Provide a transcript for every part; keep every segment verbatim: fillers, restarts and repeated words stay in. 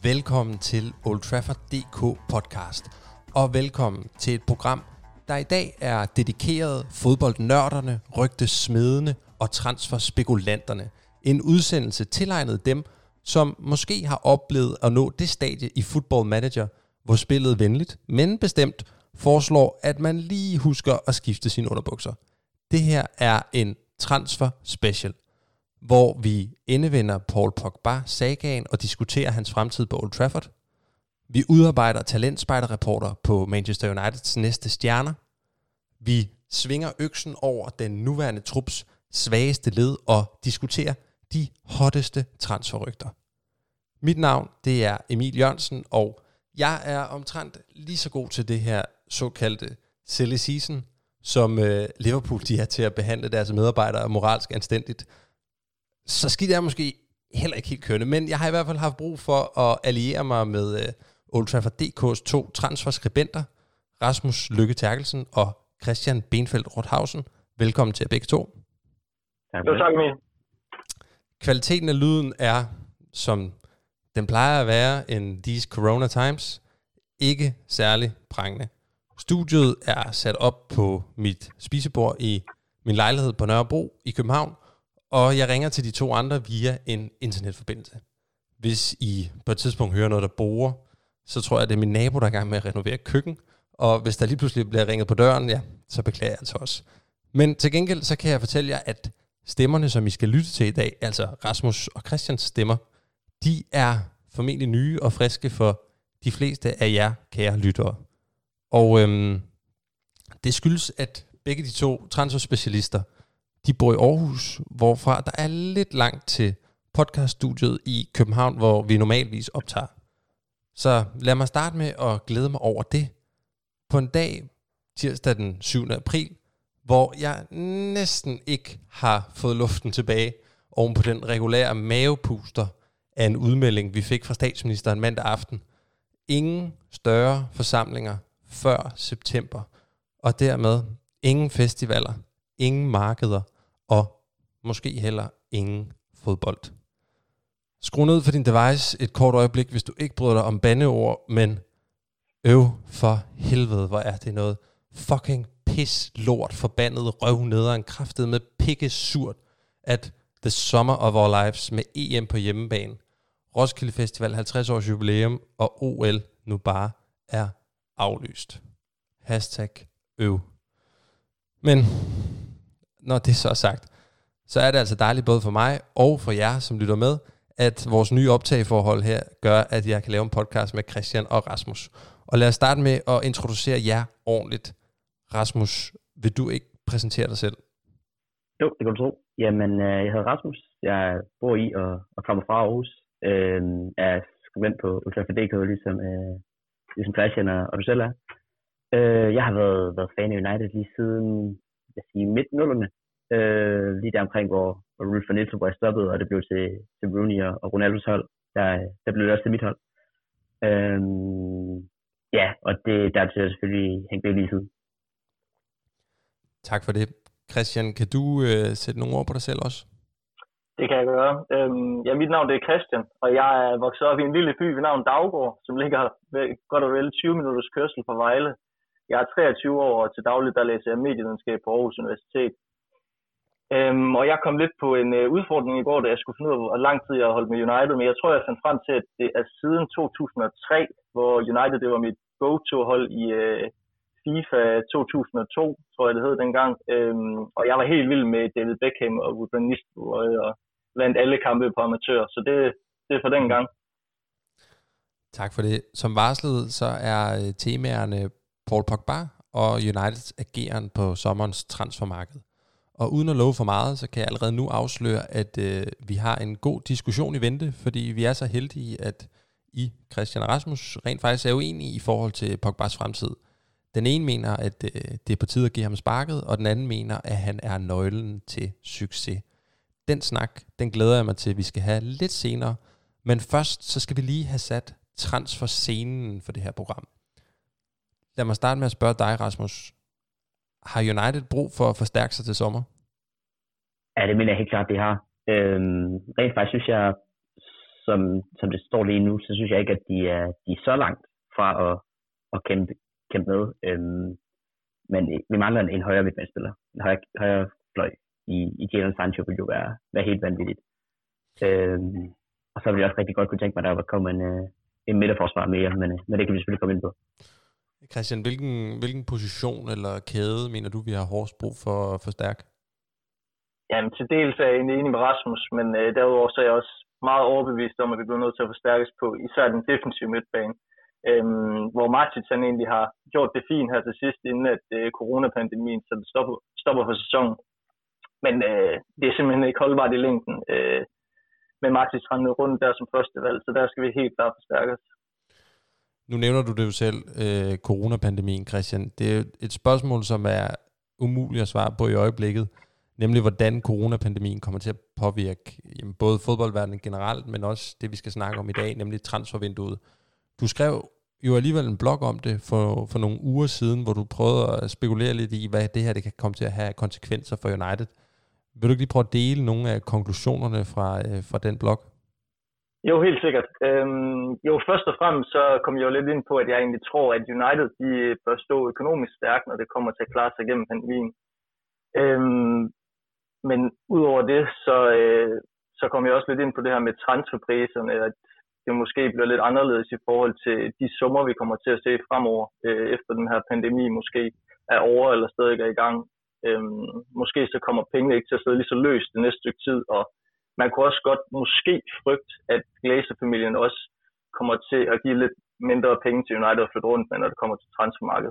Velkommen til Old Trafford punktum d k podcast, og velkommen til et program, der i dag er dedikeret fodboldnørderne, rygtesmedene og transferspekulanterne. En udsendelse tilegnet dem, som måske har oplevet at nå det stadie i Football Manager, hvor spillet venligt, men bestemt foreslår, at man lige husker at skifte sine underbukser. Det her er en transfer special, hvor vi endevender Paul Pogba-sagaen og diskuterer hans fremtid på Old Trafford. Vi udarbejder talentspejderreporter på Manchester Uniteds næste stjerner. Vi svinger øksen over den nuværende trups svageste led og diskuterer de hotteste transferrygter. Mit navn, det er Emil Jørgensen, og jeg er omtrent lige så god til det her såkaldte silly season, som øh, Liverpool de er til at behandle deres medarbejdere moralsk anstændigt. Så skidt er måske heller ikke helt kørende, men jeg har i hvert fald haft brug for at alliere mig med uh, Old Trafford punktum d k's to transferskribenter, Rasmus Lykke Terkelsen og Christian Benfeldt Rothausen. Velkommen til jer begge to. Tak, tak Emil. Kvaliteten af lyden er, som den plejer at være in these corona times, ikke særlig prangende. Studiet er sat op på mit spisebord i min lejlighed på Nørrebro i København, og jeg ringer til de to andre via en internetforbindelse. Hvis I på et tidspunkt hører noget, der borer, så tror jeg, det er min nabo, der er i gang med at renovere køkken. Og hvis der lige pludselig bliver ringet på døren, ja, så beklager jeg altså også. Men til gengæld, så kan jeg fortælle jer, at stemmerne, som I skal lytte til i dag, altså Rasmus og Christians stemmer, de er formentlig nye og friske for de fleste af jer, kære lyttere. Og øhm, det skyldes, at begge de to transferspecialister, de bor i Aarhus, hvorfra der er lidt langt til podcaststudiet i København, hvor vi normalvis optager. Så lad mig starte med at glæde mig over det. På en dag, tirsdag den syvende april, hvor jeg næsten ikke har fået luften tilbage oven på den regulære mavepuster af en udmelding, vi fik fra statsministeren mandag aften. Ingen større forsamlinger før september, og dermed ingen festivaler, ingen markeder, og måske heller ingen fodbold. Skru ned for din device et kort øjeblik, hvis du ikke bryder dig om bandeord, men øv for helvede, hvor er det noget fucking pis, lort, forbandet røv nederen, kraftet med pikke surt, at The Summer of Our Lives med E M på hjemmebane, Roskilde Festival halvtreds års jubilæum og O L nu bare er aflyst. Hashtag øv. Men når det så er sagt, så er det altså dejligt både for mig og for jer, som lytter med, at vores nye optageforhold her gør, at jeg kan lave en podcast med Christian og Rasmus. Og lad os starte med at introducere jer ordentligt. Rasmus, vil du ikke præsentere dig selv? Jo, det kan du tro. Jamen, jeg hedder Rasmus. Jeg bor i og, og kommer fra Aarhus. Øh, er skribent på Old Trafford punktum d k, ligesom, øh, ligesom Christian og, og du selv er. Øh, jeg har været, været fan af United lige siden jeg siger, midt-nullerne. Øh, lige der omkring, hvor, hvor Rolf van Nistelrooy stoppede, og det blev til, til Rooney og, og Ronaldos hold. Der, der blev det også til mit hold. Øh, ja, og det, der er til selvfølgelig hængt ved lige siden. Tak for det. Christian, kan du øh, sætte nogle ord på dig selv også? Det kan jeg gøre. Øhm, ja, mit navn det er Christian, og jeg er vokset op i en lille by ved navn Daugård, som ligger ved, godt og vel tyve minutters kørsel fra Vejle. Jeg er treogtyve år, og til daglig der læser jeg medievidenskab på Aarhus Universitet. Øhm, og jeg kom lidt på en øh, udfordring i går, da jeg skulle finde ud af, hvor lang tid jeg har holdt med United, men jeg tror, jeg fandt frem til, at det er siden to tusind og tre, hvor United det var mit go-to-hold i øh, FIFA to tusind og to, tror jeg det hed dengang. Øhm, og jeg var helt vild med David Beckham og Rolf van Nistelrooy og blandt alle kampe på amatør, så det, det er for den gang. Tak for det. Som varslet, så er temaerne Paul Pogba og Uniteds ageren på sommerens transfermarked. Og uden at love for meget, så kan jeg allerede nu afsløre, at øh, vi har en god diskussion i vente, fordi vi er så heldige, at I, Christian og Rasmus, rent faktisk er uenige i forhold til Pogbas fremtid. Den ene mener, at øh, det er på tide at give ham sparket, og den anden mener, at han er nøglen til succes. Den snak, den glæder jeg mig til, at vi skal have lidt senere. Men først, så skal vi lige have sat transferscenen for det her program. Lad mig starte med at spørge dig, Rasmus. Har United brug for at forstærke sig til sommer? Ja, det mener jeg helt klart, det har. Øhm, rent faktisk synes jeg, som, som det står lige nu, så synes jeg ikke, at de er, de er så langt fra at, at kæmpe, kæmpe med. Øhm, men vi mangler en, en højere midtbanespiller. En højere, højere fløj i, i Jadon Sancho vil jo være, være helt vanvittigt. Øhm, og så vil jeg også rigtig godt kunne tænke mig, at der kommer en, en midterforsvar mere, men, men det kan vi selvfølgelig komme ind på. Christian, hvilken, hvilken position eller kæde mener du, vi har hårdest brug for at forstærke? Jamen, til dels er jeg enig med Rasmus, men øh, derudover så er jeg også meget overbevist om, at vi bliver nødt til at forstærkes på især den defensive midtbane. Øhm, hvor Matic han egentlig har gjort det fint her til sidst, inden at øh, coronapandemien så det stopper, stopper for sæsonen. Men øh, det er simpelthen ikke holdbart i længden. Øh, med Matic rendet rundt der som første valg, så der skal vi helt klart forstærkes. Nu nævner du det jo selv, øh, coronapandemien, Christian. Det er et spørgsmål, som er umuligt at svare på i øjeblikket, nemlig hvordan coronapandemien kommer til at påvirke jamen, både fodboldverdenen generelt, men også det, vi skal snakke om i dag, nemlig transfervinduet. Du skrev jo alligevel en blog om det for, for nogle uger siden, hvor du prøvede at spekulere lidt i, hvad det her det kan komme til at have konsekvenser for United. Vil du ikke lige prøve at dele nogle af konklusionerne fra, øh, fra den blog? Jo, helt sikkert. Øhm, jo, først og fremmest så kom jeg jo lidt ind på, at jeg egentlig tror, at United de bør stå økonomisk stærkt, når det kommer til at klare sig igennem pandemien. Øhm, men udover det, så, øh, så kom jeg også lidt ind på det her med transferpriserne, at det måske bliver lidt anderledes i forhold til de summer, vi kommer til at se fremover, øh, efter den her pandemi måske er over eller stadig er i gang. Øhm, måske så kommer pengene ikke til at sidde lige så løst det næste stykke tid, og man kunne også godt måske frygte, at Glazer-familien også kommer til at give lidt mindre penge til United at flytte rundt med, når det kommer til transfermarkedet.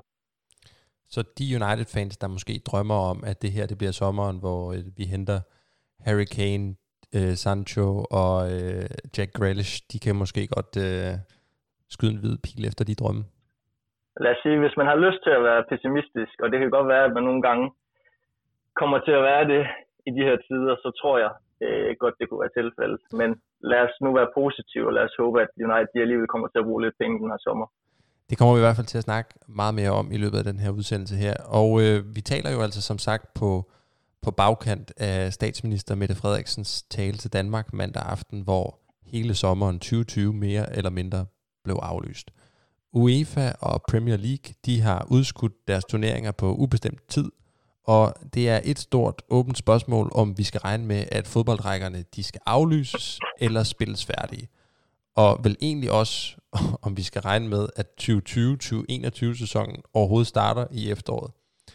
Så de United-fans, der måske drømmer om, at det her det bliver sommeren, hvor øh, vi henter Harry Kane, øh, Sancho og øh, Jack Grealish, de kan måske godt øh, skyde en hvid pil efter de drømme. Lad os sige, hvis man har lyst til at være pessimistisk, og det kan godt være, at man nogle gange kommer til at være det i de her tider, så tror jeg øh, godt, det kunne være tilfældet. Men lad os nu være positive, og lad os håbe, at United de alligevel kommer til at bruge lidt penge den her sommer. Det kommer vi i hvert fald til at snakke meget mere om i løbet af den her udsendelse her. Og øh, vi taler jo altså som sagt på, på bagkant af statsminister Mette Frederiksens tale til Danmark mandag aften, hvor hele sommeren tyve tyve mere eller mindre blev aflyst. UEFA og Premier League, de har udskudt deres turneringer på ubestemt tid, og det er et stort åbent spørgsmål, om vi skal regne med, at fodboldrækkerne de skal aflyses eller spilles færdige. Og vel egentlig også, om vi skal regne med, at tyve tyve til tyve enogtyve sæsonen overhovedet starter i efteråret.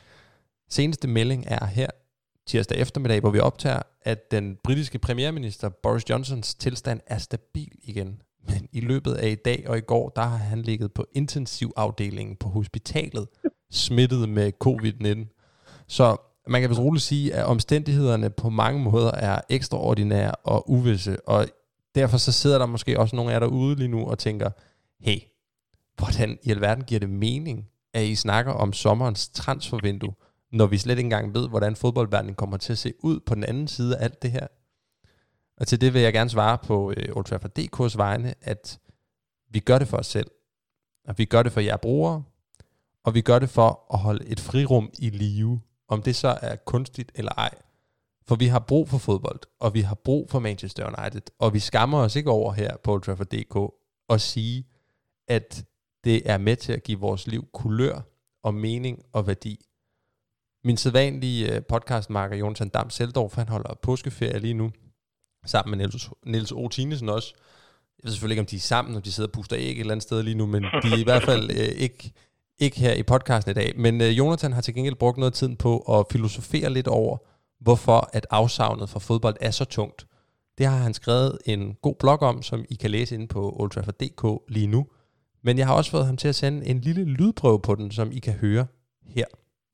Seneste melding er her tirsdag eftermiddag, hvor vi optager, at den britiske premierminister Boris Johnsons tilstand er stabil igen. Men i løbet af i dag og i går, der har han ligget på intensivafdelingen på hospitalet, smittet med covid nitten. Så man kan vist roligt sige, at omstændighederne på mange måder er ekstraordinære og uvisse, og derfor så sidder der måske også nogle af jer derude lige nu og tænker, hey, hvordan i alverden giver det mening, at I snakker om sommerens transfervindue, når vi slet ikke engang ved, hvordan fodboldverdenen kommer til at se ud på den anden side af alt det her? Og til det vil jeg gerne svare på øh, Old Trafford punktum d k's vegne, at vi gør det for os selv, og vi gør det for jer brugere, og vi gør det for at holde et frirum i live, om det så er kunstigt eller ej. For vi har brug for fodbold, og vi har brug for Manchester United, og vi skammer os ikke over her på Old Trafford punktum d k at sige, at det er med til at give vores liv kulør og mening og værdi. Min sædvanlige podcastmarker Jonathan Dam Seldorf, han holder påskeferie lige nu, sammen med Niels, Niels O. Tinesen også. Jeg ved selvfølgelig ikke, om de er sammen, om de sidder og puster æg et eller andet sted lige nu, men de er i hvert fald øh, ikke, ikke her i podcasten i dag. Men øh, Jonathan har til gengæld brugt noget tid på at filosofere lidt over, hvorfor at afsavnet fra fodbold er så tungt. Det har han skrevet en god blog om, som I kan læse inde på Old Trafford punktum d k lige nu. Men jeg har også fået ham til at sende en lille lydprøve på den, som I kan høre her.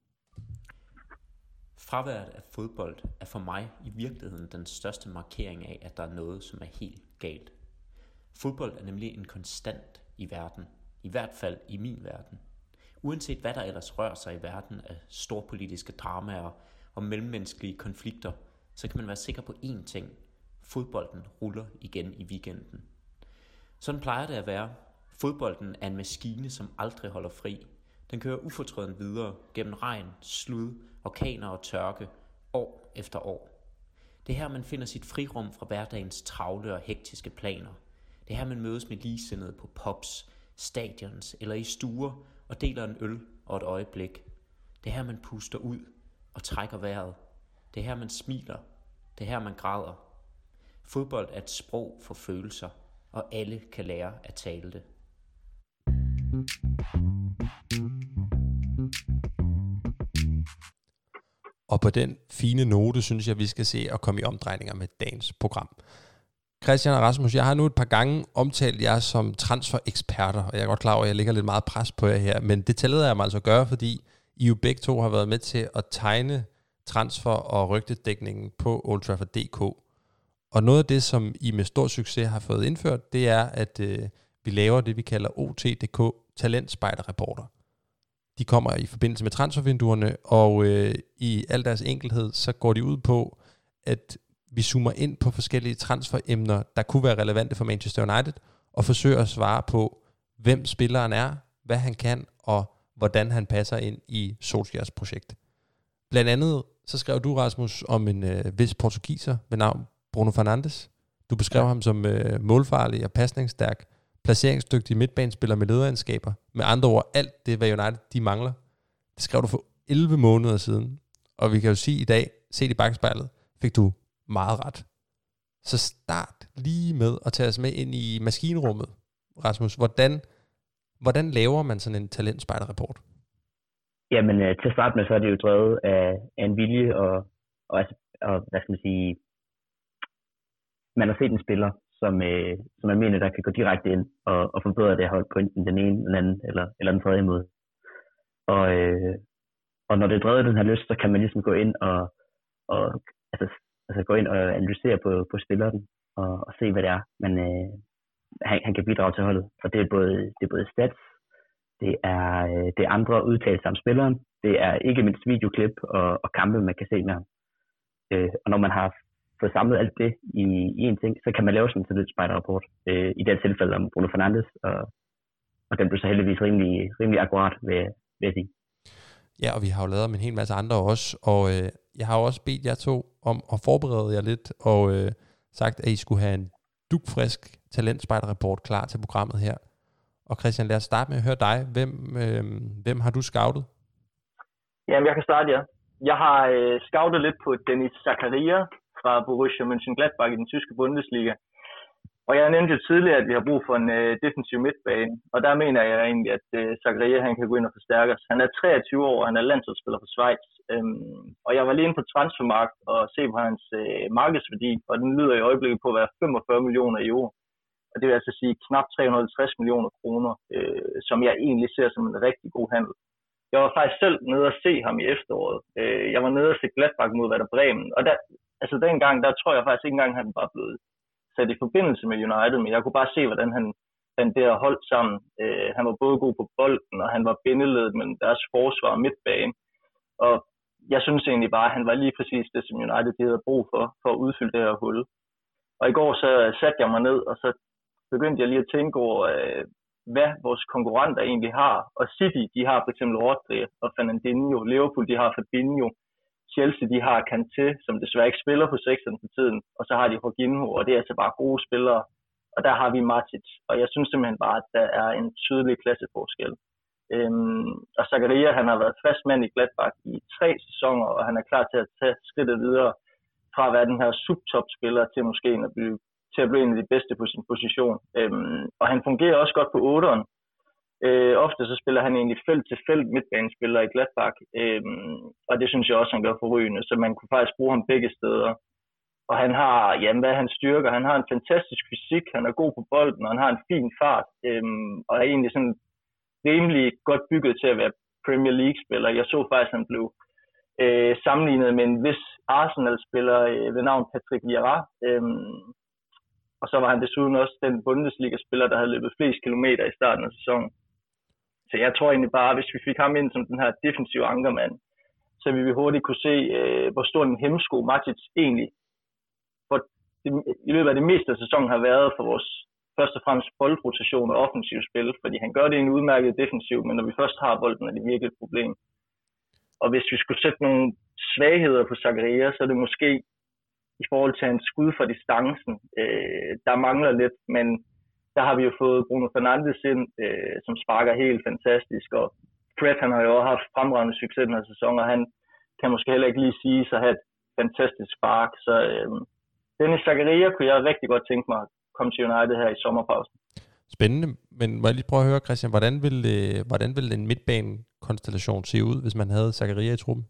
Fraværet af fodbold er for mig i virkeligheden den største markering af, at der er noget, som er helt galt. Fodbold er nemlig en konstant i verden, i hvert fald i min verden. Uanset hvad der ellers rører sig i verden af storpolitiske dramaer og mellemmenneskelige konflikter, så kan man være sikker på én ting. Fodbolden ruller igen i weekenden. Sådan plejer det at være. Fodbolden er en maskine, som aldrig holder fri. Den kører ufortrødent videre gennem regn, slud, orkaner og tørke, år efter år. Det er her, man finder sit frirum fra hverdagens travle og hektiske planer. Det er her, man mødes med ligesindede på pubs, stadions eller i stuer og deler en øl og et øjeblik. Det er her, man puster ud og trækker vejret. Det er her, man smiler. Det er her, man græder. Fodbold er et sprog for følelser, og alle kan lære at tale det. Og på den fine note, synes jeg, vi skal se at komme i omdrejninger med dagens program. Christian og Rasmus, jeg har nu et par gange omtalt jer som transfer-eksperter, og jeg er godt klar over, at jeg lægger lidt meget pres på jer her, men det tillader jeg mig altså at gøre, fordi I jo begge to har været med til at tegne transfer- og rygtedækningen på Old Trafford punktum d k. Og noget af det, som I med stor succes har fået indført, det er, at øh, vi laver det, vi kalder O T punktum d k talentspejderrapporter. De kommer i forbindelse med transfervinduerne, og øh, i al deres enkelhed, så går de ud på, at vi zoomer ind på forskellige transferemner, der kunne være relevante for Manchester United, og forsøger at svare på, hvem spilleren er, hvad han kan, og hvordan han passer ind i Solskjærs projekt. Blandt andet, så skrev du, Rasmus, om en øh, vis portugiser ved navn Bruno Fernandes. Du beskrev ja. ham som øh, målfarlig og pasningsstærk, placeringsdygtig midtbanespiller med lederegenskaber. Med andre ord, alt det, hvad United de mangler. Det skrev du for elleve måneder siden. Og vi kan jo sige i dag, set i bagspejlet, fik du meget ret. Så start lige med at tage os med ind i maskinrummet, Rasmus. Hvordan, hvordan laver man sådan en talentspejderrapport? Jamen, øh, til at starte med, så er det jo drevet af, af en vilje, og, og, altså, og hvad skal man sige, man har set en spiller, som, øh, som man mener, der kan gå direkte ind og, og forbedre det hold på enten den ene, den anden eller, eller den tredje måde. Og, øh, og når det er drevet den her lyst, så kan man ligesom gå ind og, og altså, altså gå ind og analysere på, på spilleren og, og se, hvad det er, men øh, han, han kan bidrage til holdet. For det er både, det er både stats, det er, øh, det er andre udtalelser om spilleren, det er ikke mindst videoklip og, og kampe, man kan se med ham. Øh, og når man har fået samlet alt det i, i en ting, så kan man lave sådan en talentspejderrapport. Øh, I det tilfælde om Bruno Fernandes, og, og den blev så heldigvis rimelig, rimelig akkurat, ved, ved at sige. Ja, og vi har jo lavet om en hel masse andre også, og øh, jeg har jo også bedt jer to om at forberede jer lidt, og øh, sagt, at I skulle have en dugfrisk talentspejderrapport klar til programmet her. Og Christian, lad os starte med at høre dig. Hvem, øh, hvem har du scoutet? Jamen, jeg kan starte, ja. Jeg har øh, scoutet lidt på Dennis Zakaria fra Borussia Mönchengladbach i den tyske Bundesliga. Og jeg nævnte jo tidligere, at vi har brug for en øh, defensiv midtbane, og der mener jeg egentlig, at øh, Zakaria han kan gå ind og forstærke os. Han er treogtyve år, og han er landsholdsspiller for Schweiz. Øhm, og jeg var lige inde på Transfermarkt og se på hans øh, markedsværdi, og den lyder i øjeblikket på at være femogfyrre millioner euro. Og det vil altså sige knap tre hundrede og halvtreds millioner kroner, øh, som jeg egentlig ser som en rigtig god handel. Jeg var faktisk selv nede og se ham i efteråret. Øh, jeg var nede og se Gladbach mod Werder Bremen, og der, altså dengang, der tror jeg faktisk ikke engang, han var blevet sat i forbindelse med United, men jeg kunne bare se, hvordan han, han der holdt sammen. Øh, han var både god på bolden, og han var bindeledet mellem deres forsvar og midtbane. Og jeg synes egentlig bare, at han var lige præcis det, som United havde brug for, for at udfylde det her hul. Og i går så satte jeg mig ned, og så begyndte jeg lige at tænke over, øh, hvad vores konkurrenter egentlig har. Og City, de har for eksempel Rodri og Fernandinho. Liverpool, de har Fabinho. Chelsea, de har Kanté, som desværre ikke spiller på sekseren for tiden. Og så har de Jorginho, og det er altså bare gode spillere. Og der har vi Matic. Og jeg synes simpelthen bare, at der er en tydelig klasseforskel. Øhm, og Zakaria, han har været fast mand i Gladbach i tre sæsoner, og han er klar til at tage skridtet videre fra at være den her subtop-spiller til måske at blive, til at blive en af de bedste på sin position. Øhm, og han fungerer også godt på otteren. Øh, ofte så spiller han egentlig felt til felt midtbanespiller i Gladbach, øhm, og det synes jeg også, han gør forrygende, så man kunne faktisk bruge ham begge steder. Og han har, jamen hvad er hans styrker? Han har en fantastisk fysik, han er god på bolden, og han har en fin fart, øhm, og er egentlig sådan rimelig godt bygget til at være Premier League-spiller. Jeg så faktisk, at han blev øh, sammenlignet med en vis Arsenal-spiller øh, ved navn Patrick Vieira. Øhm, og så var han desuden også den Bundesliga-spiller, der havde løbet flest kilometer i starten af sæsonen. Så jeg tror egentlig bare, hvis vi fik ham ind som den her defensive ankermand, så ville vi hurtigt kunne se, øh, hvor stor en hemsko Matic egentlig for det, i løbet af det meste af sæsonen har været for vores først og fremmest boldrotation og offensiv spil, fordi han gør det i en udmærket defensiv, men når vi først har bolden, er det virkelig et problem. Og hvis vi skulle sætte nogle svagheder på Zakaria, så er det måske i forhold til hans skud fra distancen, øh, der mangler lidt, men der har vi jo fået Bruno Fernandes ind, øh, som sparker helt fantastisk, og Fred, han har jo også haft fremragende succes den her sæson, og han kan måske heller ikke lige sige sig at have et fantastisk spark, så øh, Denis Zakaria kunne jeg rigtig godt tænke mig at komme til United her i sommerpausen. Spændende, men må jeg lige prøve at høre, Christian, hvordan vil, øh, hvordan vil en midtbanekonstellation se ud, hvis man havde Zakaria i truppen?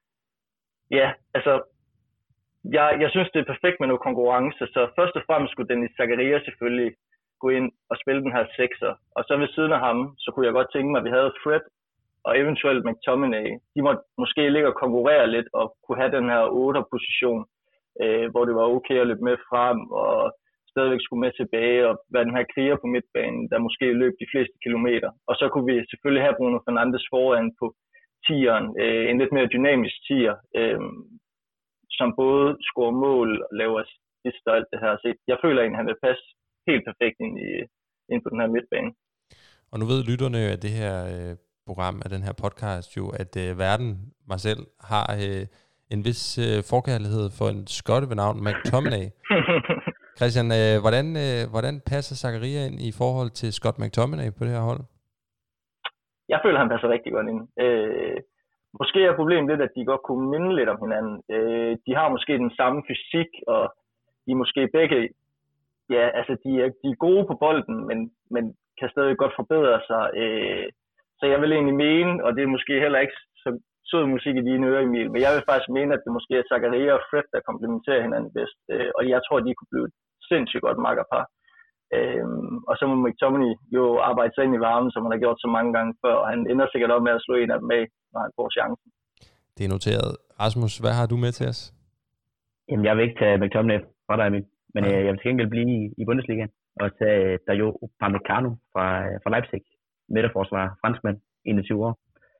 Ja, altså, jeg, jeg synes, det er perfekt med noget konkurrence, så først og fremmest skulle Denis Zakaria selvfølgelig gå ind og spille den her sekser, og så ved siden af ham, så kunne jeg godt tænke mig, at vi havde Fred og eventuelt McTominay. De måtte måske ligge og konkurrere lidt og kunne have den her otter-position, øh, hvor det var okay at løbe med frem og stadigvæk skulle med tilbage og være den her kriger på midtbanen, der måske løb de fleste kilometer. Og så kunne vi selvfølgelig have Bruno Fernandes foran på tieren, øh, en lidt mere dynamisk tier, øh, som både scorer mål og laver assist og alt det her. Så jeg føler egentlig, at han vil passe helt perfekt ind, i, ind på den her midtbane. Og nu ved lytterne af det her øh, program, af den her podcast jo, at øh, verden, mig selv, har øh, en vis øh, forkærlighed for en skotte ved navn McTominay. Christian, øh, hvordan, øh, hvordan passer Zakaria ind i forhold til Scott McTominay på det her hold? Jeg føler, han passer rigtig godt ind. Øh, måske er problemet lidt, at de godt kunne minde lidt om hinanden. Øh, de har måske den samme fysik, og de er måske begge, ja, altså de er, de er gode på bolden, men, men kan stadig godt forbedre sig. Øh, så jeg vil egentlig mene, og det er måske heller ikke så sød musik i dine ører, Emil, men jeg vil faktisk mene, at det måske er Zakaria og Fred, der komplementerer hinanden bedst. Øh, og jeg tror, at de kunne blive et sindssygt godt makkerpar. Øhm, og så må McTominay jo arbejde sig ind i varmen, som han har gjort så mange gange før, og han ender sikkert op med at slå en af dem af, når han får chancen. Det er noteret. Rasmus, hvad har du med til os? Jamen, jeg vil ikke tage McTominay fra dig, Emil, men ja. jeg vil til gengæld blive i, i Bundesligaen og tage Dayo Upamecano fra, fra Leipzig, midterforsvarer, franskmand, enogtyve år.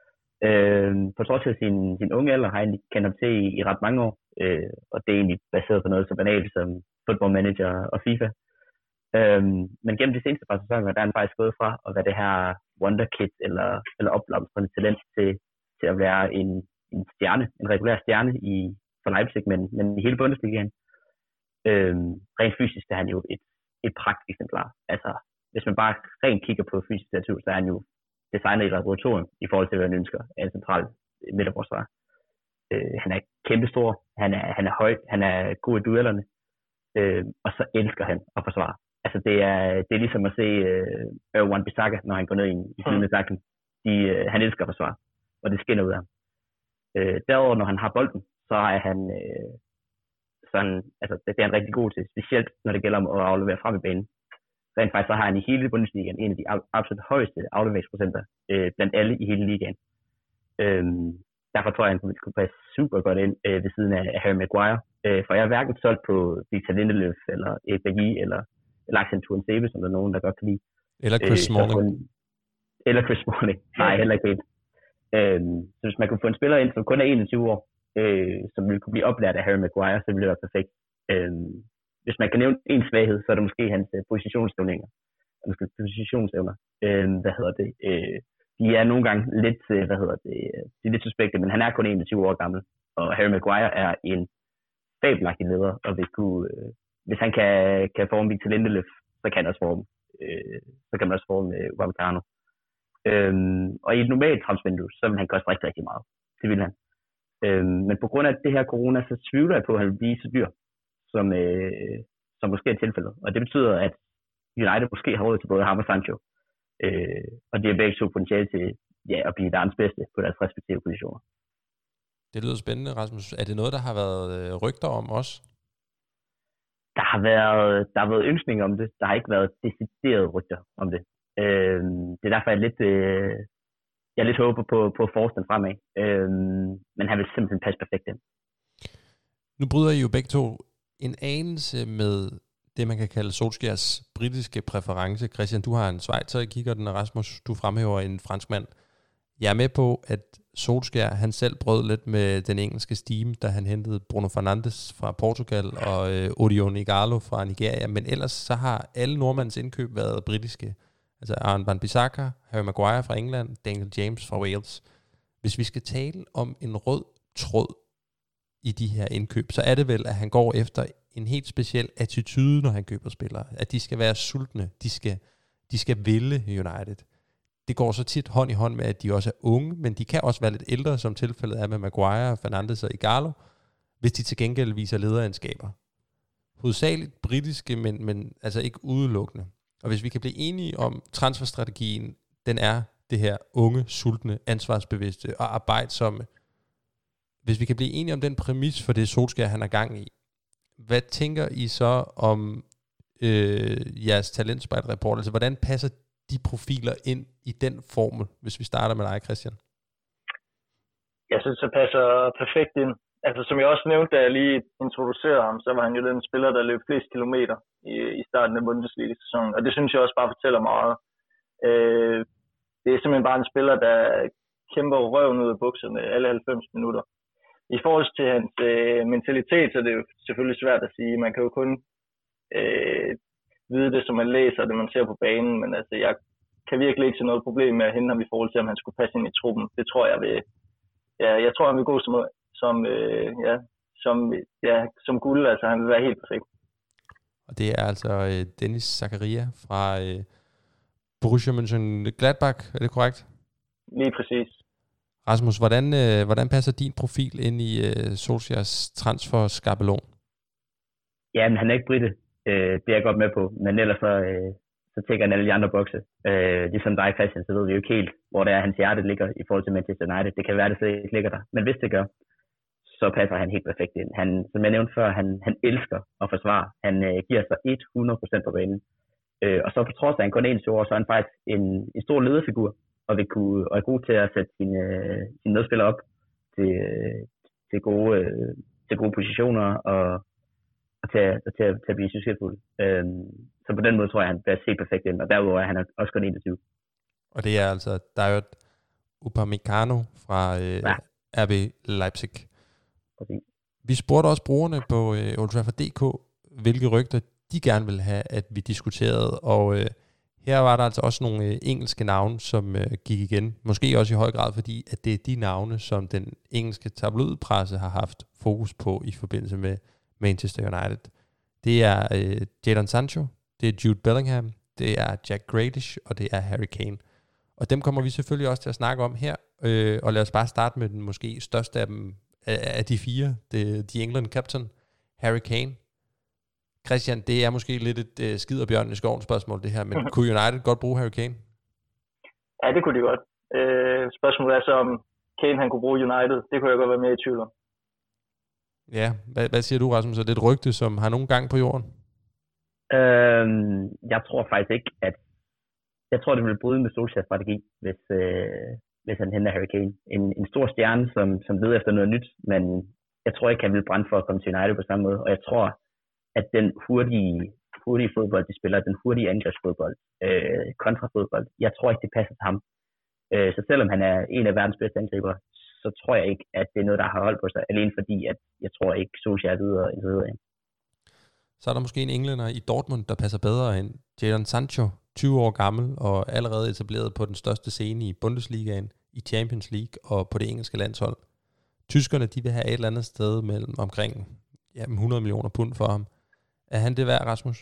Øh, på trods af sin, sin unge alder har jeg egentlig kendt ham til i, i ret mange år, øh, og det er egentlig baseret på noget så banalt som Football Manager og FIFA. Øhm, men gennem de seneste par sæsoner, der er han faktisk gået fra at være det her wonderkid eller, eller opblomstrende talent til, til at være en, en stjerne, en regulær stjerne i, for Leipzig, men, men i hele Bundesligaen. Øhm, rent fysisk er han jo et, et pragteksemplar. Altså, hvis man bare rent kigger på fysisk statur, så er han jo designet i laboratorium i forhold til, hvad han ønsker af en central midterforsvar. Øh, han er kæmpestor, han er, han er høj, han er god i duellerne, øh, og så elsker han at forsvare. Altså, det er, det er ligesom at se øh, Wan-Bissaka, når han går ned i, i siden af saklen. De, øh, han elsker at forsvare, og det skinner ud af ham. Øh, derudover, når han har bolden, så er han øh, sådan, altså, det er han rigtig god til, specielt når det gælder om at aflevere frem i banen. Rent faktisk så har han i hele Bundesligaen en af de absolut højeste afleveringsprocenter øh, blandt alle i hele ligaen. Øh, derfor tror jeg, at han skulle passe super godt ind øh, ved siden af Harry Maguire. Øh, for jeg er hverken solgt på Victor Lindelöf eller Ebagi eller Laxen Tuanzebe, som der er nogen, der godt kan lide. Eller Chris Smalling. Øh, eller Chris Smalling. Nej, heller ikke helt. Øh, så hvis man kunne få en spiller ind, som kun er enogtyve år, øh, som ville kunne blive oplært af Harry Maguire, så ville det være perfekt. Øh, hvis man kan nævne en svaghed, så er det måske hans øh, positionsstævninger. Måske positionsevner. Øh, hvad hedder det? Øh, de er nogle gange lidt, øh, hvad hedder det? De er lidt suspekte, men han er kun enogtyve år gammel. Og Harry Maguire er en fabelagtig leder, og vil kunne, øh, hvis han kan, kan forme Victor Lindelöf, så kan han også forme, øh, så kan man også forme øh, Upamecano. Øhm, og i et normalt transfervindue, så vil han koste rigtig, rigtig meget. Det vil han. Øhm, men på grund af det her corona, så tvivler jeg på, at han vil blive så dyr, som, øh, som måske er tilfældet. Og det betyder, at United måske har råd til både ham og Sancho. Øh, og de har begge to potentiale til ja, at blive verdens bedste på deres respektive positioner. Det lyder spændende, Rasmus. Er det noget, der har været rygter om også? Der har været, der har været ønskninger om det. Der har ikke været deciderede rygter om det. Øh, det er derfor, jeg er lidt, øh, jeg er lidt håber på, på at force den fremad. Øh, men han vil simpelthen passe perfekt ind. Nu bryder I jo begge to en anelse med det, man kan kalde Solskjærs britiske præference. Christian, du har en schweizer i kikkerten, og Rasmus, du fremhæver en franskmand. Jeg er med på, at Solskjær, han selv brød lidt med den engelske stime, da han hentede Bruno Fernandes fra Portugal og øh, Odion Ighalo fra Nigeria, men ellers så har alle nordmands indkøb været britiske. Altså Aaron Wan-Bissaka, Harry Maguire fra England, Daniel James fra Wales. Hvis vi skal tale om en rød tråd i de her indkøb, så er det vel, at han går efter en helt speciel attitude, når han køber spillere. At de skal være sultne, de skal, de skal ville United. Det går så tit hånd i hånd med, at de også er unge, men de kan også være lidt ældre, som tilfældet er med Maguire, Fernandes og Ighalo, hvis de til gengæld viser lederegenskaber. Hovedsageligt britiske, men, men altså ikke udelukkende. Og hvis vi kan blive enige om transferstrategien, den er det her unge, sultne, ansvarsbevidste og arbejdsomme. Hvis vi kan blive enige om den præmis for det Solskjaer, han er gang i, hvad tænker I så om øh, jeres talentspejdrapport? Altså, hvordan passer de profiler ind i den formel, hvis vi starter med dig, Christian? Jeg synes, det passer perfekt ind. Altså, som jeg også nævnte, da jeg lige introducerede ham, så var han jo den spiller, der løb flest kilometer i, i starten af Bundesliga-sæsonen. Og det synes jeg også bare fortæller meget. Øh, det er simpelthen bare en spiller, der kæmper røven ud af bukserne alle halvfems minutter. I forhold til hans øh, mentalitet, så er det jo selvfølgelig svært at sige. Man kan jo kun øh, vide det, som man læser, det man ser på banen. Men altså, jeg kan virkelig ikke se noget problem med at hente ham i forhold til, om han skulle passe ind i truppen. Det tror jeg vil... Ja, jeg tror, han vil gå som... som, øh, ja, som, ja, som guld, altså han vil være helt perfekt. Og det er altså øh, Dennis Zakaria fra øh, Borussia Mönchengladbach, er det korrekt? Lige præcis. Rasmus, hvordan, øh, hvordan passer din profil ind i øh, Solskjaers transferskabelon? Ja, men han er ikke brite, øh, det er jeg godt med på, men ellers så, øh, så tænker han alle de andre bokse. Øh, ligesom dig, Christian, så ved vi jo ikke helt, hvor det er, hans hjerte ligger i forhold til Manchester United. Det kan være, det slet ikke ligger der, men hvis det gør, så passer han helt perfekt ind. Han, som jeg nævnte før, han, han elsker at forsvare. Han øh, giver sig hundrede procent på banen. Øh, og så på trods af, at han kun er enogtyve år, så er han faktisk en, en stor lederfigur, og, vil kunne, og er god til at sætte sine, sine medspillere op til, til, gode, til gode positioner, og, og til, til, til at blive succesfuld. Øh, så på den måde tror jeg, han bliver set perfekt ind, og derudover er han også kun enogtyve. Og det er altså Dayot Upamecano fra øh, ja. R B Leipzig. Præcis. Vi spurgte også brugerne på øh, Old Trafford punktum d k, hvilke rygter de gerne ville have, at vi diskuterede, og øh, her var der altså også nogle øh, engelske navne, som øh, gik igen. Måske også i høj grad, fordi at det er de navne, som den engelske tabloidpresse har haft fokus på i forbindelse med Manchester United. Det er øh, Jadon Sancho, det er Jude Bellingham, det er Jack Grealish, og det er Harry Kane. Og dem kommer vi selvfølgelig også til at snakke om her, øh, og lad os bare starte med den måske største af dem, af de fire, det, de England captain, Harry Kane. Christian, det er måske lidt et uh, skid og bjørn i skoven spørgsmål, det her, men mm-hmm. kunne United godt bruge Harry Kane? Ja, det kunne de godt. Øh, spørgsmålet er så, om Kane han kunne bruge United. Det kunne jeg godt være mere i tvivl om. Ja, hvad, hvad siger du, Rasmus? Er det et rygte, som har nogen gang på jorden? Øhm, jeg tror faktisk ikke, at... Jeg tror, det ville bryde med Solskjaers strategi, hvis... Øh... hvis han henter Harry Kane. En, en stor stjerne, som, som leder efter noget nyt, men jeg tror ikke, han vil brænde for at komme til United på samme måde, og jeg tror, at den hurtige, hurtige fodbold, de spiller, den hurtige angrebsfodbold, øh, kontrafodbold, jeg tror ikke, det passer til ham. Øh, så selvom han er en af verdens bedste angriber, så tror jeg ikke, at det er noget, der har holdt på sig, alene fordi, at jeg tror ikke, Solskjaer er videre end videre. Så er der måske en englænder i Dortmund, der passer bedre end Jadon Sancho, tyve år gammel og allerede etableret på den største scene i Bundesligaen, i Champions League og på det engelske landshold. Tyskerne, de vil have et eller andet sted mellem omkring ja, hundrede millioner pund for ham. Er han det værd, Rasmus?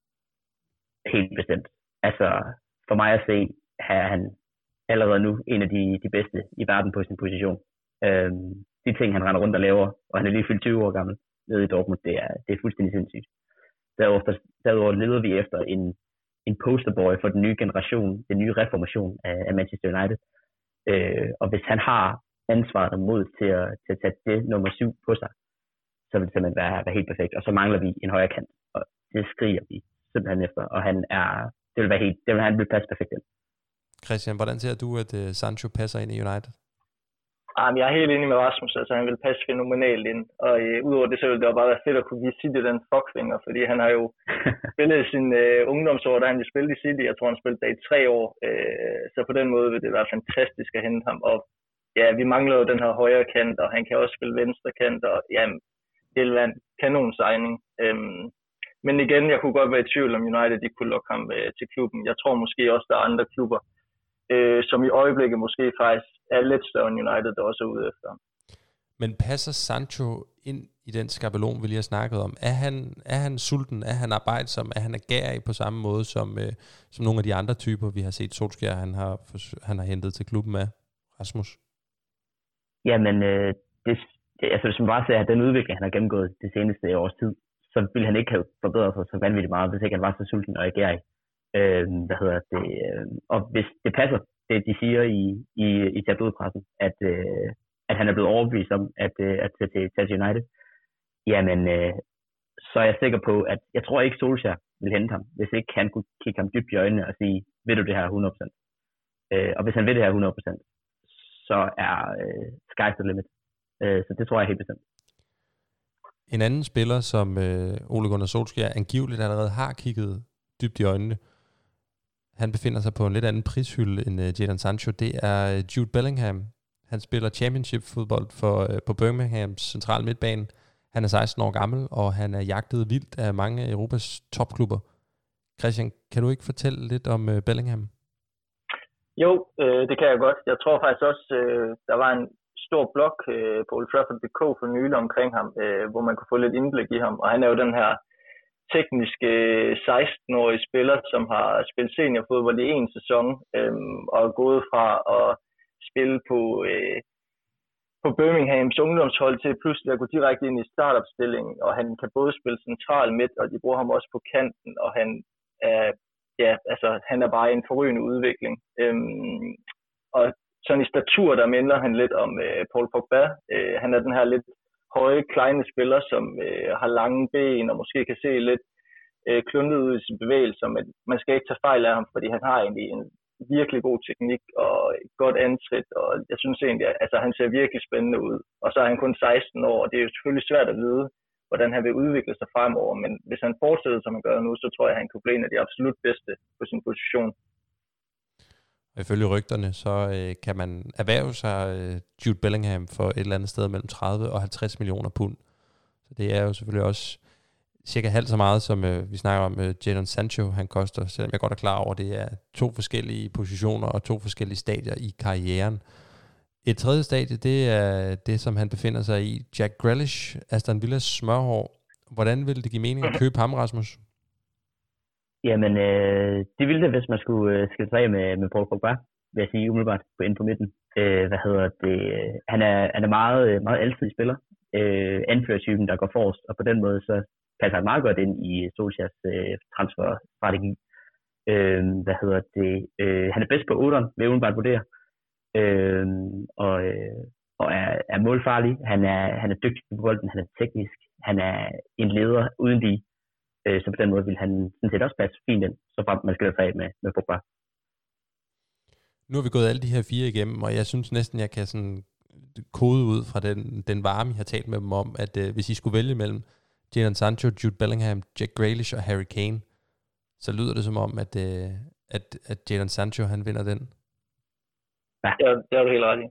Helt bestemt. Altså, for mig at se, er han allerede nu en af de, de bedste i verden på sin position. Øhm, de ting, han render rundt og laver, og han er lige fyldt tyve år gammel nede i Dortmund, det er, det er fuldstændig sindssygt. Derudover, derudover leder vi efter en en posterboy for den nye generation, den nye reformation af, af Manchester United. Øh, og hvis han har ansvaret og mod til at, til at tage det nummer syv på sig, så vil det simpelthen være, være helt perfekt. Og så mangler vi en højre kant, og det skriger vi simpelthen efter. Og han er, det vil være helt, det vil han vil passe perfekt ind. Christian, hvordan ser du, at uh, Sancho passer ind i United? Jamen, jeg er helt enig med Rasmus, altså han vil passe fænomenalt ind, og øh, udover det, så ville det jo bare være fedt at kunne give City den fuckfinger, fordi han har jo spillet sin øh, ungdomsår, da han ville spille i City, jeg tror han spillede der i tre år, øh, så på den måde vil det være fantastisk at hente ham, og ja, vi mangler jo den her højre kant, og han kan også spille venstre kant, og ja, det vil være en kanon signing. Øhm, men igen, jeg kunne godt være i tvivl om United, de kunne lukke ham øh, til klubben. Jeg tror måske også, der er andre klubber, øh, som i øjeblikket måske faktisk er lidt større end United, der også er ude efter. Men passer Sancho ind i den skabelon, vi lige har snakket om? Er han, er han sulten? Er han arbejdsom? Er han agerig på samme måde som, øh, som nogle af de andre typer, vi har set Solskjaer, han har, han har hentet til klubben af? Rasmus? Jamen, øh, det, altså, hvis man bare ser den udvikling, han har gennemgået det seneste års tid, så ville han ikke have forbedret sig så vanvittigt meget, hvis ikke han var så sulten og agerig. Øh, hvad hedder det? Øh, og hvis det passer, det de siger i, i, i tabloidpressen, at, øh, at han er blevet overbevist om at, øh, at tage til, til United, jamen, øh, så er jeg sikker på, at jeg tror ikke Solskjaer vil hente ham, hvis ikke han kunne kigge ham dybt i øjnene og sige, vil du det her hundrede procent? Øh, og hvis han vil det her hundrede procent, så er øh, sky's the limit. Øh, så det tror jeg helt bestemt. En anden spiller, som øh, Ole Gunnar Solskjaer angiveligt allerede har kigget dybt i øjnene, han befinder sig på en lidt anden prishylde end uh, Jadon Sancho. Det er Jude Bellingham. Han spiller championship-fodbold for, uh, på Birminghams central midtbane. Han er seksten år gammel, og han er jagtet vildt af mange af Europas topklubber. Christian, kan du ikke fortælle lidt om uh, Bellingham? Jo, øh, det kan jeg godt. Jeg tror faktisk også, øh, der var en stor blog øh, på Old Trafford punktum d k for nylig omkring ham, øh, hvor man kunne få lidt indblik i ham. Og han er jo den her tekniske seksten-årige spiller, som har spillet seniorfodbold i en sæson, øhm, og er gået fra at spille på, øh, på Birminghams ungdomshold til pludselig at gå direkte ind i startopstillingen, og han kan både spille central midt, og de bruger ham også på kanten, og han er, ja, altså, han er bare en forrygende udvikling. Øhm, og sådan i statur, der minder han lidt om øh, Paul Pogba. Øh, han er den her lidt høje, kleine spiller, som øh, har lange ben og måske kan se lidt øh, kluntet ud i sin bevægelse, men man skal ikke tage fejl af ham, fordi han har egentlig en virkelig god teknik og et godt antrit, og jeg synes egentlig, at altså, han ser virkelig spændende ud. Og så er han kun seksten år, og det er jo selvfølgelig svært at vide, hvordan han vil udvikle sig fremover, men hvis han fortsætter, som han gør nu, så tror jeg, at han kunne blive en af de absolut bedste på sin position. Ifølge rygterne, så øh, kan man erhverve sig øh, Jude Bellingham for et eller andet sted mellem tredive og halvtreds millioner pund. Så det er jo selvfølgelig også cirka halvt så meget, som øh, vi snakker om øh, Jadon Sancho, han koster, selvom jeg godt er klar over, det er to forskellige positioner og to forskellige stadier i karrieren. Et tredje stadie, det er det, som han befinder sig i. Jack Grealish, Aston Villas smørhår. Hvordan ville det give mening at købe ham, Rasmus? Jamen, øh, det ville det, hvis man skulle øh, skille sig af med, med Paul Pogba, vil jeg sige umiddelbart, på inde på midten. Øh, hvad hedder det? Han er, han er meget, meget alsidig spiller. Øh, anførertypen, der går forrest, og på den måde, så passer han meget godt ind i Solskjaers øh, transferstrategi. Øh, hvad hedder det? Øh, han er bedst på otteren, vil jeg umiddelbart vurdere. Øh, og øh, og er, er målfarlig. Han er, han er dygtig på bolden, han er teknisk. Han er en leder uden de. Så på den måde vil han sådan set også passe fint ind, så frem man skal tage af med, med Pogba. Nu har vi gået alle de her fire igennem, og jeg synes næsten, jeg kan sådan kode ud fra den, den varme, jeg har talt med dem om, at øh, hvis I skulle vælge mellem Jadon Sancho, Jude Bellingham, Jack Grealish og Harry Kane, så lyder det som om, at, øh, at, at Jadon Sancho, han vinder den. Ja, det er du helt ret i.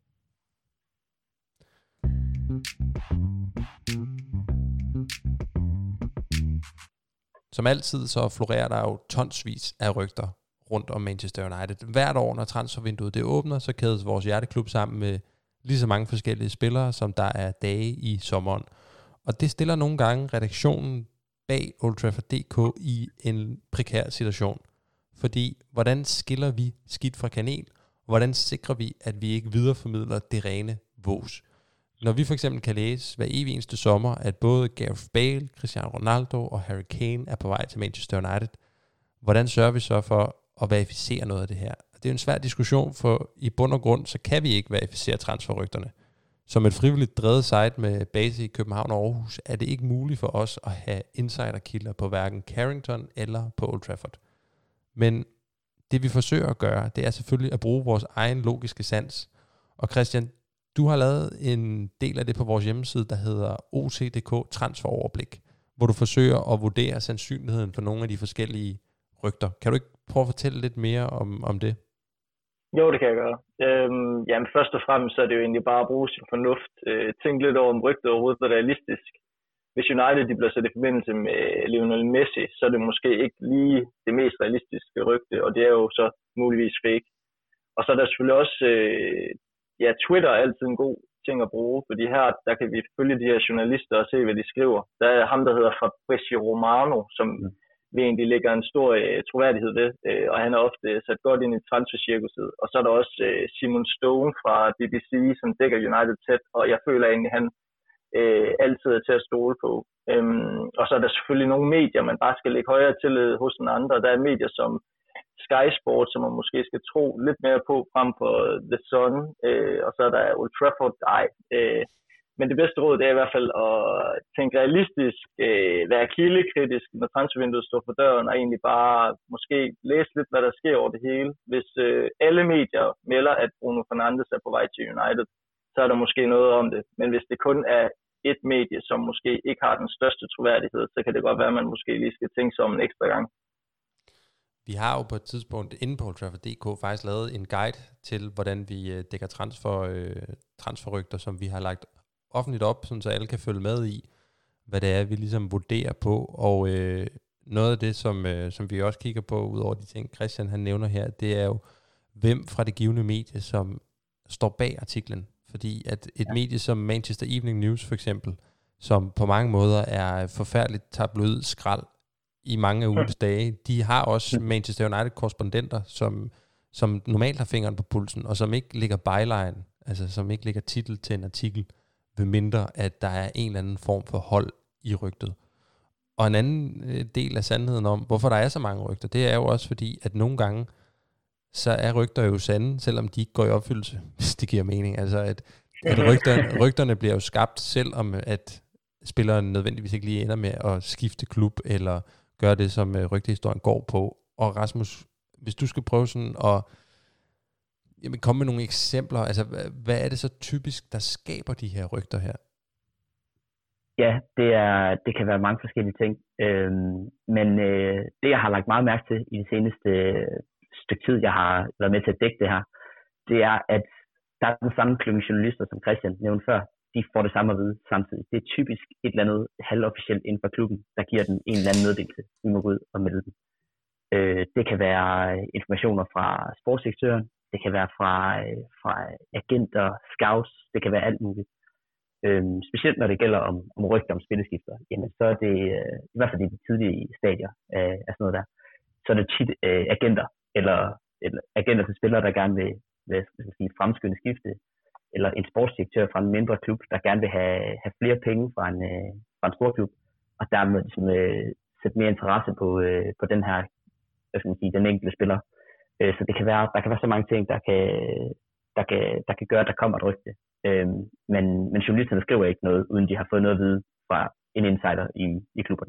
Som altid så florerer der jo tonsvis af rygter rundt om Manchester United. Hvert år, når transfervinduet det åbner, så kædes vores hjerteklub sammen med lige så mange forskellige spillere, som der er dage i sommeren. Og det stiller nogle gange redaktionen bag Old Trafford punktum d k i en prekær situation. Fordi, hvordan skiller vi skidt fra kanel? Hvordan sikrer vi, at vi ikke videreformidler det rene vås? Når vi for eksempel kan læse hver evig eneste sommer, at både Gareth Bale, Cristiano Ronaldo og Harry Kane er på vej til Manchester United, hvordan sørger vi så for at verificere noget af det her? Det er en svær diskussion, for i bund og grund, så kan vi ikke verificere transferrygterne. Som et frivilligt drevet site med base i København og Aarhus, er det ikke muligt for os at have insiderkilder på hverken Carrington eller på Old Trafford. Men det vi forsøger at gøre, det er selvfølgelig at bruge vores egen logiske sans. Og Christian, du har lavet en del af det på vores hjemmeside, der hedder O T punktum d k transferoverblik, hvor du forsøger at vurdere sandsynligheden for nogle af de forskellige rygter. Kan du ikke prøve at fortælle lidt mere om, om det? Jo, det kan jeg gøre. Øhm, jamen først og fremmest så er det jo egentlig bare at bruge sin fornuft. Øh, tænk lidt over, om rygtet overhovedet er realistisk. Hvis United de bliver sat i forbindelse med Lionel Messi, så er det måske ikke lige det mest realistiske rygte, og det er jo så muligvis fake. Og så er der selvfølgelig også... Øh, Ja, Twitter er altid en god ting at bruge, fordi her, der kan vi følge de her journalister og se, hvad de skriver. Der er ham, der hedder Fabrizio Romano, som mm. vi egentlig lægger en stor øh, troværdighed ved, øh, og han er ofte sat godt ind i transfercirkuset. Og så er der også øh, Simon Stone fra B B C, som dækker United tæt, og jeg føler egentlig, at han øh, altid er til at stole på. Øhm, og så er der selvfølgelig nogle medier, man bare skal lægge højere tillid hos den andre. Der er medier som Sky Sport, som man måske skal tro lidt mere på frem for The Sun, øh, og så er der Old Trafford. Ej, øh, men det bedste råd, det er i hvert fald at tænke realistisk, øh, være kildekritisk, når transfervinduet står for døren, og egentlig bare måske læse lidt, hvad der sker over det hele. Hvis øh, alle medier melder, at Bruno Fernandes er på vej til United, så er der måske noget om det. Men hvis det kun er et medie, som måske ikke har den største troværdighed, så kan det godt være, at man måske lige skal tænke sig om en ekstra gang. Vi har jo på et tidspunkt inde på Old Trafford punktum d k faktisk lavet en guide til, hvordan vi dækker transfer, øh, transferrygter, som vi har lagt offentligt op, sådan så alle kan følge med i, hvad det er, vi ligesom vurderer på. Og øh, noget af det, som, øh, som vi også kigger på, ud over de ting, Christian han nævner her, det er jo, hvem fra det givende medie, som står bag artiklen. Fordi at et ja. medie som Manchester Evening News for eksempel, som på mange måder er forfærdeligt tabloid skrald i mange af ugens dage, de har også Manchester United-korrespondenter, som, som normalt har fingeren på pulsen, og som ikke ligger byline, altså som ikke ligger titel til en artikel, ved mindre at der er en eller anden form for hold i rygtet. Og en anden del af sandheden om, hvorfor der er så mange rygter, det er jo også fordi, at nogle gange, så er rygter jo sande, selvom de ikke går i opfyldelse, hvis det giver mening. Altså at, at rygterne, rygterne bliver jo skabt, selvom at spilleren nødvendigvis ikke lige ender med at skifte klub, eller gøre det, som rygtehistorien går på. Og Rasmus, hvis du skal prøve sådan at jamen, komme med nogle eksempler, altså hvad er det så typisk, der skaber de her rygter her? Ja, det, er, det kan være mange forskellige ting. Øhm, men øh, det, jeg har lagt meget mærke til i det seneste stykke tid, jeg har været med til at dække det her, det er, at der er den samme klynge journalister, som Christian nævnte før, de får det samme at vide samtidig. Det er typisk et eller andet halvofficielt inden for klubben, der giver den en eller anden meddelelse, vi må gå ud og melde den. Øh, det kan være informationer fra sportsdirektøren, det kan være fra, fra agenter, scouts, det kan være alt muligt. Øhm, specielt når det gælder om, om rygter om spilleskifter, jamen så er det, øh, i hvert fald i de tidlige stadier af, af sådan noget der, så er det tit øh, agenter, eller, eller agenter til spillere, der gerne vil, vil, vil sige, fremskynde skifte, eller en sportsdirektør fra en mindre klub, der gerne vil have, have flere penge fra en, øh, fra en stor klub, og dermed ligesom, øh, sætte mere interesse på, øh, på den her, hvad skal man sige, den enkelte spiller. Øh, så det kan være, der kan være så mange ting, der kan, der kan, der kan gøre, at der kommer et rygte. Øh, men, men journalisterne skriver ikke noget, uden de har fået noget at vide fra en insider i, i klubberne.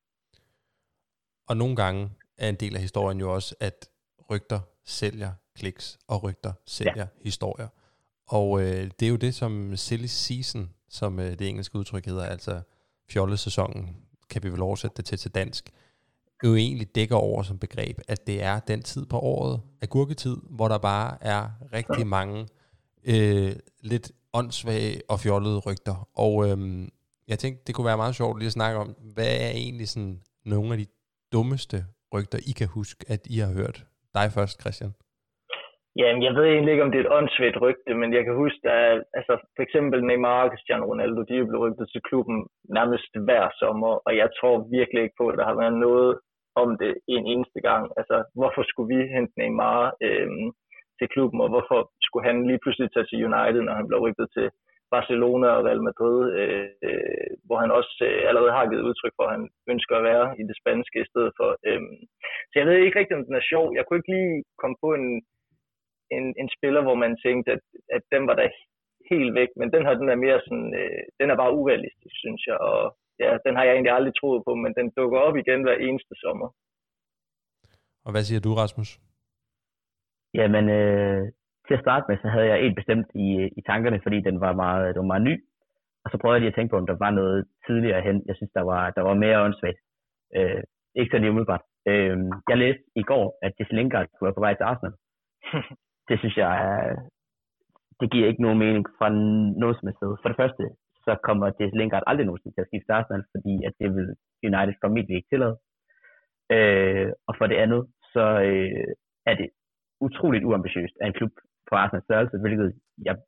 Og nogle gange er en del af historien jo også, at rygter sælger kliks, og rygter sælger ja. historier. Og øh, det er jo det, som silly season, som øh, det engelske udtryk hedder, altså fjollesæsonen, kan vi vel oversætte det til til dansk, jo egentlig dækker over som begreb, at det er den tid på året, agurketid, hvor der bare er rigtig mange øh, lidt åndssvage og fjollede rygter. Og øh, jeg tænkte, det kunne være meget sjovt lige at snakke om, hvad er egentlig sådan nogle af de dummeste rygter, I kan huske, at I har hørt? Dig først, Christian. Jamen, jeg ved egentlig ikke, om det er et åndssvagt rygte, men jeg kan huske, at altså, for eksempel Neymar og Cristiano Ronaldo, de er blevet rygtet til klubben nærmest hver sommer, og jeg tror virkelig ikke på, at der har været noget om det en eneste gang. Altså, hvorfor skulle vi hente Neymar øh, til klubben, og hvorfor skulle han lige pludselig tage til United, når han blev rygtet til Barcelona og Real Madrid, øh, øh, hvor han også øh, allerede har givet udtryk for, at han ønsker at være i det spanske i stedet for. Øh. Så jeg ved ikke rigtig, om den er sjov. Jeg kunne ikke lige komme på en En, en spiller, hvor man tænkte, at, at den var da helt væk, men den her, den er mere sådan, øh, den er bare urealistisk, synes jeg, og ja, den har jeg egentlig aldrig troet på, men den dukker op igen hver eneste sommer. Og hvad siger du, Rasmus? Jamen, øh, til at starte med, så havde jeg en bestemt i, i tankerne, fordi den var meget, den var meget ny, og så prøvede jeg lige at tænke på, om der var noget tidligere hen. Jeg synes, der var, der var mere åndssvagt. Øh, ikke så lige umiddelbart. Øh, jeg læste i går, at Jesse Lingard var på vej til Arsenal. Det synes jeg, det giver ikke nogen mening fra noget som helst sted. For det første, så kommer Jesse Lingard aldrig nogensinde til at skifte Arsenal, fordi at det vil United formentlig ikke tillade. Øh, og for det andet, så øh, er det utroligt uambitiøst af en klub på Arsenals størrelse, hvilket jeg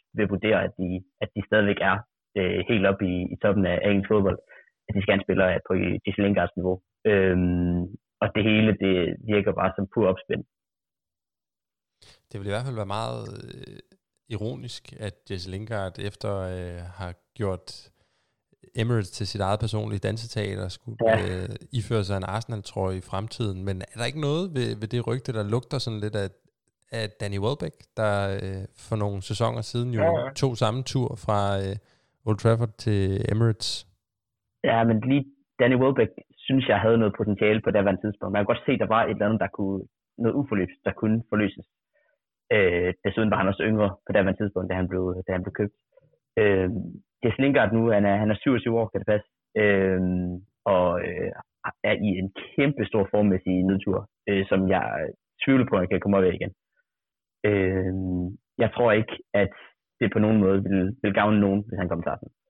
vil vurdere, at de, at de stadigvæk er øh, helt oppe i, i toppen af engelsk fodbold, at de skal en spiller på Jesse Lingards niveau. Øhm, og det hele, det virker bare som pur opspind. Det vil i hvert fald være meget øh, ironisk, at Jesse Lingard efter øh, har gjort Emirates til sit eget personlige danseteater skulle ja. øh, iføre sig en Arsenal-trøje i fremtiden. Men er der ikke noget ved, ved det rygte, der lugter sådan lidt af, af Danny Welbeck, der øh, for nogle sæsoner siden jo ja. tog samme tur fra øh, Old Trafford til Emirates? Ja, men lige Danny Welbeck synes jeg havde noget potentiale på det her tidspunkt. Man kan godt se, at der var et eller andet, der kunne, noget uforløst, der kunne forløses. Øh, desuden var han også yngre på det her tidspunkt, da han blev, da han blev købt. Øh, Jesse Lingard nu, han er, han er syvogtyve år, kan det passe, øh, og øh, er i en kæmpe stor formmæssig nedtur, øh, som jeg tvivler på, at han kan komme op af igen. Øh, jeg tror ikke, at det på nogen måde vil, vil gavne nogen, hvis han kommer til Arsenal.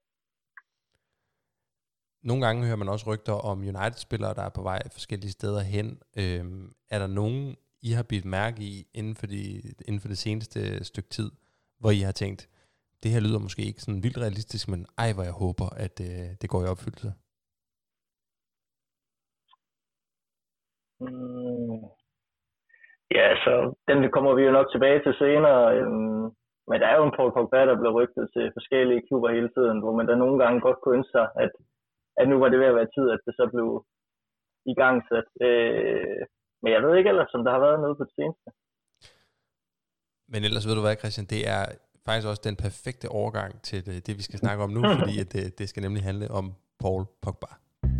Nogle gange hører man også rygter om United-spillere, der er på vej forskellige steder hen. Øh, er der nogen, I har bidt mærke i inden for, de, inden for det seneste stykke tid, hvor I har tænkt, det her lyder måske ikke sådan vildt realistisk, men ej, hvor jeg håber, at øh, det går i opfyldelse? Mm. Ja, så den kommer vi jo nok tilbage til senere. Øhm, men der er jo en Paul Pogba, der bliver rygtet til forskellige klubber hele tiden, hvor man der nogle gange godt kunne ønske sig, at, at nu var det ved at være tid, at det så blev i gang sat. Øh, men jeg ved ikke ellers, om der har været noget på det seneste. Men ellers ved du hvad, Christian, det er faktisk også den perfekte overgang til det, det vi skal snakke om nu, fordi at det, det skal nemlig handle om Paul Pogba.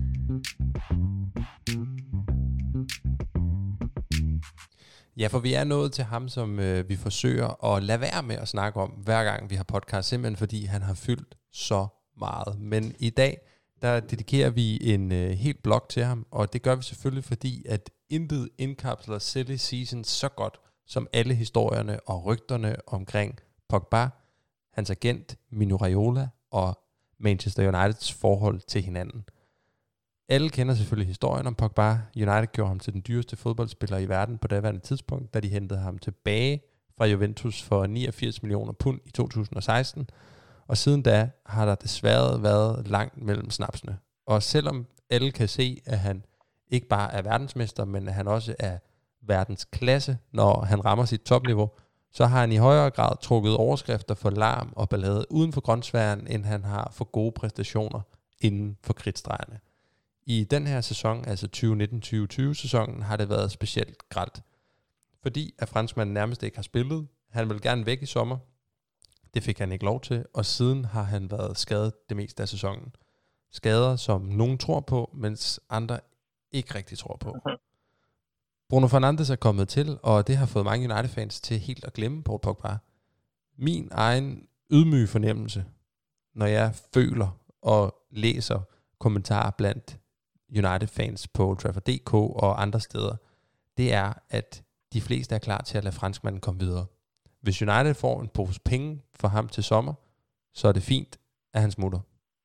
Ja, for vi er nået til ham, som øh, vi forsøger at lade være med at snakke om, hver gang vi har podcast, simpelthen fordi han har fyldt så meget. Men i dag, der dedikerer vi en øh, helt blog til ham, og det gør vi selvfølgelig, fordi at intet indkapsler silly season så godt, som alle historierne og rygterne omkring Pogba, hans agent Mino Raiola og Manchester Uniteds forhold til hinanden. Alle kender selvfølgelig historien om Pogba. United gjorde ham til den dyreste fodboldspiller i verden på daværende tidspunkt, da de hentede ham tilbage fra Juventus for niogfirs millioner pund i to tusind og seksten. Og siden da har der desværre været langt mellem snapsene. Og selvom alle kan se, at han ikke bare er verdensmester, men at han også er verdensklasse, når han rammer sit topniveau, så har han i højere grad trukket overskrifter for larm og ballade uden for grønsværen, end han har for gode præstationer inden for kridtstregerne. I den her sæson, altså tyve nitten tyve tyve sæsonen, har det været specielt grelt. Fordi at franskmanden nærmest ikke har spillet. Han ville gerne væk i sommer. Det fik han ikke lov til, og siden har han været skadet det meste af sæsonen. Skader, som nogen tror på, mens andre ikke rigtig tror på. Bruno Fernandes er kommet til, og det har fået mange United-fans til helt at glemme Paul Pogba. Min egen ydmyge fornemmelse, når jeg føler og læser kommentarer blandt United-fans på Old Trafford punktum d k og andre steder, det er, at de fleste er klar til at lade franskmanden komme videre. Hvis United får en pose penge for ham til sommer, så er det fint, at han smutter.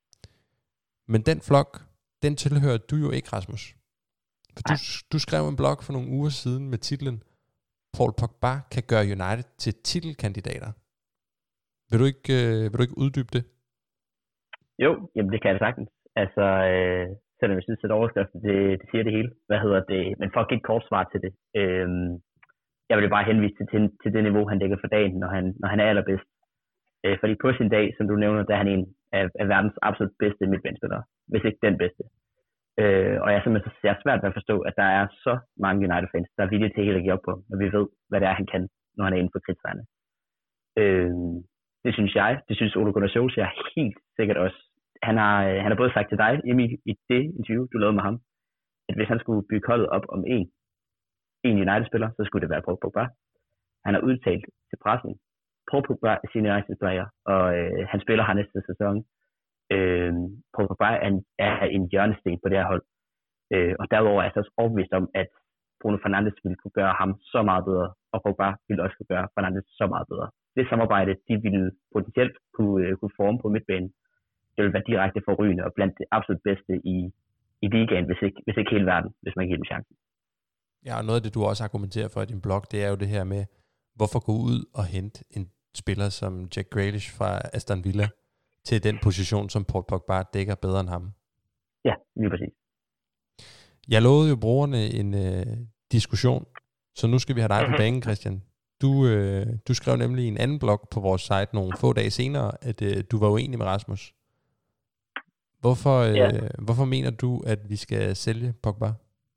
Men den flok, den tilhører du jo ikke, Rasmus. For du, du skrev en blog for nogle uger siden med titlen Paul Pogba kan gøre United til titelkandidater. Vil du ikke, øh, vil du ikke uddybe det? Jo, jamen det kan jeg sagtens. Altså, øh, selvom jeg synes, at overskriften, det, det siger det hele. Hvad hedder det? Men for at give et kort svar til det. Øh, jeg vil bare henvise til, til, til det niveau, han dækker for dagen, når han, når han er allerbedst. Øh, fordi på sin dag, som du nævner, der er han en af, af verdens absolut bedste midtbanespillere. Hvis ikke den bedste. Øh, og jeg er simpelthen så svært ved at forstå, at der er så mange United-fans, der er villige til helt at give op på, når vi ved, hvad det er, han kan, når han er inden for kridtstregerne. Øh, det synes jeg. Det synes Ole Gunnar Solskjaer helt sikkert også. Han har, han har både sagt til dig, Emil, i det interview, du lavede med ham, at hvis han skulle bygge holdet op om en, en United-spiller, så skulle det være Paul Pogba. Han har udtalt til pressen, Paul Pogba er sin United-player, og øh, han spiller her næste sæson. Øh, Paul Pogba er en, er en hjørnesten på det her hold. Øh, og derudover er jeg så også overbevist om, at Bruno Fernandes ville kunne gøre ham så meget bedre, og Pogba ville også kunne gøre Fernandes så meget bedre. Det samarbejde, de ville potentielt kunne, øh, kunne forme på midtbanen, det vil være direkte forrygende og blandt det absolut bedste i, i ligaen, hvis ikke, hvis ikke hele verden, hvis man ikke giver dem chancen. Ja, og noget af det, du også argumenterer for i din blog, det er jo det her med, hvorfor gå ud og hente en spiller som Jack Grealish fra Aston Villa til den position, som Paul Pogba dækker bedre end ham. Ja, lige præcis. Jeg lovede jo brugerne en øh, diskussion, så nu skal vi have dig på banen, Christian. Du, øh, du skrev nemlig i en anden blog på vores site nogle få dage senere, at øh, du var uenig med Rasmus. Hvorfor, øh, ja. hvorfor mener du, at vi skal sælge Pogba?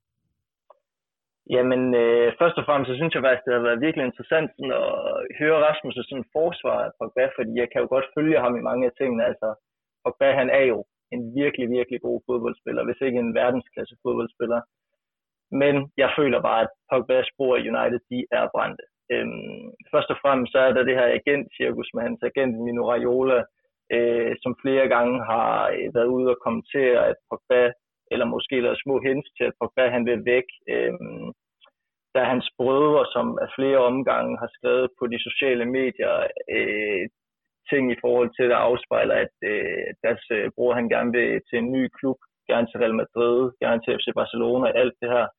Jamen, øh, først og fremmest, så synes jeg faktisk, det har været virkelig interessant sådan, at høre Rasmus' sådan forsvar af Pogba, fordi jeg kan jo godt følge ham i mange af tingene. Altså, Pogba, han er jo en virkelig, virkelig god fodboldspiller, hvis ikke en verdensklasse fodboldspiller. Men jeg føler bare, at Pogbas spor i United, de er brændte. Øhm, først og fremmest så er der det her agent-cirkus med hans agent Mino Raiola, øh, som flere gange har været ude og kommentere, at Pogba, eller måske lavet små hints til, at Pogba han vil væk. Øhm, der er hans brødre, som af flere omgange har skrevet på de sociale medier øh, ting i forhold til, der afspejler, at øh, deres øh, bror han gerne vil til en ny klub, gerne til Real Madrid, gerne til F C Barcelona, alt det her.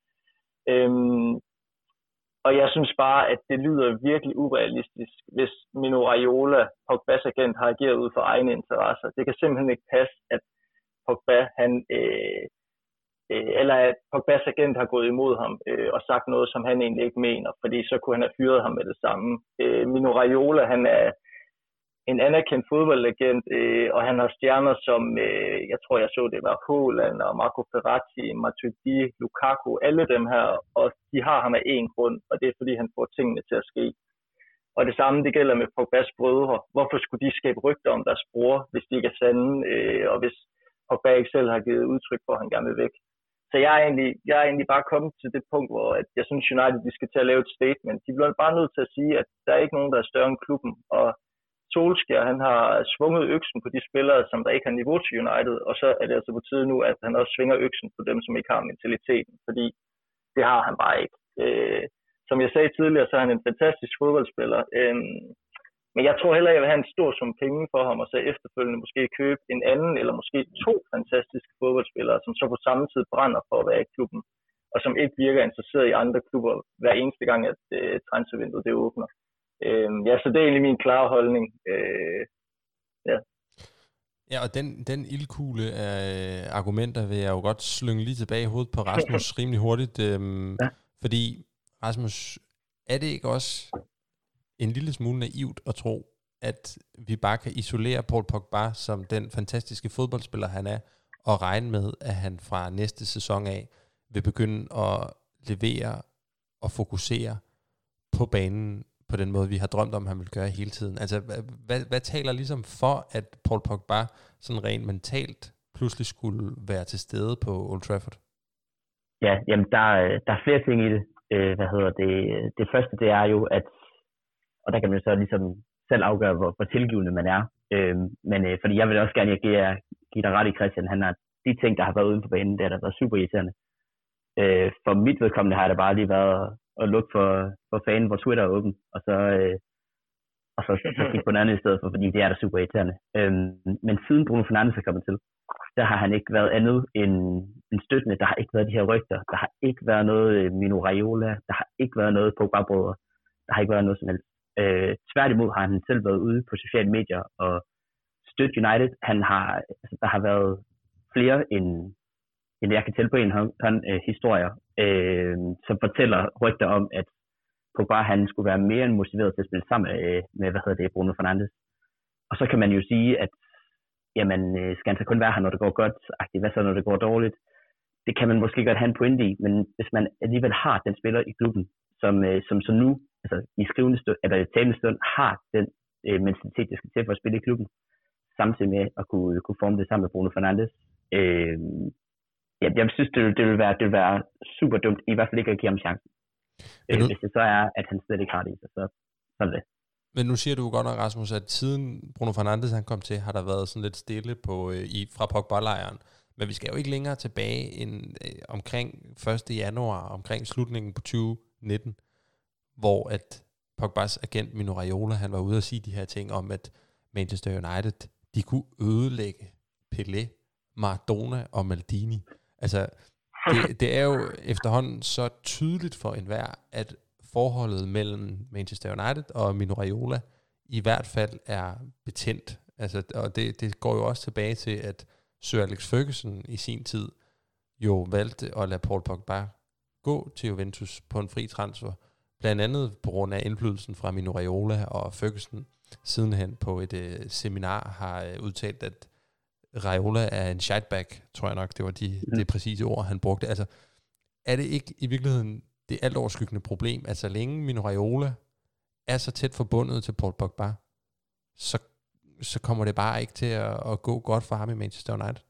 Øhm, og jeg synes bare, at det lyder virkelig urealistisk, hvis Mino Raiola, Pogbas agent, har ageret ud for egne interesser. Det kan simpelthen ikke passe, at Pogba, han, øh, øh, eller at Pogbas agent har gået imod ham øh, og sagt noget, som han egentlig ikke mener, fordi så kunne han have fyret ham med det samme. Øh, Mino Raiola, han er en anerkendt fodboldlegend, øh, og han har stjerner som, øh, jeg tror jeg så det var Haaland og Marco Verratti, Matuidi, Lukaku, alle dem her, og de har ham af én grund, og det er fordi han får tingene til at ske. Og det samme det gælder med Pogbas brødre. Hvorfor skulle de skabe rygter om deres bror, hvis de ikke er sande, øh, og hvis Pogba ikke selv har givet udtryk for, at han gerne vil væk. Så jeg er egentlig, jeg er egentlig bare kommet til det punkt, hvor at jeg synes United de skal til at lave et statement. De bliver bare nødt til at sige, at der er ikke nogen, der er større end klubben, og Solskjaer, han har svunget øksen på de spillere, som der ikke har niveau til United, og så er det altså på tide nu, at han også svinger øksen på dem, som ikke har mentaliteten, fordi det har han bare ikke. Øh, som jeg sagde tidligere, så er han en fantastisk fodboldspiller, øh, men jeg tror heller, jeg vil have en stor sum penge for ham, og så efterfølgende måske købe en anden, eller måske to fantastiske fodboldspillere, som så på samme tid brænder for at være i klubben, og som ikke virker interesseret i andre klubber hver eneste gang, at øh, transfervinduet det åbner. Øh, ja, så det er egentlig min klare holdning. Øh, ja. Ja, og den, den ildkugle af argumenter vil jeg jo godt slynge lige tilbage i hovedet på Rasmus rimelig hurtigt. Øhm, ja. Fordi, Rasmus, er det ikke også en lille smule naivt at tro, at vi bare kan isolere Paul Pogba som den fantastiske fodboldspiller, han er, og regne med, at han fra næste sæson af vil begynde at levere og fokusere på banen på den måde, vi har drømt om, han vil gøre hele tiden. Altså, hvad, hvad taler ligesom for, at Paul Pogba sådan rent mentalt pludselig skulle være til stede på Old Trafford? Ja, jamen der, der er flere ting i det. Øh, hvad hedder det? Det første, det er jo, at, og der kan man så ligesom selv afgøre, hvor, hvor tilgivende man er. Øh, men øh, fordi jeg vil også gerne give, give dig ret i, Christian, han har de ting, der har været uden på banen, der har været super irriterende. Øh, for mit vedkommende har det bare lige været at lukke for, for fanen, hvor Twitter er åben, og så, øh, og så, så kigge på en anden i stedet for, fordi det er da super irriterende. Øhm, men siden Bruno Fernandes er kommet til, der har han ikke været andet end en støttende. Der har ikke været de her rygter. Der har ikke været noget Mino Raiola. Der har ikke været noget Pogba-brødre. Der har ikke været noget som helst. Øh, tværtimod har han selv været ude på sociale medier og støttet United. Han har, altså, der har været flere end, end jeg kan tælle på en hånd, øh, historier, øh, som fortæller rygter om, at Pogba han skulle være mere end motiveret til at spille sammen med, med hvad hedder det, Bruno Fernandes. Og så kan man jo sige, at jamen, skal han så kun være her, når det går godt? Hvad så, når det går dårligt? Det kan man måske godt have en pointe i, men hvis man alligevel har den spiller i klubben, som, som så nu, altså i skrivende stund, eller i talende stund, har den øh, mentalitet, der skal til for at spille i klubben, samtidig med at kunne, kunne forme det sammen med Bruno Fernandes. Øh, ja, jeg synes, det vil, det, vil være, det vil være super dumt, i hvert fald ikke at give ham chancen. Øh, hvis det så er, at han slet ikke har det i sig, så sådan det. Men nu siger du godt nok, Rasmus, at siden Bruno Fernandes han kom til, har der været sådan lidt stille på, øh, i, fra Pogba-lejren. Men vi skal jo ikke længere tilbage end øh, omkring første januar, omkring slutningen på tyve nitten, hvor at Pogbas agent Mino Raiola, han var ude at sige de her ting om, at Manchester United, de kunne ødelægge Pelé, Maradona og Maldini. Altså, det, det er jo efterhånden så tydeligt for enhver, at forholdet mellem Manchester United og Mino Raiola i hvert fald er betændt. Altså, og det, det går jo også tilbage til, at Sir Alex Ferguson i sin tid jo valgte at lade Paul Pogba gå til Juventus på en fri transfer. Blandt andet på grund af indflydelsen fra Mino Raiola, og Ferguson sidenhen på et øh, seminar har øh, udtalt, at Raiola er en shitbag, tror jeg nok, det var de, mm. det præcise ord, han brugte. Altså, er det ikke i virkeligheden det alt overskyggende problem, at så længe Mino Raiola er så tæt forbundet til Paul Pogba, så, så kommer det bare ikke til at, at gå godt for ham i Manchester United?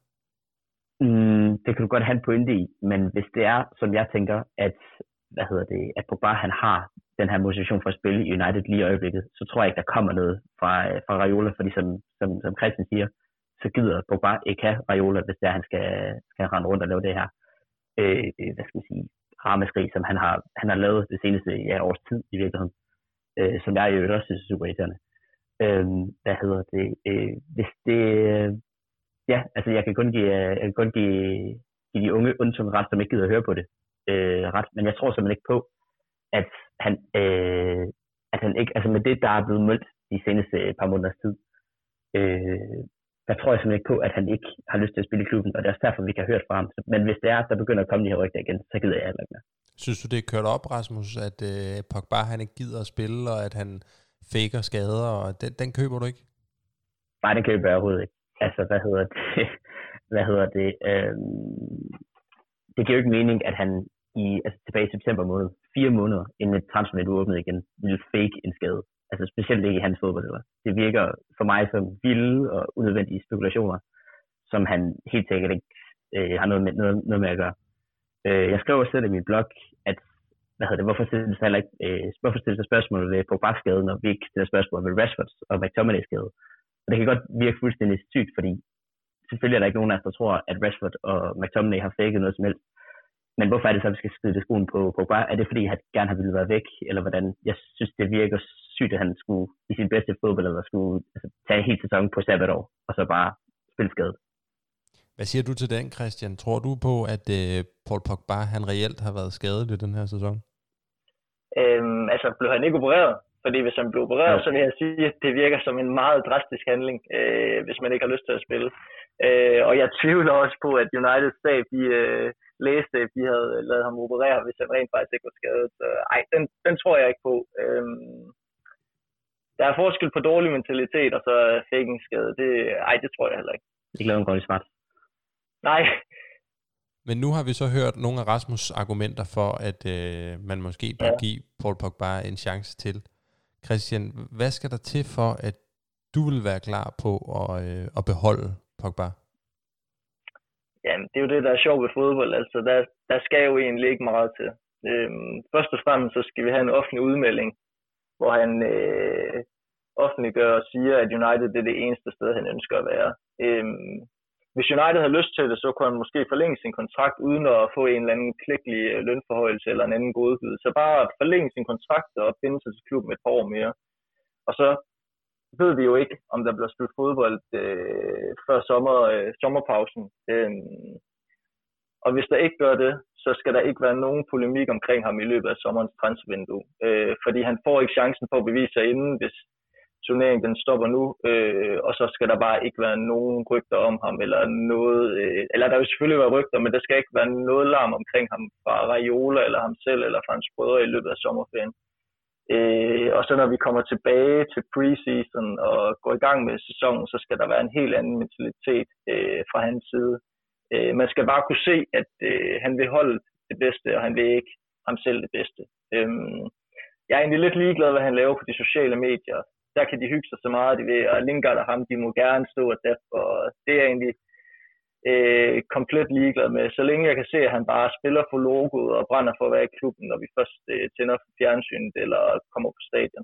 Mm, det kan du godt have en pointe i, men hvis det er, som jeg tænker, at, hvad hedder det, at Pogba han har den her motivation for at spille i United lige i øjeblikket, så tror jeg ikke, der kommer noget fra, fra Raiola, fordi som, som, som Christian siger, så gider Pogba ikke have Raiola, hvis det er, han skal, skal rende rundt og lave det her, øh, hvad skal man sige, ramaskrig, som han har, han har lavet det seneste ja, års tid i virkeligheden, øh, som jeg jo også synes er super irriterende. Øh, hvad hedder det, øh, hvis det, ja, altså jeg kan kun give, jeg kan kun give, give de unge undtunge ret, som ikke gider at høre på det, øh, ret, men jeg tror simpelthen ikke på, at han, øh, at han ikke, altså med det, der er blevet mødt de seneste par måneders tid, øh, der tror jeg simpelthen ikke på, at han ikke har lyst til at spille i klubben, og det er også derfor, vi kan høre fra ham. Men hvis det er, der begynder at komme de her rygter igen, så gider jeg heller ikke mere. Synes du, det er kørt op, Rasmus, at øh, Pogba han ikke gider at spille, og at han faker skader, og den, den køber du ikke? Nej, den køber jeg overhovedet ikke. Altså, hvad hedder det? hvad hedder det? Øhm, det giver jo ikke mening, at han i, altså tilbage i september måned, fire måneder inden et transfervindue åbnede igen, ville fake en skade. Altså specielt ikke i hans fodbold. Det virker for mig som vilde og unødvendige spekulationer, som han helt sikkert ikke øh, har noget med, noget, noget med at gøre. Øh, jeg skrev også selv i min blog, at hvad hedder det, hvorfor stilles der ikke, øh, hvorfor stilles der spørgsmål ved Pogba's skade, når vi ikke stiller spørgsmål ved Rashfords og McTominay's skade. Og det kan godt virke fuldstændig sygt, fordi selvfølgelig er der ikke nogen af os, der tror, at Rashford og McTominay har faked noget som helst. Men hvorfor er det så, at vi skal skyde det skoen på Pogba? Er det fordi, han gerne har ville være væk, eller hvordan? Jeg synes, det virker sygt, at han skulle i sin bedste fodbold, eller skulle altså, tage en hel sæson på sabbatår, og så bare spille skadet. Hvad siger du til den, Christian? Tror du på, at øh, Paul Pogba, han reelt har været skadet i den her sæson? Øhm, altså, blev han ikke opereret? Fordi hvis han blev opereret, ja. Så vil jeg sige, at det virker som en meget drastisk handling, øh, hvis man ikke har lyst til at spille. Øh, og jeg tvivler også på, at United stab, de øh, læste, at de havde lavet ham operere, hvis han rent faktisk ikke var skadet. Så ej, den, den tror jeg ikke på. Øh, der er forskel på dårlig mentalitet og så faking skade. Det, ej, det tror jeg heller ikke. Det glæder mig godt i smart. Nej. Men nu har vi så hørt nogle af Rasmus' argumenter for, at øh, man måske bør ja. give Paul Pogba en chance til. Christian, hvad skal der til for, at du vil være klar på at, øh, at beholde Pogba? Jamen, det er jo det, der er sjovt ved fodbold. Altså, der, der skal jo egentlig ikke meget til. Øhm, først og fremmest så skal vi have en offentlig udmelding, hvor han øh, offentliggør og siger, at United det er det eneste sted, han ønsker at være. Øhm, hvis United har lyst til det, så kunne han måske forlænge sin kontrakt, uden at få en eller anden klækkelig lønforhøjelse eller en anden godbid. Så bare forlænge sin kontrakt og binde sig til klubben et par år mere. Og så ved vi jo ikke, om der bliver spillet fodbold øh, før sommer, øh, sommerpausen. Øhm, og hvis der ikke gør det, så skal der ikke være nogen polemik omkring ham i løbet af sommerens transfervindue. Øh, fordi han får ikke chancen for at bevise sig inden, hvis turneringen den stopper nu, øh, og så skal der bare ikke være nogen rygter om ham, eller noget, øh, eller der vil selvfølgelig være rygter, men der skal ikke være noget larm omkring ham fra Raiola, eller ham selv, eller fra hans brødre i løbet af sommerferien. Øh, og så når vi kommer tilbage til preseason og går i gang med sæsonen, så skal der være en helt anden mentalitet øh, fra hans side. Øh, man skal bare kunne se, at øh, han vil holde det bedste, og han vil ikke ham selv det bedste. Øh, jeg er egentlig lidt ligeglad, hvad han laver på de sociale medier. Der kan de hygge sig så meget, de ved, og Lingard og ham, de må gerne stå og def, og det er egentlig øh, komplet ligeglad med. Så længe jeg kan se, at han bare spiller for logoet og brænder for at være i klubben, når vi først øh, tænder for fjernsynet eller kommer på stadion.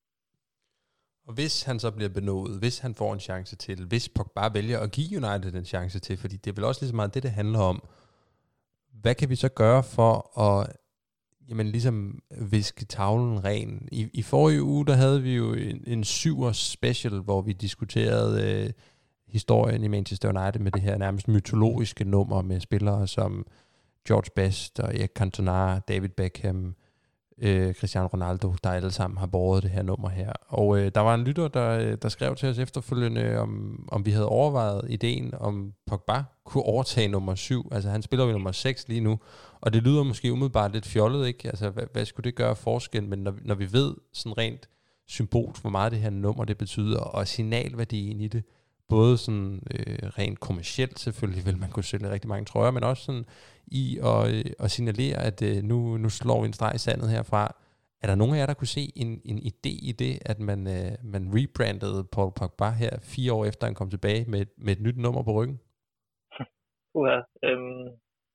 Og hvis han så bliver benådet, hvis han får en chance til, hvis Pogba vælger at give United en chance til, fordi det er vel også lige så meget det, det handler om, hvad kan vi så gøre for at jamen ligesom viske tavlen ren? I, i forrige uge, der havde vi jo en, en syvers special, hvor vi diskuterede øh, historien i Manchester United med det her nærmest mytologiske nummer med spillere som George Best og Eric Cantona, David Beckham, øh, Cristiano Ronaldo, der alle sammen har båret det her nummer her. Og øh, der var en lytter, der, der skrev til os efterfølgende, om, om vi havde overvejet ideen, om Pogba kunne overtage nummer syv. Altså han spiller jo nummer seks lige nu, og det lyder måske umiddelbart lidt fjollet, ikke? Altså hvad, hvad skulle det gøre forskel? Men når, når vi ved sådan rent symbolsk, hvor meget det her nummer det betyder, og signalværdien i det, både sådan øh, rent kommercielt selvfølgelig, vil man kunne sælge rigtig mange trøjer, men også sådan i at, øh, at signalere, at øh, nu, nu slår vi en streg i sandet herfra. Er der nogen af jer, der kunne se en, en idé i det, at man, øh, man rebrandede Paul Pogba her fire år efter, han kom tilbage med, med et nyt nummer på ryggen? Uha, øhm,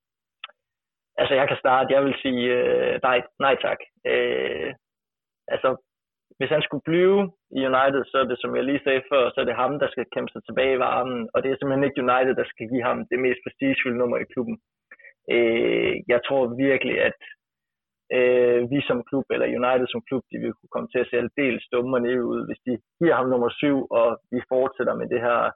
altså jeg kan starte, jeg vil sige øh, nej, nej tak. Øh, altså hvis han skulle blive i United, så er det, som jeg lige sagde før, så er det ham, der skal kæmpe sig tilbage i varmen, og det er simpelthen ikke United, der skal give ham det mest prestigefyldte nummer i klubben. Øh, jeg tror virkelig, at øh, vi som klub, eller United som klub, de vil kunne komme til at se aldeles dumme og nede ud, hvis de giver ham nummer syv, og vi fortsætter med det her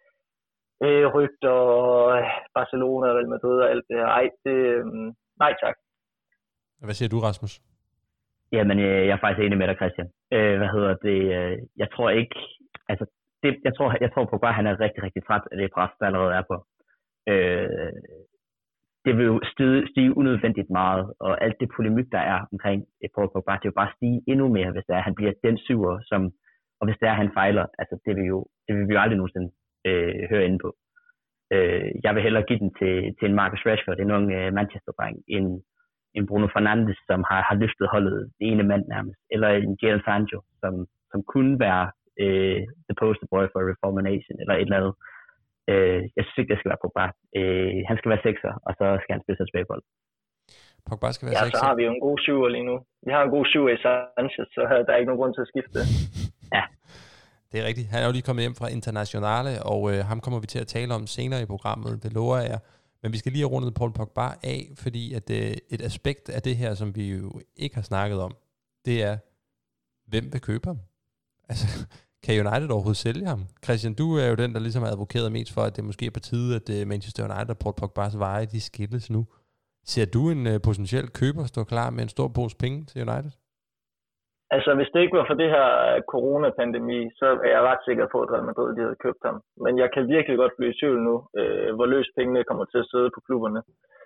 øh, rygter og Barcelona og Real Madrid og alt det her. Ej, det, øh, nej tak. Hvad siger du, Rasmus? Jamen, jeg er faktisk enig med dig, Christian. Øh, hvad hedder det? Jeg tror ikke, altså, det, jeg tror, jeg tror på bare, han er rigtig, rigtig træt af det pres, der allerede er på. Øh, det vil jo stige, stige unødvendigt meget, og alt det polemik, der er omkring Paul Pogba, det vil bare stige endnu mere, hvis det er, han bliver den syver, som, og hvis det er, han fejler, altså, det vil, jo, det vil vi jo aldrig nogensinde øh, høre inde på. Øh, jeg vil hellere give den til, til en Marcus Rashford, en ung uh, Manchester-dreng, en en Bruno Fernandes, som har, har løftet holdet det ene mand nærmest, eller en Jadon Sancho, som, som kunne være øh, the poster boy for Reformation, eller et eller andet. Øh, jeg synes ikke, det skal være Pogba. Øh, han skal være sekser, og så skal han spille sig tilbagebold. Pogba skal være ja, sekser? Så har vi jo en god syver lige nu. Vi har en god syver i Sanchez, så der er ikke nogen grund til at skifte. Ja. Det er rigtigt. Han er jo lige kommet hjem fra Internationale, og øh, ham kommer vi til at tale om senere i programmet, det lover jeg. Men vi skal lige have rundet Paul Pogba af, fordi at øh, et aspekt af det her, som vi jo ikke har snakket om, det er, hvem vil købe ham? Altså, kan United overhovedet sælge ham? Christian, du er jo den, der ligesom har advokeret mest for, at det måske er på tide, at øh, Manchester United og Paul Pogbas veje, de skilles nu. Ser du en øh, potentiel køber stå klar med en stor pose penge til United? Altså, hvis det ikke var for det her coronapandemi, så er jeg ret sikker på, at Real Madrid de havde købt ham. Men jeg kan virkelig godt blive i tvivl nu, øh, hvor løs pengene kommer til at sidde på klubberne.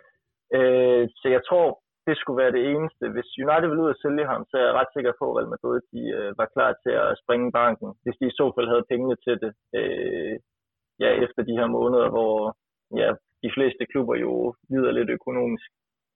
Øh, så jeg tror, det skulle være det eneste. Hvis United ville ud og sælge ham, så er jeg ret sikker på, at Real Madrid de, øh, var klar til at springe banken, hvis de i så fald havde pengene til det. Øh, ja, efter de her måneder, hvor ja, de fleste klubber jo lider lidt økonomisk.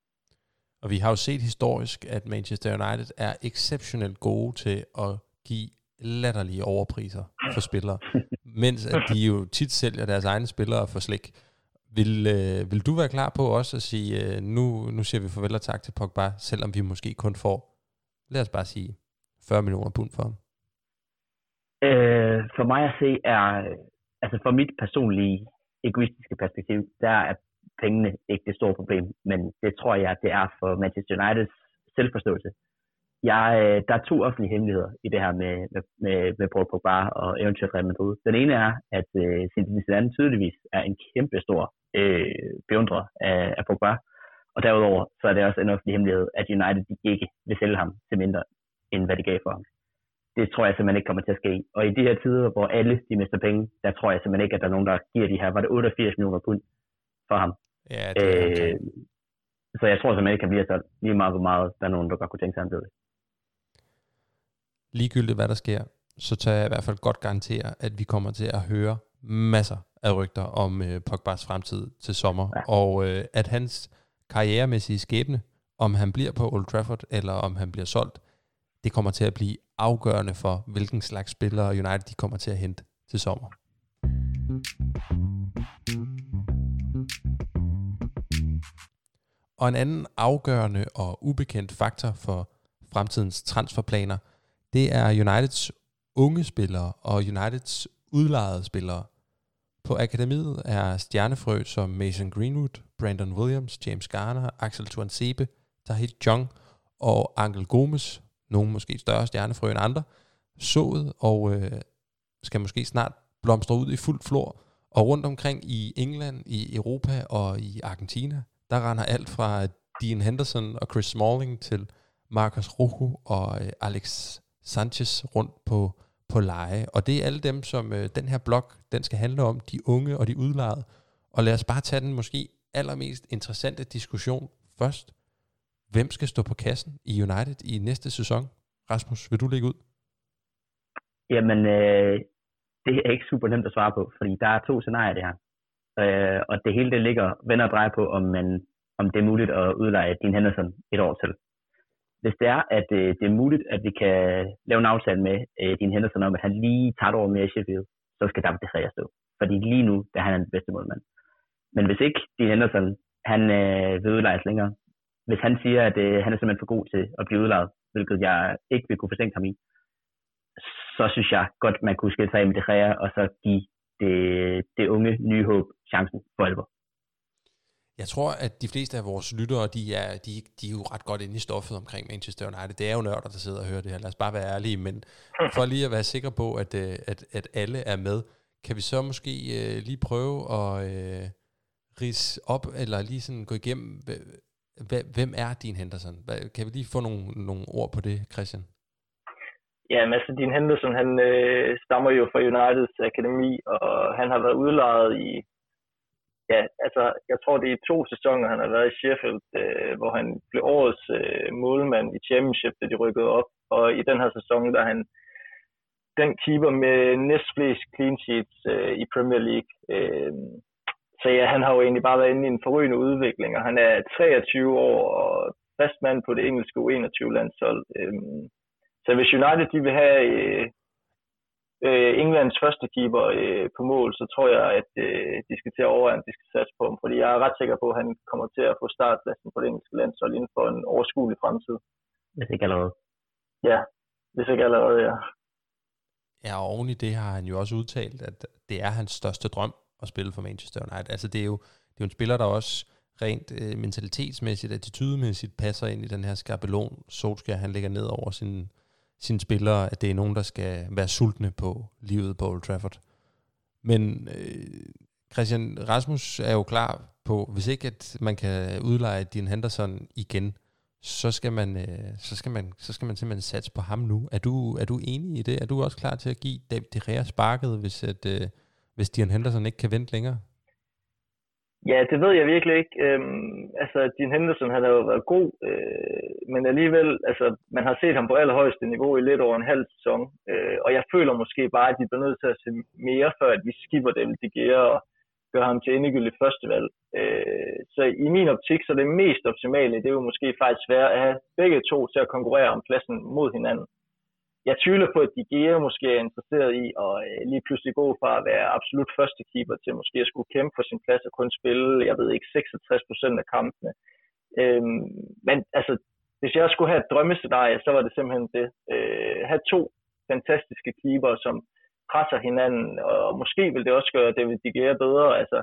Og vi har jo set historisk, at Manchester United er exceptionelt gode til at give latterlige overpriser for spillere, mens at de jo tit sælger deres egne spillere for slik. Vil, øh, vil du være klar på også at sige, øh, nu, nu siger vi farvel og tak til Pogba, selvom vi måske kun får, lad os bare sige, fyrre millioner pund for ham? Øh, for mig at se er, altså for mit personlige egoistiske perspektiv, der er pengene ikke det store problem, men det tror jeg, det er for Manchester Uniteds selvforståelse. Jeg, der er to offentlige hemmeligheder i det her med, med, med Paul Pogba og eventuelt Real Madrid. Den ene er, at uh, Zinedine Zidane tydeligvis er en kæmpe stor øh, beundrer af, af Pogba, og derudover så er det også en offentlig hemmelighed, at United ikke vil sælge ham til mindre, end hvad de gav for ham. Det tror jeg simpelthen ikke kommer til at ske. Og i de her tider, hvor alle de mister penge, der tror jeg simpelthen ikke, at der er nogen, der giver de her, var det otteogfirs millioner pund for ham. Ja, det er øh, så jeg tror simpelthen ikke, at han bliver så lige meget, hvor meget der er nogen, der godt kunne tænke sig, han blev det. Ligegyldigt hvad der sker, så tager jeg i hvert fald godt garantere, at vi kommer til at høre masser af rygter om øh, Pogbas fremtid til sommer, ja. Og øh, at hans karrieremæssige skæbne, om han bliver på Old Trafford, eller om han bliver solgt, det kommer til at blive afgørende for, hvilken slags spillere United de kommer til at hente til sommer. Og en anden afgørende og ubekendt faktor for fremtidens transferplaner, det er Uniteds unge spillere og Uniteds udlejede spillere. På akademiet er stjernefrø som Mason Greenwood, Brandon Williams, James Garner, Axel Tuanzebe, Tahith Chong og Angel Gomes, nogle måske større stjernefrø end andre, sået og øh, skal måske snart blomstre ud i fuld flor. Og rundt omkring i England, i Europa og i Argentina, der render alt fra Dean Henderson og Chris Smalling til Marcos Rojo og øh, Alex Sanchez rundt på, på leje. Og det er alle dem, som øh, den her blog, den skal handle om, de unge og de udlejede. Og lad os bare tage den måske allermest interessante diskussion først. Hvem skal stå på kassen i United i næste sæson? Rasmus, vil du lægge ud? Jamen, øh, det er ikke super nemt at svare på, fordi der er to scenarier det her. Øh, og det hele det ligger vender og drejer på, om, man, om det er muligt at udleje Dean Henderson et år til. Hvis det er, at øh, det er muligt, at vi kan lave en aftale med øh, Dean Henderson om, at han lige tager et år mere i Sheffield, så skal David De Gea stå. Fordi lige nu, der er han den bedste målmand. Men hvis ikke Dean Henderson, han øh, vil udlejes længere, hvis han siger, at øh, han er simpelthen for god til at blive udlejet, hvilket jeg ikke vil kunne forsinke ham i, så synes jeg godt, man kunne skille sig af med De Gea, og så give det, det unge nye håb chancen for alvor. Jeg tror, at de fleste af vores lyttere, de er, de, de er jo ret godt inde i stoffet omkring Manchester United. Det er jo nørder, der sidder og hører det her. Lad os bare være ærlige. Men for lige at være sikker på, at, at, at alle er med, kan vi så måske uh, lige prøve at uh, ridse op, eller lige sådan gå igennem, hvem er Dean Henderson? Kan vi lige få nogle, nogle ord på det, Christian? Ja, men altså Dean Henderson, han øh, stammer jo fra Uniteds akademi, og han har været udlejet i, ja, altså jeg tror det er to sæsoner, han har været i Sheffield, øh, hvor han blev årets øh, målmand i Championship, da de rykkede op, og i den her sæson, der er han den keeper med næstflest clean sheets øh, i Premier League. Øh, så ja, han har jo egentlig bare været inde i en forrygende udvikling, og han er treogtyve år og fast mand på det engelske U enogtyve-landshold. Øh, Så hvis United de vil have øh, øh, Englands første keeper øh, på mål, så tror jeg, at øh, de skal til at overveje, om de skal satse på ham. Fordi jeg er ret sikker på, at han kommer til at få startpladsen på det engelske landshold inden for en overskuelig fremtid. Hvis ikke allerede. Ja, hvis ikke allerede, ja. Ja, og oven i det har han jo også udtalt, at det er hans største drøm at spille for Manchester United. Altså det er jo, det er jo en spiller, der også rent øh, mentalitetsmæssigt, attitudemæssigt passer ind i den her skabelon. Solskjaer, han ligger ned over sin sine spillere, at det er nogen, der skal være sultne på livet på Old Trafford. Men øh, Christian, Rasmus er jo klar på, hvis ikke at man kan udleje Dean Henderson igen, så skal man, øh, så skal man, så skal man simpelthen satse på ham nu. Er du, er du enig i det? Er du også klar til at give David De Gea sparket, hvis, at, øh, hvis Dean Henderson ikke kan vente længere? Ja, det ved jeg virkelig ikke. Øhm, altså, Dean Henderson, han har jo været god, øh, men alligevel, altså, man har set ham på allerhøjeste niveau i lidt over en halv sæson, øh, og jeg føler måske bare, at de bliver nødt til at se mere, før at vi skipper David De Gea og gør ham til endegyldigt førstevalg. Øh, så i min optik, så det mest optimale, det er jo måske faktisk være at have begge to til at konkurrere om pladsen mod hinanden. Jeg tvivler på, at De Gea måske er interesseret i at øh, lige pludselig gå fra at være absolut første keeper til måske at skulle kæmpe for sin plads og kun spille, jeg ved ikke, seksogtres procent af kampene. Øhm, men altså, hvis jeg skulle have et drømmescenarie, så var det simpelthen det. Øh, have to fantastiske keeper, som presser hinanden, og måske vil det også gøre David De Gea bedre. Altså,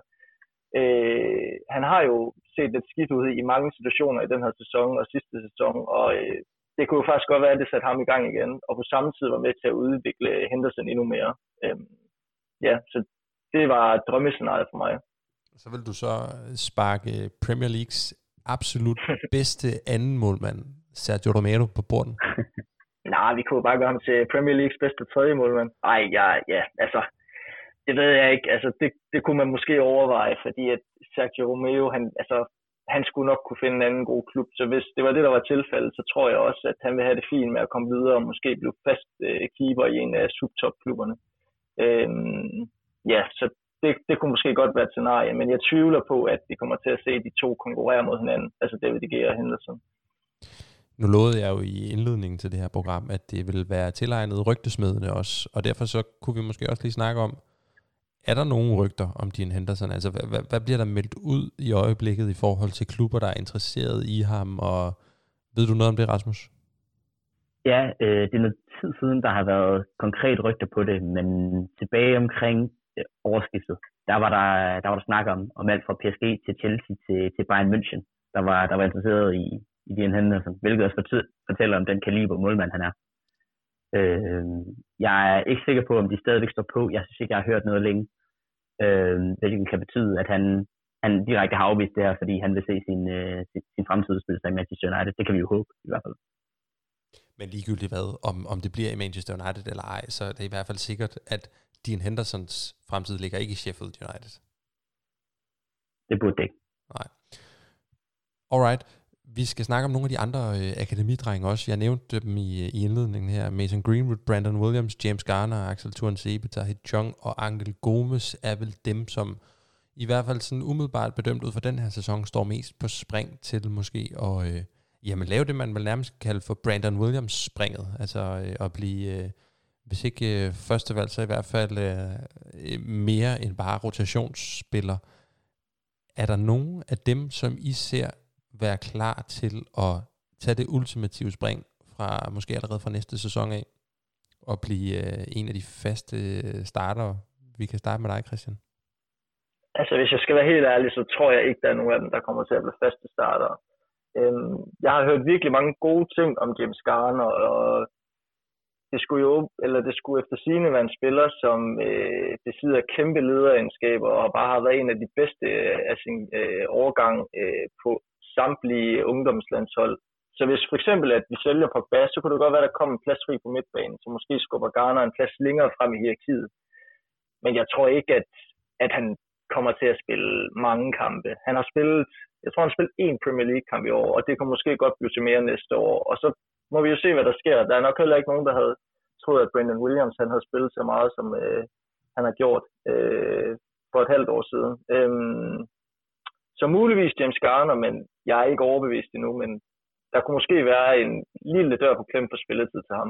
øh, han har jo set lidt skidt ud i mange situationer i den her sæson og sidste sæson, og øh, det kunne jo faktisk godt være, at det satte ham i gang igen, og på samme tid var med til at udvikle Henderson endnu mere. Øhm, ja, så det var drømmescenariet for mig. Så vil du så sparke Premier Leagues absolut bedste anden målmand, Sergio Romero, på borden? Nej, vi kunne bare gøre ham til Premier Leagues bedste tredje målmand. Ej, ja, ja, altså, det ved jeg ikke. Altså, det, det kunne man måske overveje, fordi at Sergio Romero, han, altså, han skulle nok kunne finde en anden god klub. Så hvis det var det, der var tilfældet, så tror jeg også, at han vil have det fint med at komme videre og måske blive fast øh, keeper i en af subtopklubberne. Øhm, ja, så det, det kunne måske godt være et scenarie, men jeg tvivler på, at vi kommer til at se de to konkurrere mod hinanden, altså David De Gea og Henderson. Nu lovede jeg jo i indledningen til det her program, at det ville være tilegnet rygtesmedene også, og derfor så kunne vi måske også lige snakke om, er der nogen rygter om Dean Henderson? Altså, hvad, hvad bliver der meldt ud i øjeblikket i forhold til klubber, der er interesseret i ham? Og ved du noget om det, Rasmus? Ja, øh, det er noget tid siden, der har været konkret rygter på det, men tilbage omkring øh, årsskiftet, der var der, der var der snak om, om alt fra P S G til Chelsea til, til Bayern München, der var, der var interesseret i, i Dean Henderson, hvilket også fortæller om den kaliber målmand, han er. Øh, jeg er ikke sikker på, om de stadigvæk står på. Jeg synes ikke, jeg har hørt noget længe. Øh, hvilket kan betyde, at han, han direkte har afvist det her, fordi han vil se sin, øh, sin, sin fremtidige spil i Manchester United. Det kan vi jo håbe, i hvert fald. Men ligegyldigt hvad, om, om det bliver i Manchester United eller ej, så er det i hvert fald sikkert, at Dean Hendersons fremtid ligger ikke i Sheffield United. Det burde det ikke. Nej. Alright. Vi skal snakke om nogle af de andre øh, akademidrenge også. Jeg nævnte dem i, i indledningen her. Mason Greenwood, Brandon Williams, James Garner, Axel Tuanzebe, Tahith Chong og Angel Gomes er vel dem, som i hvert fald sådan umiddelbart bedømt ud for den her sæson, står mest på spring til måske at øh, jamen, lave det, man vil nærmest kalde for Brandon Williams-springet. Altså øh, at blive, øh, hvis ikke øh, førstevalg, så i hvert fald øh, mere end bare rotationsspiller. Er der nogen af dem, som I ser være klar til at tage det ultimative spring fra måske allerede fra næste sæson af, og blive øh, en af de faste startere? Vi kan starte med dig, Christian. Altså, hvis jeg skal være helt ærlig, så tror jeg ikke, der er nogen af dem, der kommer til at blive faste startere. Øhm, jeg har hørt virkelig mange gode ting om James Garner, og det skulle jo, eller det skulle efter sigende være en spiller, som øh, besidder kæmpe lederegenskaber, og bare har været en af de bedste af sin øh, årgang øh, på samtlige ungdomslandshold. Så hvis for eksempel, at vi sælger Pogba, så kunne det godt være, at der kom en plads fri på midtbanen, så måske skubber Garner en plads længere frem i hierarkiet. Men jeg tror ikke, at, at han kommer til at spille mange kampe. Han har spillet, jeg tror, han har spillet én Premier League-kamp i år, og det kan måske godt blive til mere næste år. Og så må vi jo se, hvad der sker. Der er nok heller ikke nogen, der havde troet, at Brandon Williams han havde spillet så meget, som øh, han har gjort øh, for et halvt år siden. Øhm, så muligvis James Garner, men jeg er ikke overbevist endnu, men der kunne måske være en lille dør på klem for spilletid til ham.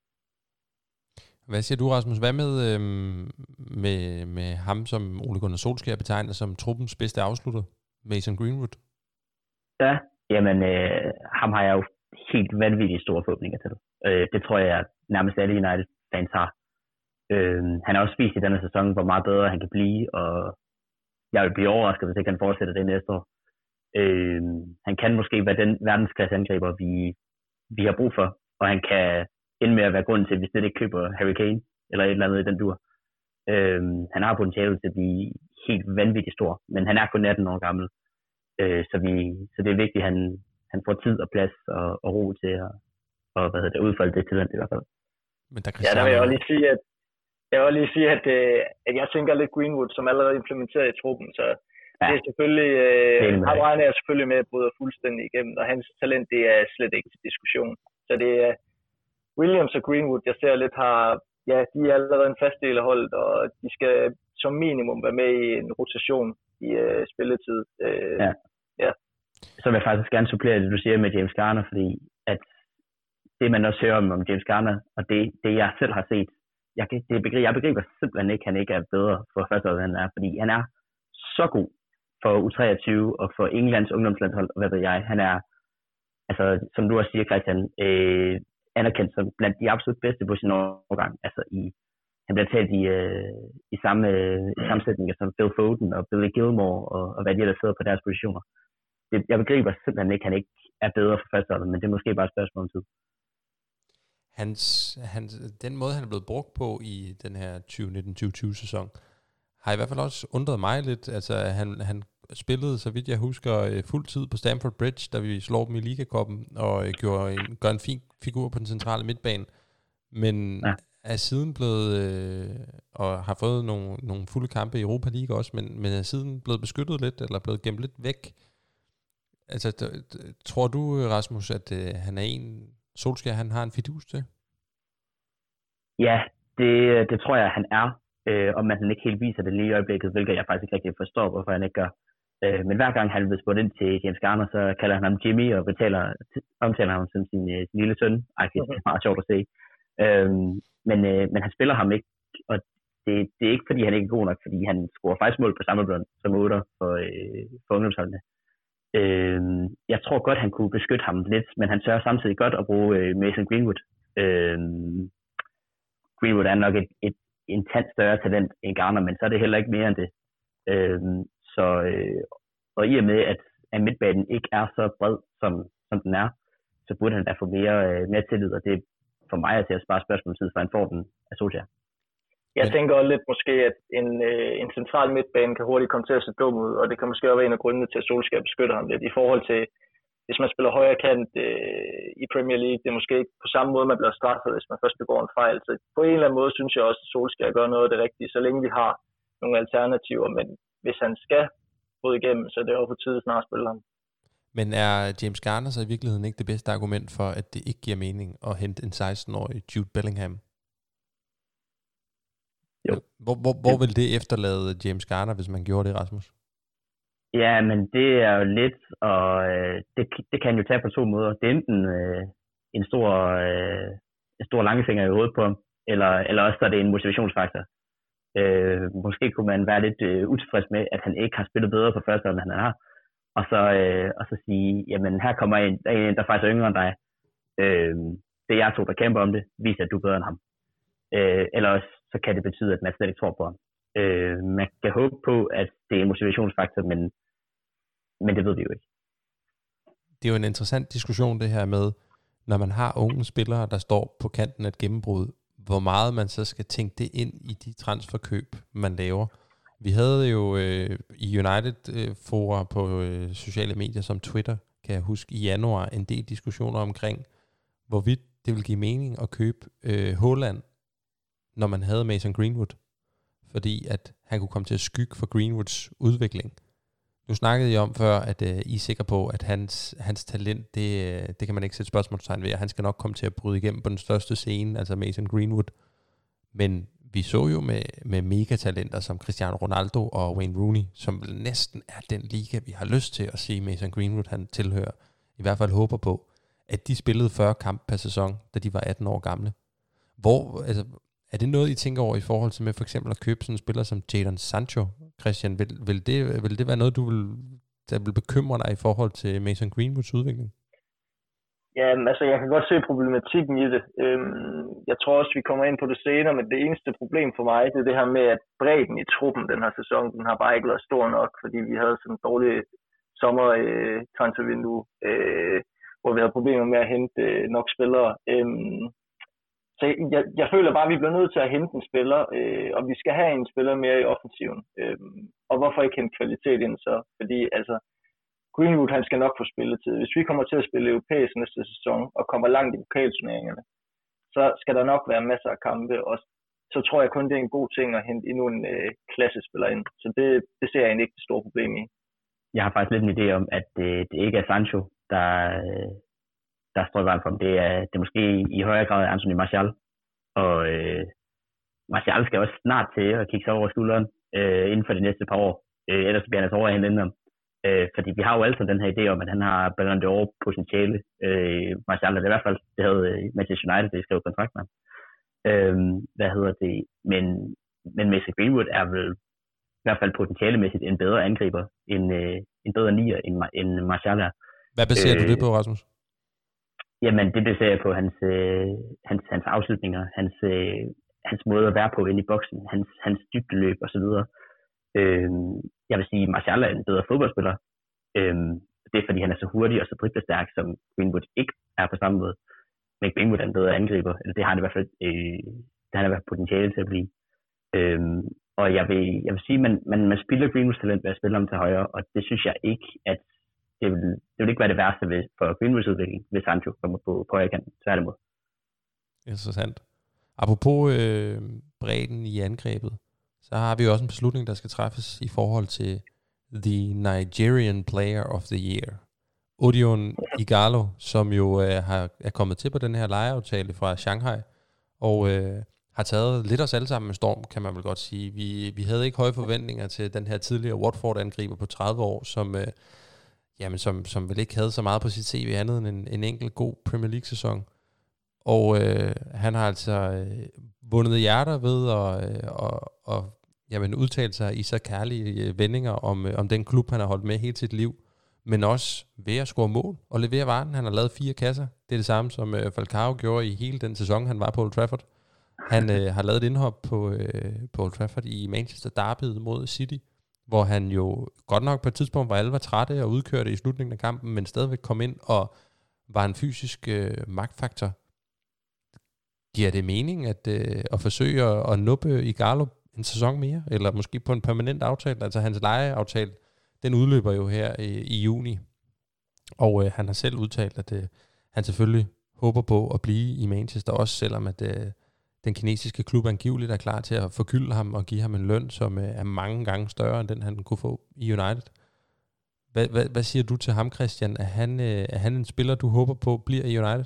Hvad siger du, Rasmus? Hvad med, øhm, med, med ham, som Ole Gunnar Solskjær betegner som truppens bedste afslutter, Mason Greenwood? Ja, jamen øh, ham har jeg jo helt vanvittigt store forhåbninger til. Øh, det tror jeg nærmest alle United-fans har. Øh, han har også vist i denne sæson, hvor meget bedre han kan blive, og jeg vil blive overrasket, hvis ikke han fortsætter det næste år. Øh, han kan måske være den verdensklasse angriber, vi, vi har brug for, og han kan ende med at være grunden til, at vi slet ikke køber Harry Kane, eller et eller andet i den dur. Øh, han har potentiale til at blive helt vanvittigt stor, men han er kun atten år gammel, øh, så, vi, så det er vigtigt, at han, han får tid og plads og, og ro til at og, hvad hedder det, udfolde det talent i hvert fald. Men der ja, der vil jeg også lige sige, at jeg vil lige sige, at, at jeg tænker lidt Greenwood, som allerede implementeret i truppen, så ja, det er selvfølgelig, øh, ham regner jeg selvfølgelig med at bryde fuldstændig igennem, og hans talent, det er slet ikke til diskussion. Så det er Williams og Greenwood, jeg ser lidt har, ja, de er allerede en fast del af holdet, og de skal som minimum være med i en rotation i øh, spilletid. Øh, ja. ja. Så vil jeg faktisk gerne supplere det, du siger med James Garner, fordi at det, man også hører om, om James Garner, og det, det jeg selv har set, jeg, det begriber, jeg begriber simpelthen ikke, at han ikke er bedre for første år, han er, fordi han er så god for U treogtyve og for Englands ungdomslandshold, og hvad ved jeg. Han er, altså, som du også siger, Christian, øh, anerkendt som blandt de absolut bedste på sin årgang. Altså, i, han bliver talt i, øh, i samme øh, sammensætninger som Phil Foden og Billy Gilmore, og, og hvad de der sidder på deres positioner. Det, jeg begriber simpelthen ikke, at han ikke er bedre for første år, men det er måske bare et spørgsmål om tid. Hans, hans, den måde, han er blevet brugt på i den her tyve nitten tyve tyve sæson, har i hvert fald også undret mig lidt. Altså, han, han spillede, så vidt jeg husker, fuld tid på Stamford Bridge, da vi slog dem i Ligacupen, og gjorde en, gør en fin figur på den centrale midtbane. Men ja, er siden blevet, øh, og har fået nogle, nogle fulde kampe i Europa League også, men, men er siden blevet beskyttet lidt, eller blevet gemt lidt væk. Altså, d- d- tror du, Rasmus, at øh, han er en, Solskjær, han har en fidus til? Ja, det, det tror jeg, han er. Øh, om man ikke helt viser det lige i øjeblikket, hvilket jeg faktisk ikke rigtig forstår, hvorfor han ikke gør. Øh, men hver gang han vil spurgt ind til James Garner, så kalder han ham Jimmy og betaler, omtaler ham som sin, sin lille søn. Ej, det er meget sjovt at se. Øh, men, øh, men han spiller ham ikke, og det, det er ikke, fordi han ikke er god nok, fordi han scorer faktisk mål på samme blond som otter for, øh, for ungdomsholdene. Øh, jeg tror godt, han kunne beskytte ham lidt, men han sørger samtidig godt at bruge øh, Mason Greenwood. Øh, Greenwood er nok et, et en tand større talent end Garner, men så er det heller ikke mere end det. Øhm, så, øh, og i og med, at, at midtbanen ikke er så bred, som, som den er, så burde han da få mere, øh, mere tillid, og det for mig er til at spare spørgsmål tid, for han får den af Solskjær. Jeg tænker også lidt måske, at en, øh, en central midtbane kan hurtigt komme til at se dum ud, og det kan måske også være en af grundene til, at Solskjær beskytter ham lidt i forhold til hvis man spiller højre kant øh, i Premier League, det er måske ikke på samme måde, man bliver straffet, hvis man først begår en fejl. Så på en eller anden måde synes jeg også, at Solskjaer gør noget af det rigtige, så længe vi har nogle alternativer. Men hvis han skal bryde igennem, så er det jo på tide snart at spille ham. Men er James Garner så i virkeligheden ikke det bedste argument for, at det ikke giver mening at hente en seksten-årig Jude Bellingham? Jo. Hvor, hvor, hvor vil det efterlade James Garner, hvis man gjorde det, Rasmus? Ja, men det er jo lidt, og øh, det, det kan jo tage på to måder. Det er enten øh, en stor, øh, en stor langefinger i hovedet på ham, eller, eller også er det en motivationsfaktor. Øh, måske kunne man være lidt øh, utilfreds med, at han ikke har spillet bedre på første år, end han har. Og så, øh, og så sige, jamen her kommer en, der, en, der faktisk er yngre end dig. Øh, det er jeg to, der kæmper om det, viser, at du er bedre end ham. Øh, eller også, så kan det betyde, at man slet ikke tror på ham. Øh, man kan håbe på, at det er en motivationsfaktor, men, men det ved vi jo ikke. Det er jo en interessant diskussion, det her med, når man har unge spillere, der står på kanten af et gennembrud, hvor meget man så skal tænke det ind i de transferkøb, man laver. Vi havde jo øh, i United-fora øh, på øh, sociale medier som Twitter, kan jeg huske, i januar en del diskussioner omkring, hvorvidt det vil give mening at købe øh, Haaland, når man havde Mason Greenwood. Fordi at han kunne komme til at skygge for Greenwoods udvikling. Nu snakkede I om før, at øh, I er sikre på, at hans, hans talent, det, øh, det kan man ikke sætte spørgsmålstegn ved, og han skal nok komme til at bryde igennem på den største scene, altså Mason Greenwood. Men vi så jo med, med megatalenter som Cristiano Ronaldo og Wayne Rooney, som vel næsten er den liga, vi har lyst til at se Mason Greenwood, han tilhører. I hvert fald håber på, at de spillede fyrre kampe per sæson, da de var atten år gamle. Hvor, altså, er det noget, I tænker over i forhold til med for eksempel at købe sådan en spiller som Jadon Sancho, Christian? Vil, vil, det, vil det være noget, du vil, der vil bekymre dig i forhold til Mason Greenwoods udvikling? Ja, altså jeg kan godt se problematikken i det. Øhm, jeg tror også, vi kommer ind på det senere, men det eneste problem for mig, det er det her med, at bredden i truppen den her sæson, den har bare ikke været stor nok, fordi vi havde sådan en dårlig sommertransfervindue, øh, hvor vi havde problemer med at hente øh, nok spillere. Øhm, så jeg, jeg føler bare, at vi bliver nødt til at hente en spiller, øh, og vi skal have en spiller mere i offensiven. Øhm, og hvorfor ikke hente kvalitet ind så? Fordi altså, Greenwood, han skal nok få spilletid. Hvis vi kommer til at spille europæisk næste sæson og kommer langt i pokalturneringerne, så skal der nok være masser af kampe, og så tror jeg kun, det er en god ting at hente endnu en øh, klassespiller ind. Så det, det ser jeg egentlig ikke det store problem i. Jeg har faktisk lidt en idé om, at det, det ikke er Sancho, der, der står i vejen for ham. Det er, det er måske i højere grad Anthony Martial. Og øh, Martial skal også snart til at kigge sig over skulderen øh, inden for de næste par år. Øh, ellers bliver han altså overhændet inden om. Øh, fordi vi har jo altid den her idé om, at han har Ballon d'Or potentiale. Øh, Martial er det i hvert fald, det havde Manchester United, det skrev kontrakt med ham. Øh, hvad hedder det? Men, men Mason Greenwood er vel i hvert fald potentialemæssigt en bedre angriber, en, øh, en bedre nier, end, end Martial er. Hvad baserer øh, du det på, Rasmus? Jamen, det baserer jeg på hans, øh, hans, hans afslutninger, hans, øh, hans måde at være på inde i boksen, hans, hans dybdeløb osv. Øh, jeg vil sige, at Martial er en bedre fodboldspiller. Øh, det er, fordi han er så hurtig og så driblestærk, som Greenwood ikke er på samme måde. Men Greenwood er en bedre angriber. Eller det har han i hvert fald øh, det har han i hvert fald potentiale til at blive. Øh, og jeg vil, jeg vil sige, at man, man, man spiller Greenwoods talent ved at spille ham til højre, og det synes jeg ikke, at det vil, det vil ikke være det værste ved, for Greenwoods udvikling, hvis Sancho kommer på, på højrekanten. Tværtimod. Interessant. Apropos øh, bredden i angrebet, så har vi jo også en beslutning, der skal træffes i forhold til The Nigerian Player of the Year. Odion Ighalo, som jo øh, har, er kommet til på den her lejeaftale fra Shanghai, og øh, har taget lidt os alle sammen med storm, kan man vel godt sige. Vi, vi havde ikke høje forventninger til den her tidligere Watford-angriber på tredive år, som, øh, jamen, som, som vel ikke havde så meget på sit C V andet end en, en enkelt god Premier League-sæson. Og øh, han har altså øh, vundet hjerter ved at øh, og, og, jamen, udtale sig i så kærlige øh, vendinger om, øh, om den klub, han har holdt med hele sit liv, men også ved at score mål og levere varen. Han har lavet fire kasser. Det er det samme, som øh, Falcao gjorde i hele den sæson, han var på Old Trafford. Han øh, har lavet et indhop på, øh, på Old Trafford i Manchester Derby mod City, hvor han jo godt nok på et tidspunkt, hvor alle var trætte og udkørte i slutningen af kampen, men stadigvæk kom ind og var en fysisk øh, magtfaktor. Giver det mening at, øh, at forsøge at, at nuppe Ighalo en sæson mere, eller måske på en permanent aftale? Altså hans lejeaftale, den udløber jo her i, i juni. Og øh, han har selv udtalt, at øh, han selvfølgelig håber på at blive i Manchester, også selvom at øh, den kinesiske klub angiveligt er klar til at forgylde ham og give ham en løn, som øh, er mange gange større end den, han kunne få i United. Hvad, hvad, hvad siger du til ham, Christian? Er han, øh, er han en spiller, du håber på bliver i United?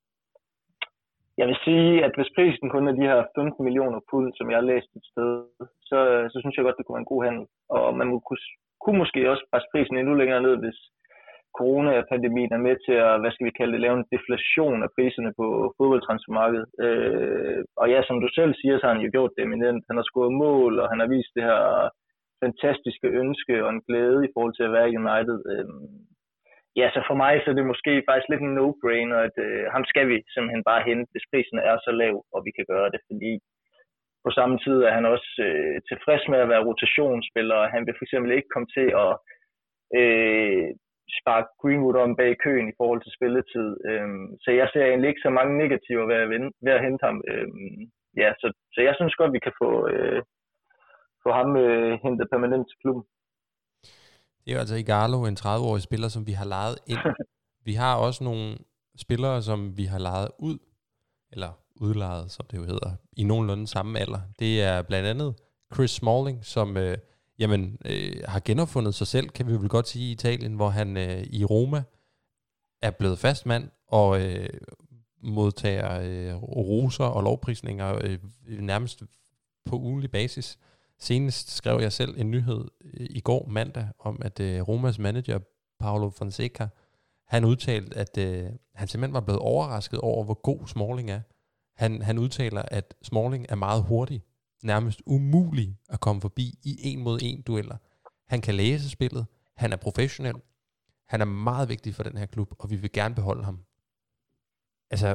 Jeg vil sige, at hvis prisen kun er de her femten millioner pund, som jeg har læst et sted, så, så synes jeg godt, det kunne være en god handel. Og man kunne, kunne måske også presse prisen endnu længere ned, hvis coronapandemien er med til at, hvad skal vi kalde det, lave en deflation af priserne på fodboldtransfermarkedet. Øh, og ja, som du selv siger, så har han jo gjort det eminent. Han har scoret mål, og han har vist det her fantastiske ønske og en glæde i forhold til at være i United. Øh, ja, så for mig så er det måske faktisk lidt en no-brainer, at øh, ham skal vi simpelthen bare hente, hvis prisen er så lav, og vi kan gøre det, fordi på samme tid er han også øh, tilfreds med at være rotationsspiller, og han vil for eksempel ikke komme til at øh, sparke Greenwood om bag køen i forhold til spilletid. Øhm, så jeg ser egentlig ikke så mange negativer ved at, vinde, ved at hente ham. Øhm, ja, så, så jeg synes godt, vi kan få, øh, få ham øh, hentet permanent til klubben. Det er jo altså Ighalo, en tredive-årig spiller, som vi har lejet ind. Vi har også nogle spillere, som vi har lejet ud, eller udlejet, som det jo hedder, i nogenlunde samme alder. Det er blandt andet Chris Smalling, som øh, jamen, øh, har genopfundet sig selv, kan vi vel godt sige, i Italien, hvor han øh, i Roma er blevet fast mand og øh, modtager øh, roser og lovprisninger øh, nærmest på ugentlig basis. Senest skrev jeg selv en nyhed øh, i går mandag om, at øh, Romas manager, Paolo Fonseca, han udtalte, at øh, han simpelthen var blevet overrasket over, hvor god Smalling er. Han, han udtaler, at Smalling er meget hurtig, nærmest umulig at komme forbi i en mod en dueller. Han kan læse spillet, han er professionel, han er meget vigtig for den her klub, og vi vil gerne beholde ham. Altså,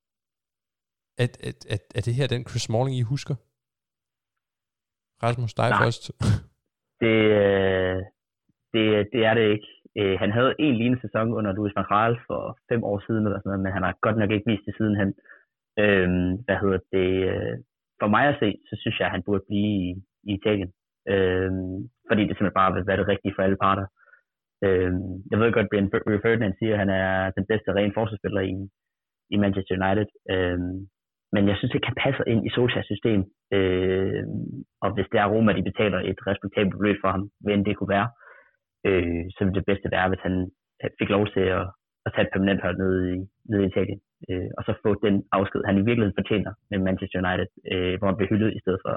er, er, er, er det her den Chris Smalling, I husker? Rasmus, dig Nej. først. Det, det, det er det ikke. Han havde en lignende sæson under Louis van Gaal for fem år siden, eller sådan noget, men han har godt nok ikke vist det sidenhen. Øhm, hvad hedder det? For mig at se, så synes jeg, at han burde blive i, i Italien. Øhm, fordi det simpelthen bare vil være det rigtige for alle parter. Øhm, jeg ved godt, at Brian Ferdinand siger, at han er den bedste ren forsvarsspiller i, i Manchester United. Øhm, men jeg synes ikke, han passer ind i Solskjaers system. Øhm, og hvis det er Roma, de betaler et respektabelt beløb for ham, hvad det kunne være, øh, så ville det bedste være, hvis han fik lov til at, at tage et permanent hold ned i, ned i Italien. Øh, og så få den afsked, han i virkeligheden fortjener med Manchester United, øh, hvor han bliver hyldet i stedet for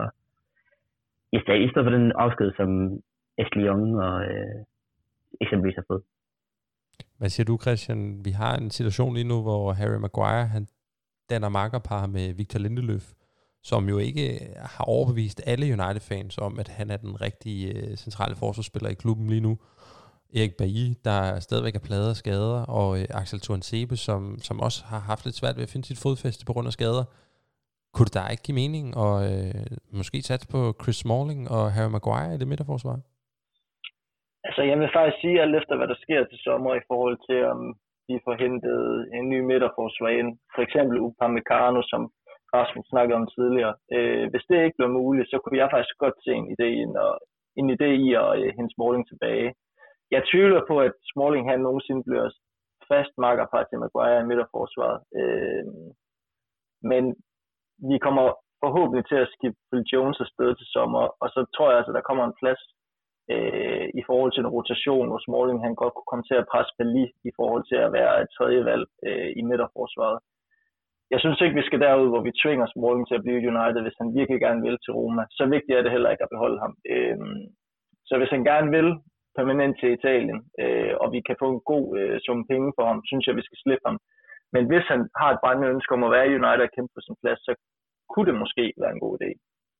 i stedet, i stedet for den afsked, som Ashley Young og øh, eksempelvis har fået. Hvad siger du, Christian? Vi har en situation lige nu, hvor Harry Maguire, han danner makkerpar med Victor Lindeløf, som jo ikke har overbevist alle United-fans om, at han er den rigtige øh, centrale forsvarsspiller i klubben lige nu. Erik Bailly, der stadigvæk er plaget af skader, og øh, Axel Tuanzebe, som, som også har haft lidt svært ved at finde sit fodfæste på grund af skader. Kunne det da ikke give mening at øh, måske satse på Chris Smalling og Harry Maguire i det midterforsvar? Altså, jeg vil faktisk sige alt efter, hvad der sker til sommer i forhold til, om vi får hentet en ny midterforsvar ind. For eksempel Upamecano, som Rasmus snakkede om tidligere. Øh, hvis det ikke bliver muligt, så kunne jeg faktisk godt se en idé, en, en idé i at øh, hente Smalling tilbage. Jeg tvivler på, at Smalling han nogensinde bliver fast makkerpar til Maguire i midterforsvaret. Øh, men vi kommer forhåbentlig til at skifte Phil Jones afsted til sommer, og så tror jeg altså, der kommer en plads øh, i forhold til en rotation, hvor Smalling han godt kunne komme til at presse Bailly i forhold til at være et tredje valg øh, i midterforsvaret. Jeg synes ikke, vi skal derud, hvor vi tvinger Smalling til at blive United, hvis han virkelig gerne vil til Roma. Så vigtigt er det heller ikke at beholde ham. Øh, så hvis han gerne vil permanent til Italien, øh, og vi kan få en god øh, sum penge for ham, synes jeg, vi skal slippe ham. Men hvis han har et brændende ønske om at være i United og kæmpe på sin plads, så kunne det måske være en god idé.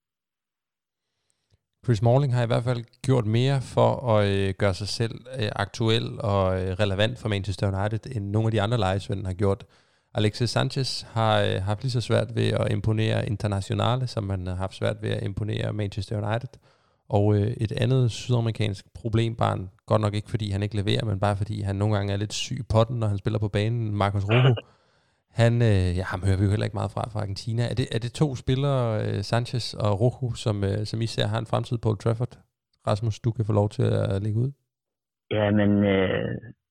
Chris Smalling har i hvert fald gjort mere for at øh, gøre sig selv øh, aktuel og øh, relevant for Manchester United, end nogle af de andre lejesvende har gjort. Alexis Sanchez har øh, haft lige så svært ved at imponere Internationale, som han har haft svært ved at imponere Manchester United. Og øh, et andet sydamerikansk problembarn, godt nok ikke fordi han ikke leverer, men bare fordi han nogle gange er lidt syg i potten, når han spiller på banen, Marcos Rojo. Han, øh, ja, ham hører vi jo heller ikke meget fra fra Argentina. Er det, er det to spillere, øh, Sanchez og Rojo, som, øh, som I ser har en fremtid på Old Trafford? Rasmus, du kan få lov til at lægge ud. Ja, men øh,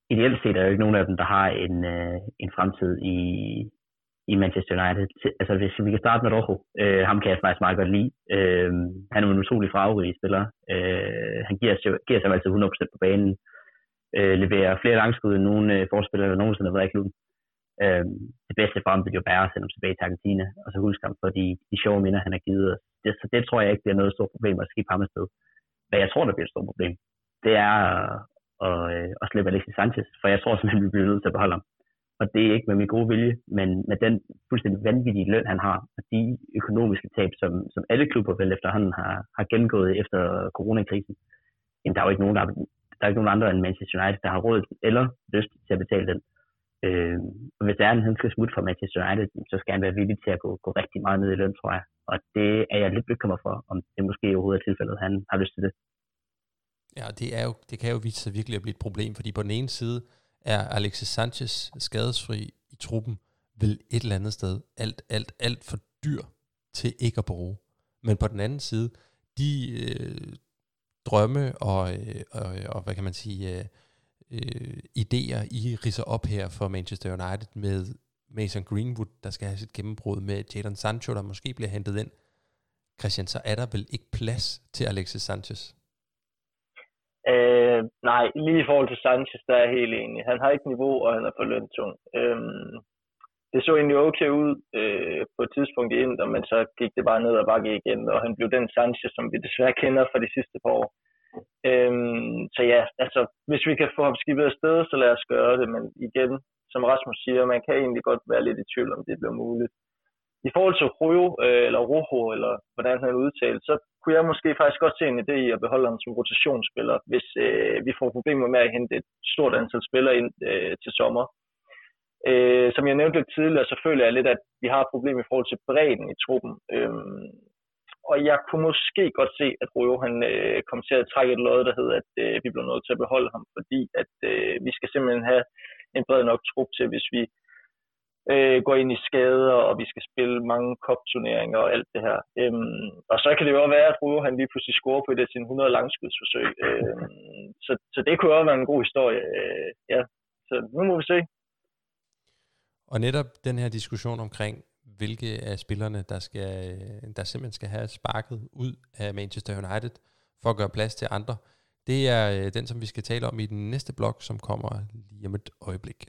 ideelt set er jo ikke nogen af dem, der har en, øh, en fremtid i, i Manchester United. Altså hvis vi kan starte med Rojo, øh, ham kan jeg faktisk meget godt lide. Øh, han er en utrolig farverig spiller. Øh, han giver sig, giver sig altid hundrede procent på banen. Øh, leverer flere langskud end nogen øh, forspillere, der nogensinde har været i klubben. Øh, det bedste for ham vil jo være at sende ham tilbage til Argentina, og så huske ham for de, de sjove minder, han har givet os. Det, så det tror jeg ikke bliver noget stort problem at skifte ham afsted. Hvad jeg tror, der bliver et stort problem, det er at, at, at slippe Alexis Sanchez, for jeg tror simpelthen, vi bliver nødt til at beholde ham. Og det er ikke med min gode vilje, men med den fuldstændig vanvittige løn, han har, og de økonomiske tab, som, som alle klubber vel efterhånden har, har gennemgået efter coronakrisen, jamen der er jo ikke nogen, der, der er ikke nogen andre end Manchester United, der har råd eller lyst til at betale den. Øh, og hvis der er en, han skal smutte fra Manchester United, så skal han være villig til at gå, gå rigtig meget ned i løn, tror jeg. Og det er jeg lidt bekymret for, om det måske overhovedet er tilfældet, han har lyst til det. Ja, det, er jo, det kan jo vise sig virkelig at blive et problem, fordi på den ene side er Alexis Sanchez skadesfri i truppen vel et eller andet sted alt, alt, alt for dyr til ikke at bruge. Men på den anden side, de øh, drømme og, øh, og, og, hvad kan man sige, øh, øh, idéer, I ridser op her for Manchester United med Mason Greenwood, der skal have sit gennembrud, med Jadon Sancho, der måske bliver hentet ind. Christian, så er der vel ikke plads til Alexis Sanchez? Øh, nej, lige i forhold til Sanchez, der er jeg helt enig. Han har ikke niveau, og han er for løntung. Øhm, det så egentlig okay ud øh, på et tidspunkt i Inter, men så gik det bare ned og bakke igen, og han blev den Sanchez, som vi desværre kender fra de sidste par år. Øhm, så ja, altså, hvis vi kan få ham skibet afsted, så lad os gøre det, men igen, som Rasmus siger, man kan egentlig godt være lidt i tvivl, om det bliver muligt. I forhold til Rojo, øh, eller Rojo, eller hvordan han er udtalt, så kunne jeg måske faktisk godt se en idé i at beholde ham som rotationsspiller, hvis øh, vi får problemer med at hente et stort antal spillere ind øh, til sommer. Øh, som jeg nævnte lidt tidligere, så føler jeg lidt, at vi har et problem i forhold til bredden i truppen. Øh, og jeg kunne måske godt se, at Rojo han øh, kom til at trække et lod, der hedder, at øh, vi bliver nødt til at beholde ham, fordi at øh, vi skal simpelthen have en bred nok trup til, hvis vi øh, går ind i skader, og vi skal spille mange cup-turneringer og alt det her. Øhm, og så kan det jo også være, at Rojo han lige pludselig scorer på et af sine hundrede langskudsforsøg. Øhm, så, så det kunne også være en god historie. Øh, ja. Så nu må vi se. Og netop den her diskussion omkring, hvilke af spillerne, der, skal, der simpelthen skal have sparket ud af Manchester United for at gøre plads til andre, det er den, som vi skal tale om i den næste blog, som kommer lige om et øjeblik.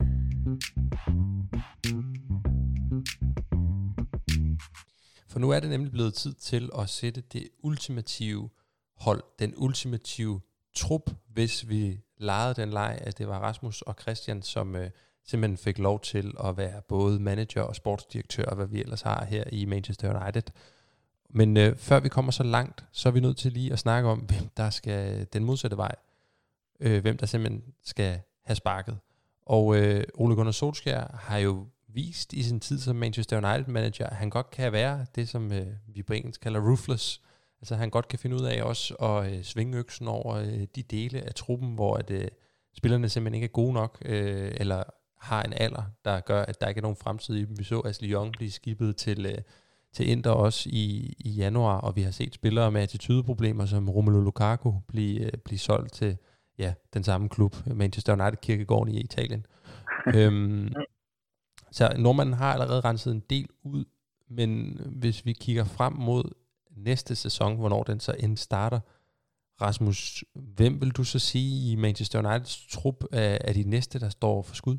For nu er det nemlig blevet tid til at sætte det ultimative hold, den ultimative trup, hvis vi legede den leg, at det var Rasmus og Christian, som øh, simpelthen fik lov til at være både manager og sportsdirektør, og hvad vi ellers har her i Manchester United. Men øh, før vi kommer så langt, så er vi nødt til lige at snakke om, hvem der skal den modsatte vej. Øh, hvem der simpelthen skal have sparket. Og øh, Ole Gunnar Solskjaer har jo vist i sin tid som Manchester United-manager, at han godt kan være det, som øh, vi på engelsk kalder ruthless. Altså han godt kan finde ud af også at øh, svinge øksen over øh, de dele af truppen, hvor at, øh, spillerne simpelthen ikke er gode nok, øh, eller har en alder, der gør, at der ikke er nogen fremtid i dem. Vi så Ashley Young blive skibet til, øh, til Inter også i, i januar, og vi har set spillere med attitydeproblemer som Romelu Lukaku blive, øh, blive solgt til ja, den samme klub, Manchester United-kirkegården i Italien. øhm, så nordmanden har allerede renset en del ud, men hvis vi kigger frem mod næste sæson, hvornår den så end starter, Rasmus, hvem vil du så sige i Manchester Uniteds trup er, er de næste, der står for skud?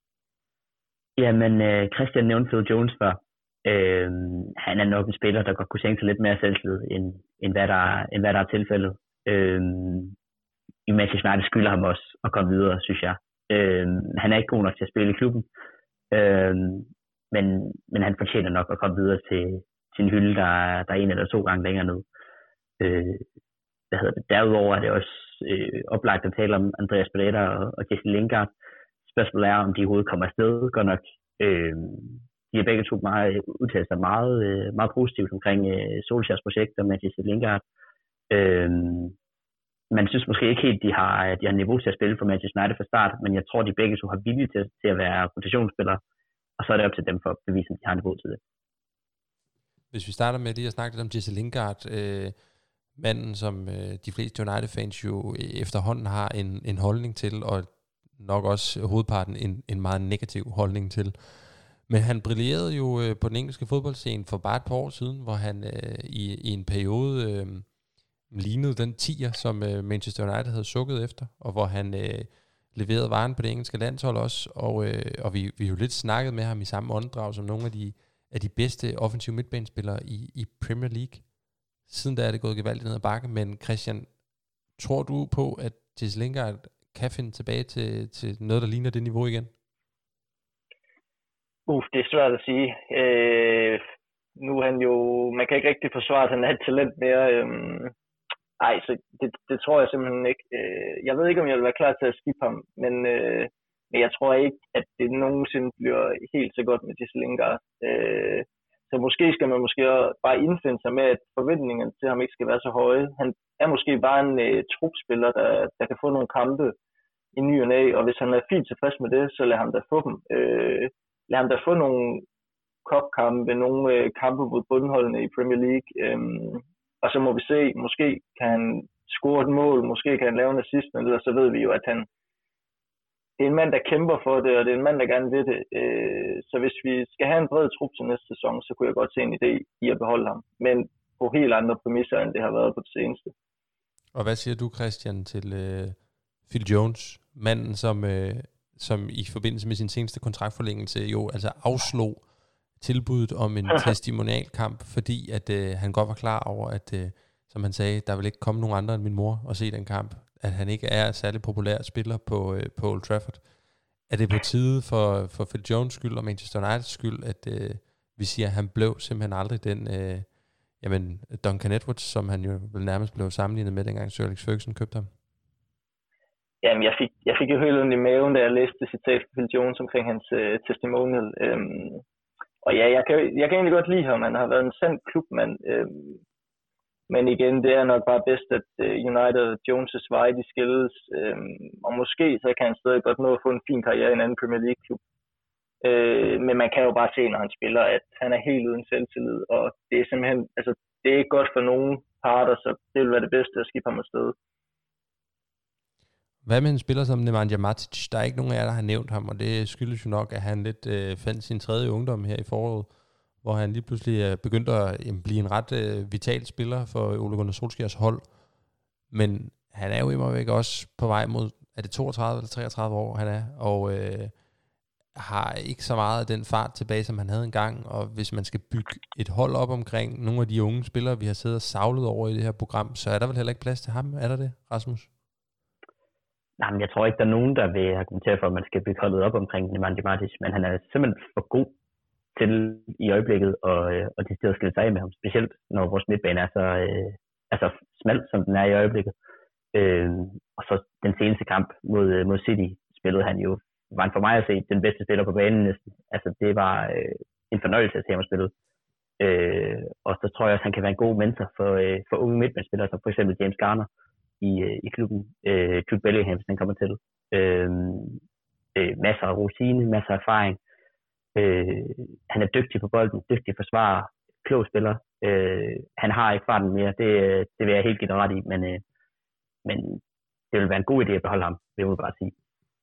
Jamen, øh, Christian nævnte Phil Jones før. Øh, han er nok en spiller, der godt kunne tænke sig lidt mere selvtillid, end, end, hvad der, end hvad der er tilfældet. Øh, I Manchester United skylder ham også at komme videre, synes jeg. Øh, han er ikke god nok til at spille i klubben, øh, men, men han fortjener nok at komme videre til, til en hylde, der, der er en eller to gange længere ned. Øh, hvad hedder det? Derudover er det også øh, oplagt at tale om Andreas Pereira og, og Jesse Lingard. Spørgsmålet er, om de overhovedet kommer afsted. Godt nok. Øh, de har begge to meget, udtalt sig meget, øh, meget positivt omkring øh, Solskjaers projekt og med Jesse Lingard. Øh, man synes måske ikke helt, de har, de har niveau til at spille for Manchester United fra start, men jeg tror, de begge to har vilje til, til at være rotationsspillere, og så er det op til dem for at bevise, at de har niveau til det. Hvis vi starter med lige at snakke lidt om Jesse Lingard, øh, manden, som øh, de fleste United-fans jo efterhånden har en, en holdning til, og nok også hovedparten en, en meget negativ holdning til. Men han brillerede jo øh, på den engelske fodboldscene for bare et par år siden, hvor han øh, i, i en periode øh, lignede den tier, som øh, Manchester United havde sukket efter, og hvor han øh, leverede varen på det engelske landshold også, og, øh, og vi, vi har jo lidt snakket med ham i samme åndedrag som nogle af de, af de bedste offensive midtbanespillere i, i Premier League. Siden da er det gået gevaldigt ned ad bakke, men Christian, tror du på, at Jesse Lingard kan finde tilbage til, til noget, der ligner det niveau igen? Uff, det er svært at sige. Øh, nu er han jo, man kan ikke rigtig forsvare, at han er et talent mere. Øh, ej, så det, det tror jeg simpelthen ikke. Øh, jeg ved ikke, om jeg vil være klar til at skippe ham, men, øh, men jeg tror ikke, at det nogensinde bliver helt så godt med Jesse Lingard. Øh, så måske skal man måske bare indfinde sig med, at forventningerne til ham ikke skal være så høje. Han er måske bare en øh, trupspiller, der, der kan få nogle kampe i ny og næ, og hvis han er fint tilfreds med det, så lad ham da få dem. Øh, lad ham da få nogle cup-kampe, nogle øh, kampe mod bundholdene i Premier League, øh, og så må vi se, måske kan han score et mål, måske kan han lave en assist, eller så ved vi jo, at han det er en mand, der kæmper for det, og det er en mand, der gerne vil det. Øh, så hvis vi skal have en bred trup til næste sæson, så kunne jeg godt se en idé i at beholde ham, men på helt andre præmisser, end det har været på det seneste. Og hvad siger du, Christian, til øh, Phil Jones, manden, som, øh, som i forbindelse med sin seneste kontraktforlængelse jo altså afslog tilbuddet om en testimonialkamp, fordi at øh, han godt var klar over, at øh, som han sagde, der vil ikke komme nogen andre end min mor og se den kamp, at han ikke er særlig populær spiller på, øh, på Old Trafford. Er det på tide for, for Phil Jones skyld og Manchester Uniteds skyld, at øh, vi siger, at han blev simpelthen aldrig den øh, jamen, Duncan Edwards, som han jo vel nærmest blev sammenlignet med, dengang Sir Alex Ferguson købte ham? Jamen, jeg fik, jeg fik jo helt ondt i maven, da jeg læste citat fra Phil Jones omkring hans øh, testimonial. Øhm, og ja, jeg kan, jeg kan egentlig godt lide ham. Han har været en sand klubmand. Øhm, men igen, det er nok bare bedst, at øh, United og Jones' veje, de skilles. Øhm, og måske så kan han stadig godt nå at få en fin karriere i en anden Premier League-klub. Øh, men man kan jo bare se, når han spiller, at han er helt uden selvtillid. Og det er simpelthen, altså, det er ikke godt for nogen parter, så det vil være det bedste at skippe ham afsted. Hvad med en spiller som Nemanja Matic? Der er ikke nogen af jer, der har nævnt ham, og det skyldes jo nok, at han lidt øh, fandt sin tredje ungdom her i foråret, hvor han lige pludselig øh, begyndte at øh, blive en ret øh, vital spiller for Ole Gunnar Solskjærs hold. Men han er jo imodvæk også på vej mod, er det toogtredive eller treogtredive år, han er, og øh, har ikke så meget af den fart tilbage, som han havde engang, og hvis man skal bygge et hold op omkring nogle af de unge spillere, vi har siddet og savlet over i det her program, så er der vel heller ikke plads til ham, er der det, Rasmus? Nej, men jeg tror ikke, der er nogen, der vil argumentere for, at man skal bygge holdet op omkring Nemanja Matic, men han er simpelthen for god til i øjeblikket og, og de steder skille sig af med ham, specielt når vores midtbane er så, øh, er så smal, som den er i øjeblikket. Øh, og så den seneste kamp mod, mod City spillede han jo, var han for mig at se den bedste spiller på banen næsten. Altså det var øh, en fornøjelse at se ham spille. Øh, og så tror jeg også, at han kan være en god mentor for, øh, for unge midtbanespillere, som for eksempel James Garner i, i klubben. Øh, Jude Bellingham, hvis han kommer til. Øh, øh, masser af rutine, masser af erfaring. Øh, han er dygtig på bolden, dygtig forsvarer, klog spiller. Øh, han har ikke farten mere, det, det vil jeg helt give dig ret i, men, øh, men det vil være en god idé at beholde ham, vil jeg bare sige.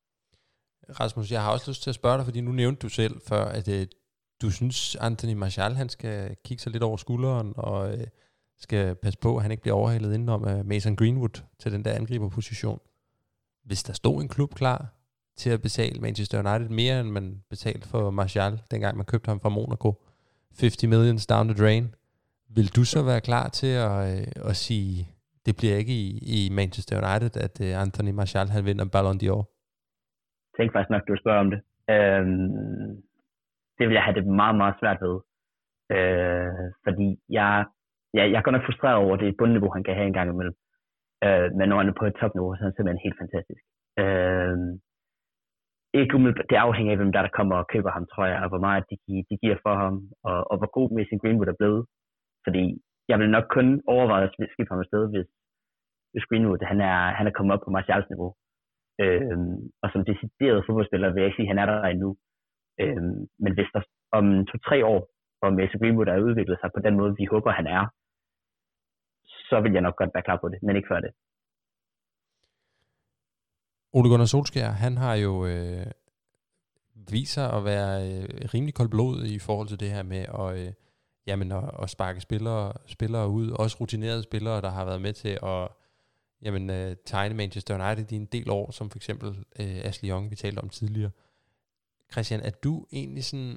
Rasmus, jeg har også lyst til at spørge dig, fordi nu nævnte du selv før, at øh, du synes, Anthony Martial, han skal kigge sig lidt over skulderen og øh, skal passe på, at han ikke bliver overhalet indenom af Mason Greenwood til den der angriberposition. Hvis der stod en klub klar til at betale Manchester United mere, end man betalte for Martial, dengang man købte ham fra Monaco, halvtreds millions down the drain, vil du så være klar til at, øh, at sige, det bliver ikke i, i Manchester United, at øh, Anthony Martial han vinder Ballon d'Or? Jeg tænker faktisk nok, du spørger om det. Øhm, det vil jeg have det meget, meget svært ved. Øh, fordi jeg, jeg, jeg er godt nok frustreret over det bundniveau, han kan have en gang imellem. Øh, men når han er på et topniveau, så er han simpelthen helt fantastisk. Øh, ikke umiddelbart, det afhænger af, hvem der, der kommer og køber ham, tror jeg, og hvor meget de, de giver for ham, og, og hvor god Mason Greenwood er blevet. Fordi jeg vil nok kun overveje at skifte ham afsted, hvis, hvis Greenwood han er, han er kommet op på Martials niveau. Øhm, og som decideret fodboldspiller vil jeg ikke sige, at han er der endnu. Øhm, men hvis der om to-tre år, hvor Mason Greenwood er udviklet sig på den måde, vi håber, han er, så vil jeg nok godt være klar på det, men ikke før det. Ole Gunnar Solskjær, han har jo øh, vist sig at være øh, rimelig koldblodig i forhold til det her med at, øh, jamen, at, at sparke spillere, spillere ud. Også rutinerede spillere, der har været med til at jamen, øh, tegne Manchester United i en del år, som for eksempel øh, Ashley Young, vi talte om tidligere. Christian, er du egentlig sådan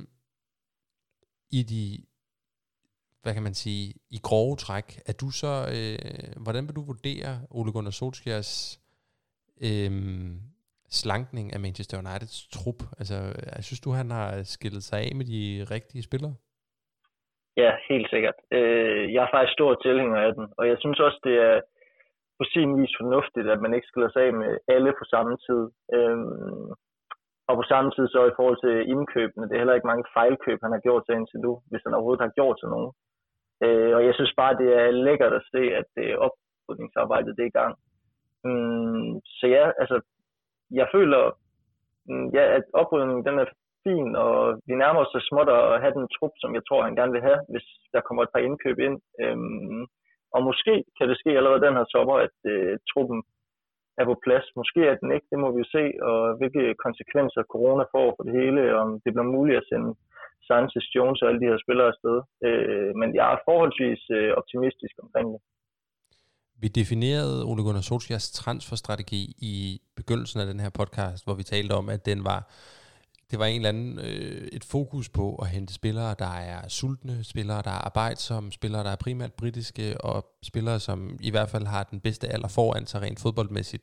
i de, hvad kan man sige, i grove træk, er du så, øh, hvordan vil du vurdere Ole Gunnar Solskjærs øh, slankning af Manchester Uniteds trup? Altså, jeg synes du, han har skilt sig af med de rigtige spillere? Ja, helt sikkert. Øh, jeg er faktisk stor tilhænger af den, og jeg synes også, det er på sin vis fornuftigt, at man ikke skiller sig af med alle på samme tid. Øh, og på samme tid så i forhold til indkøbene, det er heller ikke mange fejlkøb, han har gjort til indtil nu, hvis han overhovedet har gjort til nogen. Øh, og jeg synes bare, det er lækkert at se, at det oprydningsarbejdet det er i gang. Mm, så ja, altså, jeg føler, mm, ja, at oprydningen den er fin, og vi nærmer os så småt at have den trup, som jeg tror, han gerne vil have, hvis der kommer et par indkøb ind. Øhm, og måske kan det ske allerede den her sommer, at øh, truppen er på plads. Måske er den ikke, det må vi jo se, og hvilke konsekvenser corona får for det hele, om det bliver muligt at sende Sanchez, Jones og alle de her spillere afsted. Øh, men jeg er forholdsvis øh, optimistisk omkring det. Vi definerede Ole Gunnar Solskjærs transferstrategi i begyndelsen af den her podcast, hvor vi talte om, at den var, det var en eller anden, øh, et fokus på at hente spillere, der er sultne, spillere, der er arbejdsomme, spillere, der er primært britiske, og spillere, som i hvert fald har den bedste alder foran sig rent fodboldmæssigt.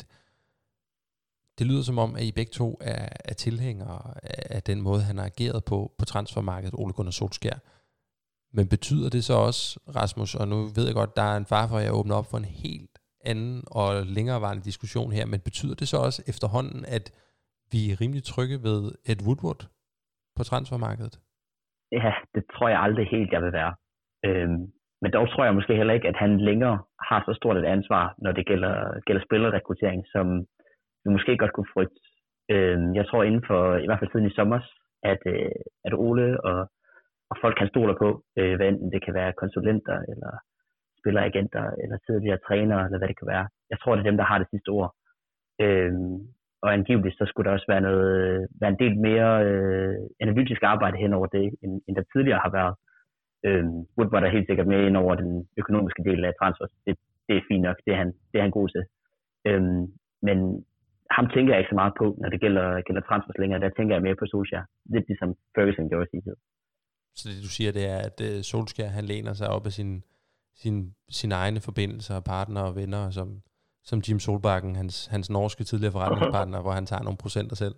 Det lyder som om, at I begge to er, er tilhængere af den måde, han har ageret på på transfermarkedet, Ole Gunnar Solskjær. Men betyder det så også, Rasmus, og nu ved jeg godt, der er en far for, at jeg åbner op for en helt anden og længerevarende diskussion her, men betyder det så også efterhånden, at vi er rimelig trygge ved Ed Woodward på transfermarkedet? Ja, det tror jeg aldrig helt, jeg vil være. Øhm, men dog tror jeg måske heller ikke, at han længere har så stort et ansvar, når det gælder, gælder spillerrekruttering, som vi måske godt kunne frygte. Øhm, jeg tror inden for, i hvert fald siden i sommer, at, øh, at Ole og og folk kan stole på, øh, hvad enten det kan være konsulenter, eller spilleragenter, eller tidligere trænere, eller hvad det kan være. Jeg tror, det er dem, der har det sidste ord. Øhm, og angiveligt, så skulle der også være, noget, være en del mere øh, analytisk arbejde hen over det, end, end der tidligere har været. Øhm, Woodward er helt sikkert med ind over den økonomiske del af transfer. Det, det er fint nok, det er han, det er han god til. Øhm, men ham tænker jeg ikke så meget på, når det gælder, gælder transfers længere. Der tænker jeg mere på Solskjær. Lidt ligesom Ferguson gjorde i sin tid. Så det du siger, det er, at uh, Solskjær, han læner sig op af sin, sin, sine egne forbindelser, partnere og venner, som, som Jim Solbakken, hans, hans norske tidligere forretningspartner, hvor han tager nogle procenter selv?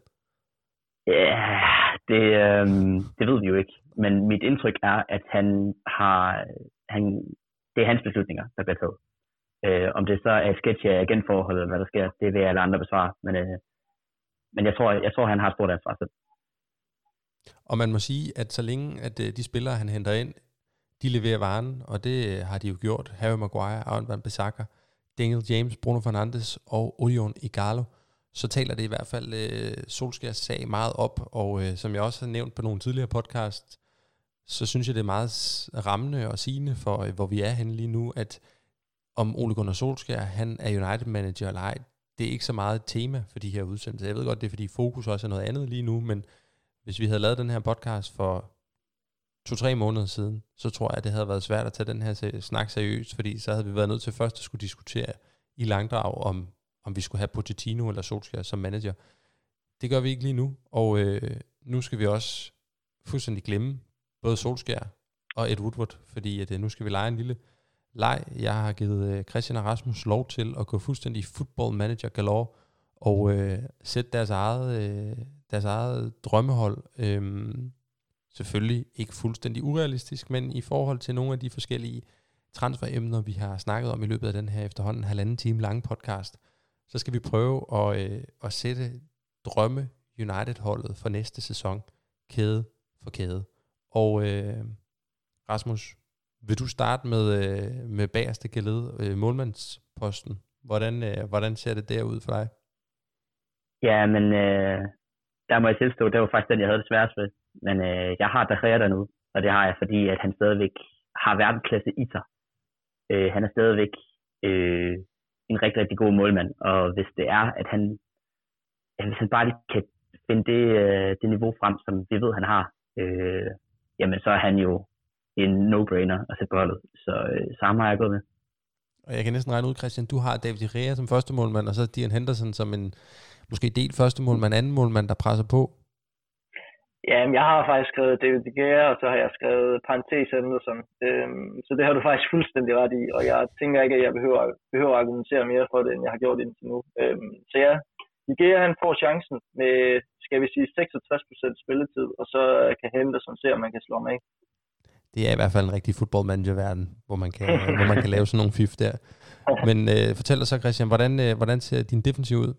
Ja, det, øh, det ved vi jo ikke. Men mit indtryk er, at han har, han, det er hans beslutninger, der bliver taget. Øh, om det så er sketch af agentforholdet, eller hvad der sker, det vil alle andre besvare. Men, øh, men jeg tror, jeg tror, han har et stort ansvar selv. Og man må sige, at så længe at de spillere, han henter ind, de leverer varen, og det har de jo gjort. Harry Maguire, Aaron Wan-Bissaka, Daniel James, Bruno Fernandes og Odion Ighalo, så taler det i hvert fald uh, Solskjærs sag meget op. Og uh, som jeg også har nævnt på nogle tidligere podcast, så synes jeg, det er meget rammende og sigende for, uh, hvor vi er henne lige nu, at om Ole Gunnar Solskjær, han er United-manager eller ej, det er ikke så meget et tema for de her udsendelser. Jeg ved godt, det er fordi fokus også er noget andet lige nu, men hvis vi havde lavet den her podcast for to-tre måneder siden, så tror jeg, at det havde været svært at tage den her snak seriøst, fordi så havde vi været nødt til først at skulle diskutere i langdrag, om, om vi skulle have Pochettino eller Solskjær som manager. Det gør vi ikke lige nu, og øh, nu skal vi også fuldstændig glemme både Solskjær og Ed Woodward, fordi at, øh, nu skal vi lege en lille leg. Jeg har givet øh, Christian og Rasmus lov til at gå fuldstændig football manager galore, og øh, sætte deres eget, øh, deres eget drømmehold. Øhm, selvfølgelig ikke fuldstændig urealistisk, men i forhold til nogle af de forskellige transferemner, vi har snakket om i løbet af den her efterhånden halvanden time lange podcast, så skal vi prøve at, øh, at sætte drømme United-holdet for næste sæson, kæde for kæde. Og øh, Rasmus, vil du starte med, øh, med bagerste geled, øh, målmandsposten? Hvordan, øh, hvordan ser det derud for dig? Ja, men øh, der må jeg tilstå, det var faktisk den, jeg havde det sværest ved. Men øh, jeg har Daher der nu, og det har jeg, fordi at han stadigvæk har verdensklasse i sig. Øh, han er stadigvæk øh, en rigtig, rigtig god målmand, og hvis det er, at han ja, hvis han bare lige kan finde det, øh, det niveau frem, som vi ved, han har, øh, jamen så er han jo en no-brainer at sætte på holdet. Så, øh, så ham har jeg gået med. Og jeg kan næsten regne ud, Christian, du har David De Gea som første målmand, og så Dean Henderson som en måske del første målmand, anden målmand, der presser på. Ja, jeg har faktisk skrevet David De Gea, og så har jeg skrevet parentes Henderson. Øhm, så det har du faktisk fuldstændig ret i, og jeg tænker ikke, at jeg behøver, behøver at argumentere mere for det, end jeg har gjort indtil nu. Øhm, så ja, De Gea han får chancen med, skal vi sige, seksogtres procent spilletid, og så kan Henderson se, om man kan slå ham af. Det er i hvert fald en rigtig fodboldmanager-verden, hvor man kan, hvor man kan lave sådan nogle fif der. Men øh, fortæl dig så, Christian, hvordan, øh, hvordan ser din defensiv ud?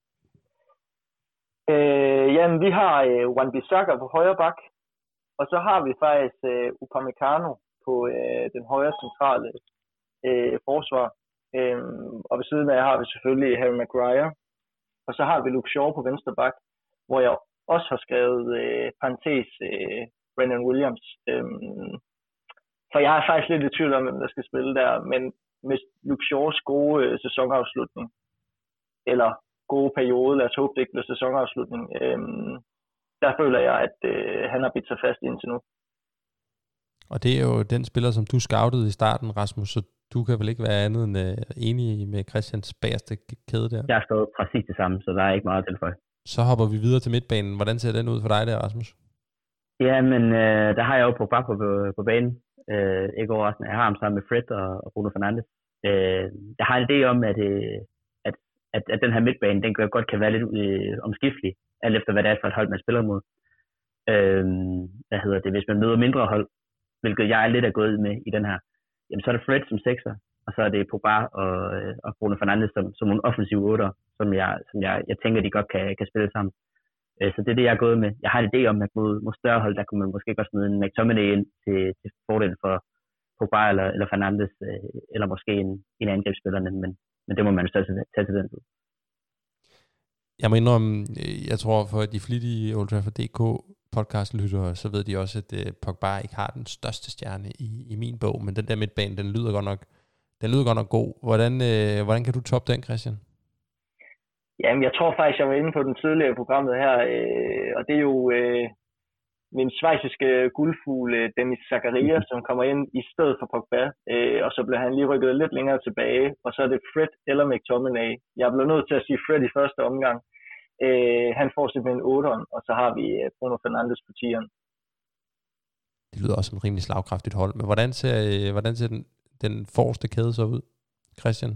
Øh, jamen, vi har øh, Wan-Bissaka på højre bak, og så har vi faktisk øh, Upamecano på øh, den højre centrale øh, forsvar. Øh, og ved siden af har vi selvfølgelig Harry Maguire, og så har vi Luke Shaw på venstre bak, hvor jeg også har skrevet øh, parentes øh, Brendan Williams. Øh, for jeg er faktisk lidt i tvivl om, hvem der skal spille der, men med Luke Shaws gode øh, sæsonafslutning, eller gode periode, lad os håbe det ikke bliver sæsonafslutning, øhm, der føler jeg, at øh, han har bidt sig fast indtil nu. Og det er jo den spiller, som du scoutede i starten, Rasmus, så du kan vel ikke være andet end øh, enig med Christians bagerste kæde der? Jeg har stået præcis det samme, så der er ikke meget at tilføje. Så hopper vi videre til midtbanen. Hvordan ser den ud for dig der, Rasmus? Ja, men øh, der har jeg jo Pogba på, på, på banen. Øh, ikke overraskende. Jeg har ham sammen med Fred og, og Bruno Fernandes. Øh, jeg har en idé om, at øh, At, at den her midtbane, den kan godt kan være lidt øh, omskiftelig, alt efter hvad det er for et hold, man spiller mod. Øhm, hvad hedder det? Hvis man møder mindre hold, hvilket jeg er lidt er gået med i den her, jamen så er det Fred som sekser, og så er det Pogba og, og Bruno Fernandes som, som en offensiv otter, som jeg, som jeg, jeg tænker, de godt kan, kan spille sammen. Øh, så det er det, jeg er gået med. Jeg har en idé om, at mod, mod større hold, der kunne man måske godt smide en McTominay ind til, til fordel for Pogba eller, eller Fernandes, øh, eller måske en, en angrebsspillerne, men men det må man jo stadig tage til den tid. Jeg må indrømme, jeg tror for de flittige Old Trafford punktum d k podcastlyttere, så ved de også, at Pogba ikke har den største stjerne i, i min bog, men den der midtbane, den lyder godt nok, den lyder godt nok god. Hvordan, øh, hvordan kan du toppe den, Christian? Jamen, jeg tror faktisk, jeg var inde på den tidligere programmet her, øh, og det er jo øh, min schweiziske guldfugl, Denis Zakaria, som kommer ind i stedet for Pogba, øh, og så bliver han lige rykket lidt længere tilbage, og så er det Fred eller McTominay. Jeg blev nødt til at sige Fred i første omgang. Øh, han får simpelthen otteren, og så har vi Bruno Fernandes på tieren. Det lyder også som et rimelig slagkraftigt hold, men hvordan ser, hvordan ser den, den forreste kæde så ud, Christian?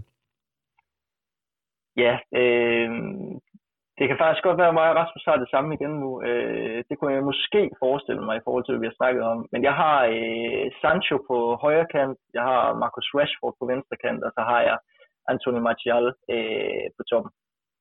Ja, øh, det kan faktisk godt være, at mig og Rasmus har det samme igen nu. Øh, det kunne jeg måske forestille mig i forhold til, hvad vi har snakket om. Men jeg har øh, Sancho på højre kant, jeg har Marcus Rashford på venstre kant, og så har jeg Anthony Martial øh, på toppen.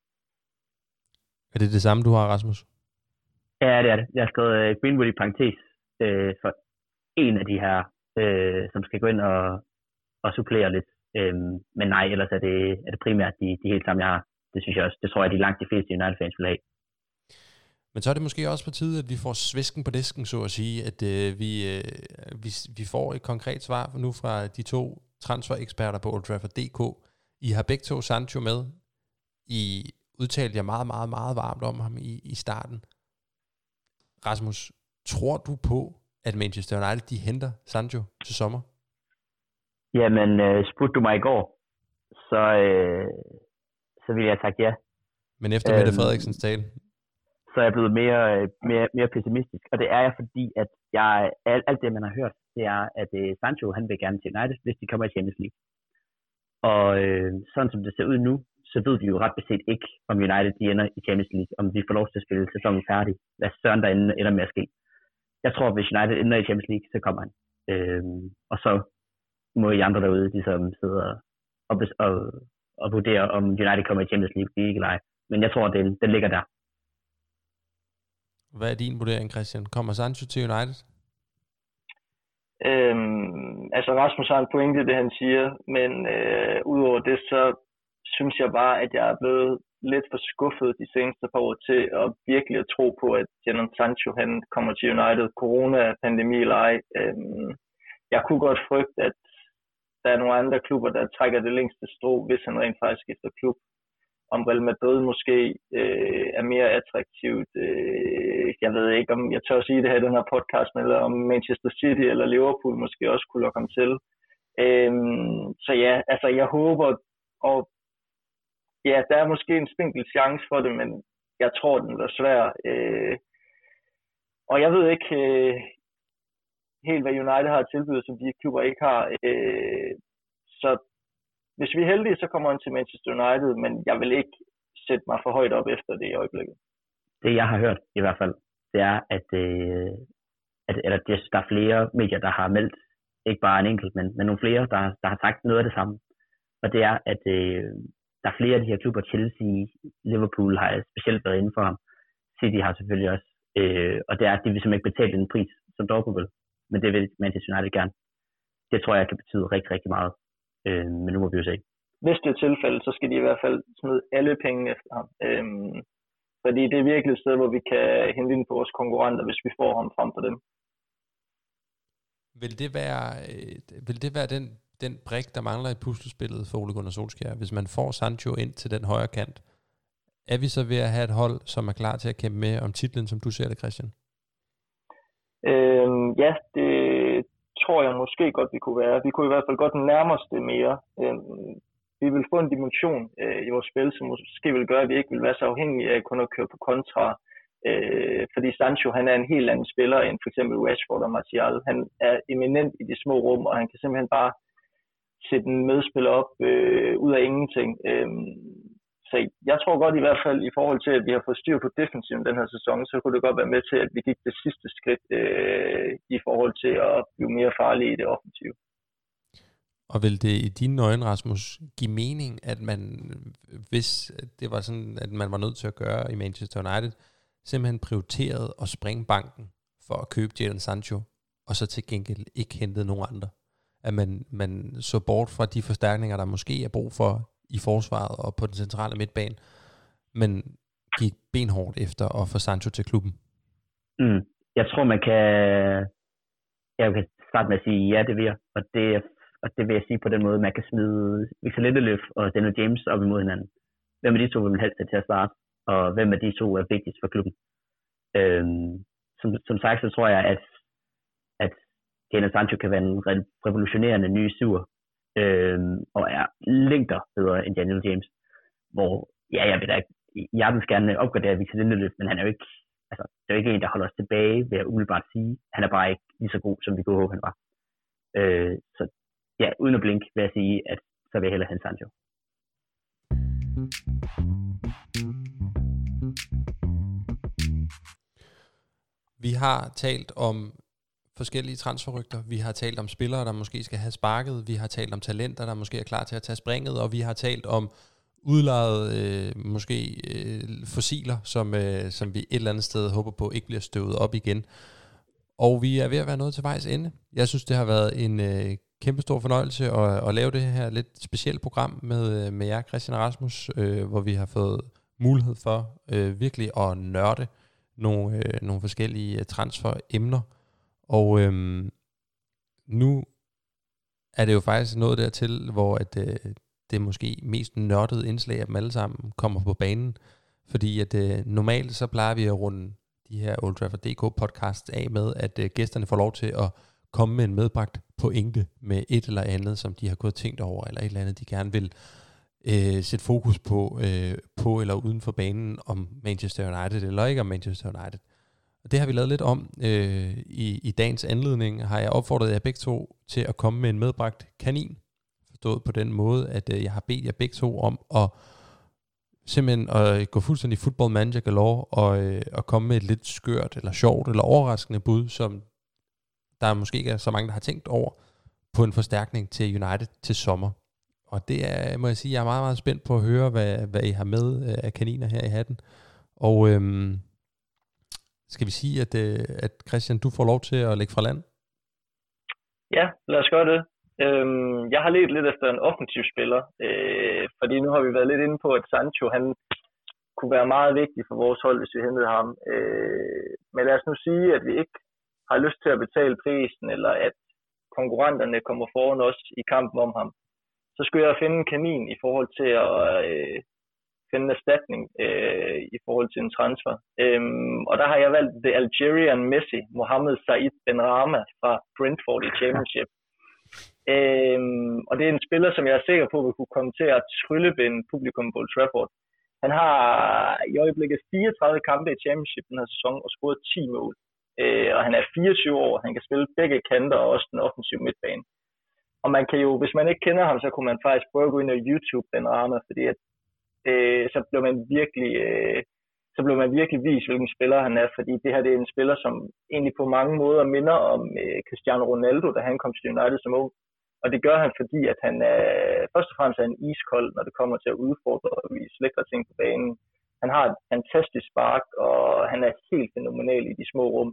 Er det det samme, du har, Rasmus? Ja, det er det. Jeg har skrevet uh, Greenwood i parentes øh, for en af de her, øh, som skal gå ind og, og supplere lidt. Øhm, men nej, ellers er det, er det primært de, de helt samme, jeg har. Det synes jeg også. Det tror jeg, de langt de fleste United-fans vil have. Men så er det måske også på tide, at vi får svisken på disken, så at sige, at øh, vi, øh, vi, vi får et konkret svar nu fra de to transfer-eksperter på Old Trafford punktum d k. I har begge to Sancho med. I udtalte jer meget, meget, meget varmt om ham i, i starten. Rasmus, tror du på, at Manchester United de henter Sancho til sommer? Jamen, øh, spurgte du mig i går, så, øh, så ville jeg have sagt ja. Men efter Mette øhm, Frederiksens tale? Så er jeg blevet mere, mere, mere pessimistisk. Og det er jeg, fordi at jeg, alt, alt det, man har hørt, det er, at øh, Sancho han vil gerne til United, hvis de kommer i Champions League. Og øh, sådan som det ser ud nu, så ved vi jo ret beset ikke, om United de ender i Champions League, om de får lov til at spille sæsonen færdig. Hvad søren der ender med at ske. Jeg tror, at hvis United ender i Champions League, så kommer han. Øh, og så må I andre derude, de som sidder og, og, og vurderer, om United kommer i Champions League, det er ikke lege. Men jeg tror, at den, den ligger der. Hvad er din vurdering, Christian? Kommer Sancho til United? Øhm, altså Rasmus har en pointe i det, han siger, men øh, udover det, så synes jeg bare, at jeg er blevet lidt for skuffet de seneste par år til at virkelig at tro på, at Jadon Sancho han kommer til United. Corona, pandemi eller ej. Øhm, jeg kunne godt frygte, at der er nogle andre klubber, der trækker det længste strå, hvis han rent faktisk skifter klub. om Real Madrid måske øh, er mere attraktivt. Øh, jeg ved ikke, om jeg tør at sige det her i den her podcast, men eller om Manchester City eller Liverpool måske også kunne lokke ham til. Øh, så ja, altså jeg håber, og ja, der er måske en spinkel chance for det, men jeg tror, den er svær. Øh, og jeg ved ikke øh, helt, hvad United har at tilbyde, som de klubber ikke har. Øh, så hvis vi er heldige, så kommer han til Manchester United, men jeg vil ikke sætte mig for højt op efter det i øjeblikket. Det jeg har hørt i hvert fald, det er, at, øh, at eller det, der er flere medier, der har meldt, ikke bare en enkelt, men, men nogle flere, der, der har sagt noget af det samme. Og det er, at øh, der er flere af de her klubber, Chelsea, Liverpool har specielt været inden for ham. City har selvfølgelig også. Øh, og det er, at de vil simpelthen ikke betale den pris, som Dortmund vil. Men det vil Manchester United gerne. Det tror jeg kan betyde rigtig, rigtig meget. Øh, men nu må vi jo se. Hvis det er tilfældet, så skal de i hvert fald smide alle penge efter ham. Øh, fordi det er virkelig et sted, hvor vi kan hente ind på vores konkurrenter, hvis vi får ham frem for dem. Vil det være, vil det være den, den brik, der mangler i puslespillet for Ole Gunnar Solskjær? Hvis man får Sancho ind til den højre kant, er vi så ved at have et hold, som er klar til at kæmpe med om titlen, som du ser det, Christian? Øhm, ja, det tror jeg måske godt, vi kunne være. Vi kunne i hvert fald godt nærme os det mere. Øhm, vi vil få en dimension øh, i vores spil, som måske vil gøre, at vi ikke vil være så afhængige af kun at køre på kontra. Øh, fordi Sancho, han er en helt anden spiller end for eksempel Rashford og Martial. Han er eminent i de små rum, og han kan simpelthen bare sætte en medspiller op øh, ud af ingenting. Øh, så jeg tror godt i hvert fald, i forhold til, at vi har fået styr på defensiven den her sæson, så kunne det godt være med til, at vi gik det sidste skridt øh, i forhold til at blive mere farlige i det offensive. Og vil det i dine øjne, Rasmus, give mening, at man, hvis det var sådan, at man var nødt til at gøre i Manchester United, simpelthen prioriterede at springe banken for at købe Jadon Sancho, og så til gengæld ikke hentede nogen andre? At man, man så bort fra de forstærkninger, der måske er brug for i forsvaret og på den centrale midtbane, men gik benhårdt efter at få Sancho til klubben? Mm. Jeg tror, man kan... Jeg kan starte med at sige, ja, det vil jeg. Og det, og det vil jeg sige på den måde, man kan smide Victor Lindeløf og Daniel James op imod hinanden. Hvem af de to vil man helst have til at starte, og hvem af de to er vigtigst for klubben? Øhm, som, som sagt, så tror jeg, at, at Jadon Sancho kan være en revolutionerende ny syver, øhm, og er længder bedre end Daniel James. Hvor, ja, jeg ved da ikke, jeg vil gerne opgradere Victor Lindeløf, men han er jo ikke, altså, det er jo ikke en, der holder os tilbage, vil jeg umiddelbart sige. Han er bare ikke lige så god, som vi kunne håbe, han var. Øh, så ja, uden at blinke, vil jeg sige, at så vil jeg hellere have Sancho. Vi har talt om forskellige transferrygter. Vi har talt om spillere, der måske skal have sparket. Vi har talt om talenter, der måske er klar til at tage springet. Og vi har talt om udlejede øh, måske øh, fossiler, som, øh, som vi et eller andet sted håber på ikke bliver støvet op igen. Og vi er ved at være nået til vejs ende. Jeg synes, det har været en øh, kæmpe stor fornøjelse at, at lave det her lidt specielle program med, med jer, Christian og Rasmus, øh, hvor vi har fået mulighed for øh, virkelig at nørde nogle, øh, nogle forskellige transferemner. Og øh, nu er det jo faktisk nået dertil, hvor at, øh, det måske mest nørdede indslag af dem alle sammen kommer på banen. Fordi at øh, normalt så plejer vi at runde de her Old Trafford punktum d k podcasts af med, at øh, gæsterne får lov til at komme med en medbragt pointe med et eller andet, som de har gået tænkt over, eller et eller andet, de gerne vil øh, sætte fokus på, øh, på eller uden for banen om Manchester United, eller ikke om Manchester United. Og det har vi lavet lidt om øh, i, i dagens anledning. Har jeg opfordret jer begge to til at komme med en medbragt kanin, forstået på den måde, at øh, jeg har bedt jer begge to om at simpelthen at gå fuldstændig football manager galore og, øh, og komme med et lidt skørt, eller sjovt, eller overraskende bud, som der måske ikke er så mange, der har tænkt over, på en forstærkning til United til sommer. Og det er, må jeg sige, jeg er meget, meget spændt på at høre, hvad, hvad I har med af kaniner her i hatten. Og øhm, skal vi sige, at, øh, at Christian, du får lov til at lægge fra land? Ja, lad os gøre det. Øhm, jeg har let lidt efter en offensiv spiller, øh, fordi nu har vi været lidt inde på, at Sancho, han kunne være meget vigtig for vores hold, hvis vi hentede ham. Øh, men lad os nu sige, at vi ikke har lyst til at betale prisen, eller at konkurrenterne kommer foran os i kampen om ham. Så skulle jeg finde en kanin i forhold til at øh, finde en erstatning øh, i forhold til en transfer. Øhm, og der har jeg valgt The Algerian Messi, Mohamed Said Benrahma fra Brentford i Championship. Øhm, og det er en spiller, som jeg er sikker på, vil kunne komme til at tryllebinde publikum på Old Trafford. Han har i øjeblikket fireogtredive kampe i Championship den her sæson og scoret ti mål. Øh, og han er fireogtyve år, han kan spille begge kanter og også den offensive midtbane. Og man kan jo, hvis man ikke kender ham, så kunne man faktisk prøve at gå ind og YouTube Benrahma, fordi at, øh, så bliver man virkelig øh, så bliver man virkelig vist, hvilken spiller han er, fordi det her det er en spiller, som egentlig på mange måder minder om øh, Cristiano Ronaldo, da han kom til United som ung. Og det gør han, fordi at han er, først og fremmest er en iskold, når det kommer til at udfordre og vise lækre ting på banen. Han har et fantastisk spark, og han er helt fænomenal i de små rum.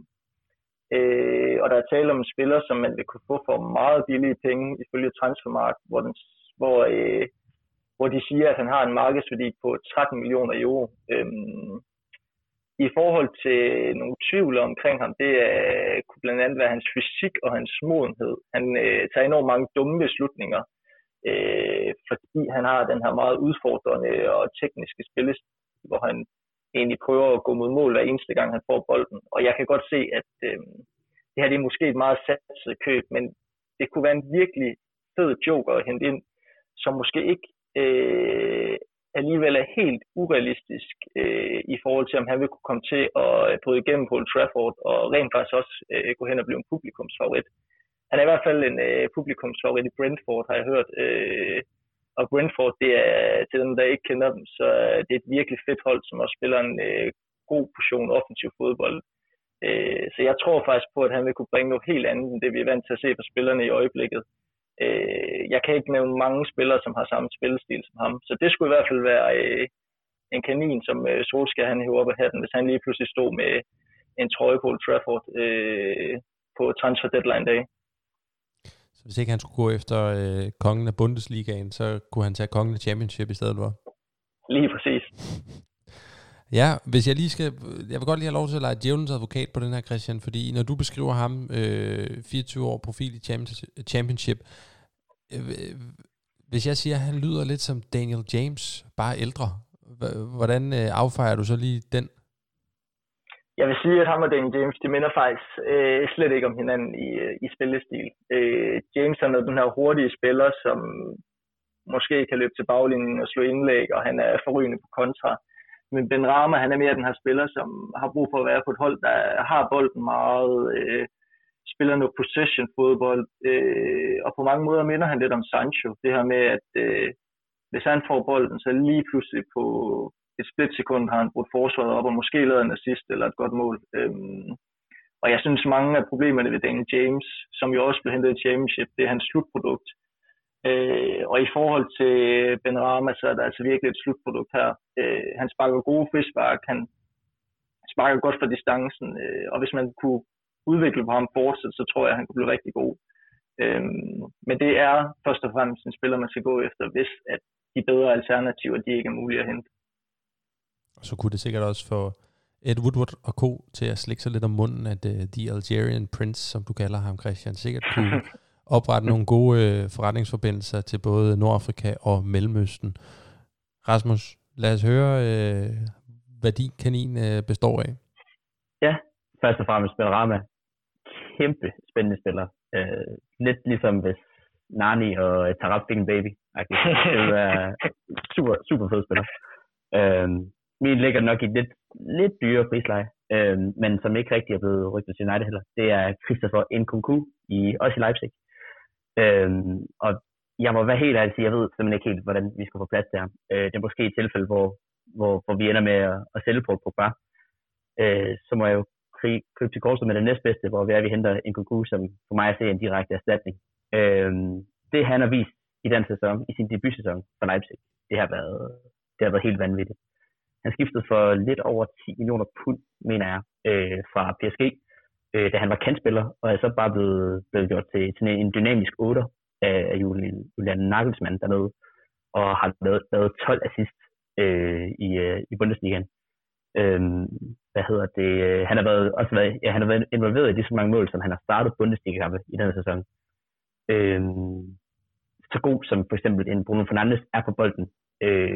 Øh, og der er tale om en spiller, som man vil kunne få for meget billige penge ifølge Transfermarkt, hvor, den, hvor, øh, hvor de siger, at han har en markedsværdi på tretten millioner euro. Øh, I forhold til nogle tvivl omkring ham, det øh, kunne blandt andet være hans fysik og hans modenhed. Han øh, tager enormt mange dumme beslutninger, øh, fordi han har den her meget udfordrende og tekniske spillestil, hvor han egentlig prøver at gå mod mål hver eneste gang, han får bolden. Og jeg kan godt se, at øh, det her det er måske et meget satset køb, men det kunne være en virkelig fed joker at hente ind, som måske ikke øh, alligevel er helt urealistisk øh, i forhold til, om han vil kunne komme til at bryde igennem på Old Trafford, og rent faktisk også øh, gå hen og blive en publikumsfavorit. Han er i hvert fald en øh, publikumsfavorit i Brentford, har jeg hørt. Øh, og Brentford, det er til dem, der ikke kender dem, så det er et virkelig fedt hold, som også spiller en øh, god portion offensiv fodbold. Øh, så jeg tror faktisk på, at han vil kunne bringe noget helt andet, end det vi er vant til at se på spillerne i øjeblikket. Øh, jeg kan ikke nævne mange spillere, som har samme spillestil som ham, så det skulle i hvert fald være øh, en kanin, som øh, Solskjaer han hæver op af hatten, hvis han lige pludselig stod med en trøje på Old Trafford øh, på transfer deadline dag. Så hvis ikke han skulle gå efter øh, kongen af Bundesligaen, så kunne han tage kongen af Championship i stedet for? Lige præcis. Ja, hvis jeg lige skal, jeg vil godt lige have lov til at lege djævelens advokat på den her, Christian, fordi når du beskriver ham, øh, fireogtyve år profil i Championship, øh, hvis jeg siger, at han lyder lidt som Daniel James, bare ældre, hvordan øh, affejer du så lige den? Jeg vil sige, at ham og Daniel James, de minder faktisk øh, slet ikke om hinanden i, i spillestil. Øh, James er den her hurtige spiller, som måske kan løbe til baglinjen og slå indlæg, og han er forrygende på kontra. Men Benrahma, han er mere den her spiller, som har brug for at være på et hold, der har bolden meget, øh, spiller noget possession-fodbold, øh, og på mange måder minder han lidt om Sancho. Det her med, at øh, hvis han får bolden, så lige pludselig på et splitsekund har han brudt forsvaret op, og måske lavet en assist eller et godt mål. Øhm, og jeg synes, mange af problemerne ved Daniel James, som jo også blev hentet i Championship, det er hans slutprodukt. Øh, og i forhold til Benrahma, så er der altså virkelig et slutprodukt her. Øh, han sparker gode frispark, han sparker godt for distancen, øh, og hvis man kunne udvikle på ham fortsat, så tror jeg, at han kunne blive rigtig god. Øh, men det er først og fremmest en spiller, man skal gå efter, hvis at de bedre alternativer, de ikke er mulige at hente. Og så kunne det sikkert også få Ed Woodward og Co. til at slikke sig lidt om munden, at uh, The Algerian Prince, som du kalder ham, Christian, sikkert kunne oprette nogle gode uh, forretningsforbindelser til både Nordafrika og Mellemøsten. Rasmus, lad os høre, uh, hvad din kanin uh, består af. Ja, først og fremmest Benrahma. Kæmpe spændende spiller. Uh, lidt ligesom hvis Nani og Tarab fik en baby. Okay. Det er super, super fed spiller. Uh, Min ligger nok i lidt, lidt dyre prisleje, øh, men som ikke rigtig er blevet rygtet til United heller. Det er Christopher Nkunku, i, også i Leipzig. Øh, og jeg må være helt ærlig at sige, jeg ved simpelthen ikke helt, hvordan vi skal få plads til ham. Øh, det er måske et tilfælde, hvor, hvor, hvor vi ender med at, at sælge på Pogba. Øh, så må jeg jo købe til korset med det næstbedste, hvor vi er, vi henter Nkunku, som for mig at se en direkte erstatning. Øh, det han har vist i den sæson, i sin debutsæson for Leipzig, det har været, det har været helt vanvittigt. Han skiftede for lidt over ti millioner pund, mener jeg, øh, fra P S G, øh, da han var kantspiller, og er så bare blevet, blevet gjort til, til en dynamisk otter af Julian, Julian Nagelsmann dernede, og har lavet, lavet tolv assist øh, i, øh, i Bundesligaen. Øh, hvad hedder det? Han har været, også været, ja, han har været involveret i lige så mange mål, som han har startet Bundesliga-kampe i denne sæson. Øh, så god som for eksempel en Bruno Fernandes er på bolden, øh,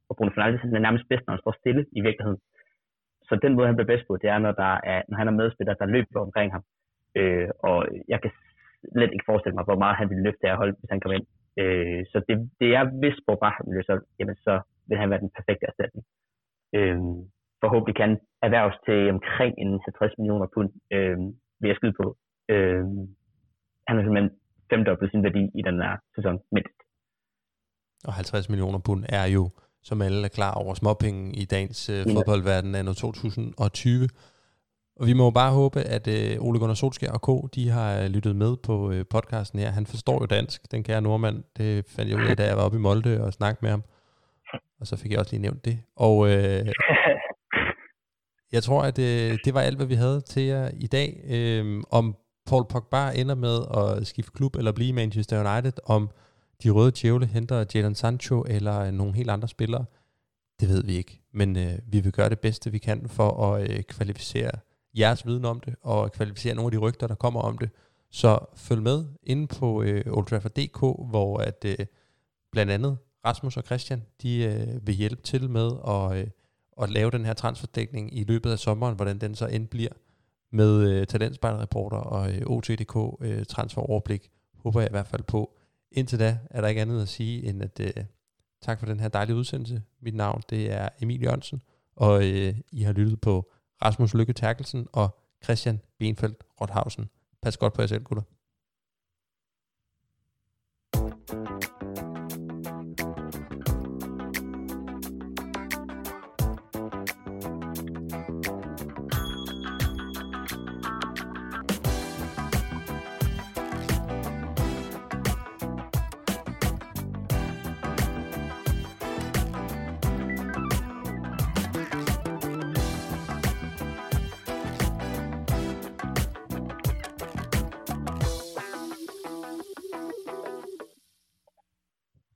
og Bruno Fernandes er nærmest bedst, når han står stille i virkeligheden. Så den måde, han bliver bedst på, det er, når, der er, når han er medspiller, der løber omkring ham. Øh, og jeg kan slet ikke forestille mig, hvor meget han ville løfte af at holde, hvis han kom ind. Øh, så det, det er, hvis Pogba bliver så, jamen så vil han være den perfekte erstatning. Øh, forhåbentlig kan erhverves til omkring en halvtreds millioner pund, øh, vil jeg skyde på. Øh, han har simpelthen femdoblet sin værdi i den her sæson mindst. Og halvtreds millioner pund er jo, som alle er klar over, småpenge i dagens øh, fodboldverden anno to tusind og tyve. Og vi må jo bare håbe, at øh, Ole Gunnar Solskjær og Co., de har lyttet med på øh, podcasten her. Han forstår jo dansk, den kære nordmand. Det fandt jeg ud af, da jeg var oppe i Molde og snakkede med ham. Og så fik jeg også lige nævnt det. Og øh, jeg tror, at øh, det var alt, hvad vi havde til jer i dag. Øh, om Paul Pogba ender med at skifte klub eller blive Manchester United, om de røde djævle henter Jadon Sancho eller nogle helt andre spillere, det ved vi ikke. Men øh, vi vil gøre det bedste, vi kan for at øh, kvalificere jeres viden om det, og kvalificere nogle af de rygter, der kommer om det. Så følg med inde på øh, Old Trafford punktum d k, hvor at, øh, blandt andet Rasmus og Christian, de øh, vil hjælpe til med at, øh, at lave den her transferdækning i løbet af sommeren, hvordan den så end bliver med øh, Talentspejderreporter og øh, O T punktum d k øh, transferoverblik, håber jeg i hvert fald på. Indtil da er der ikke andet at sige, end at øh, tak for den her dejlige udsendelse. Mit navn, det er Emil Jørgensen, og øh, I har lyttet på Rasmus Lykke Terkelsen og Christian Benfeldt Rothausen. Pas godt på jer selv, gutter.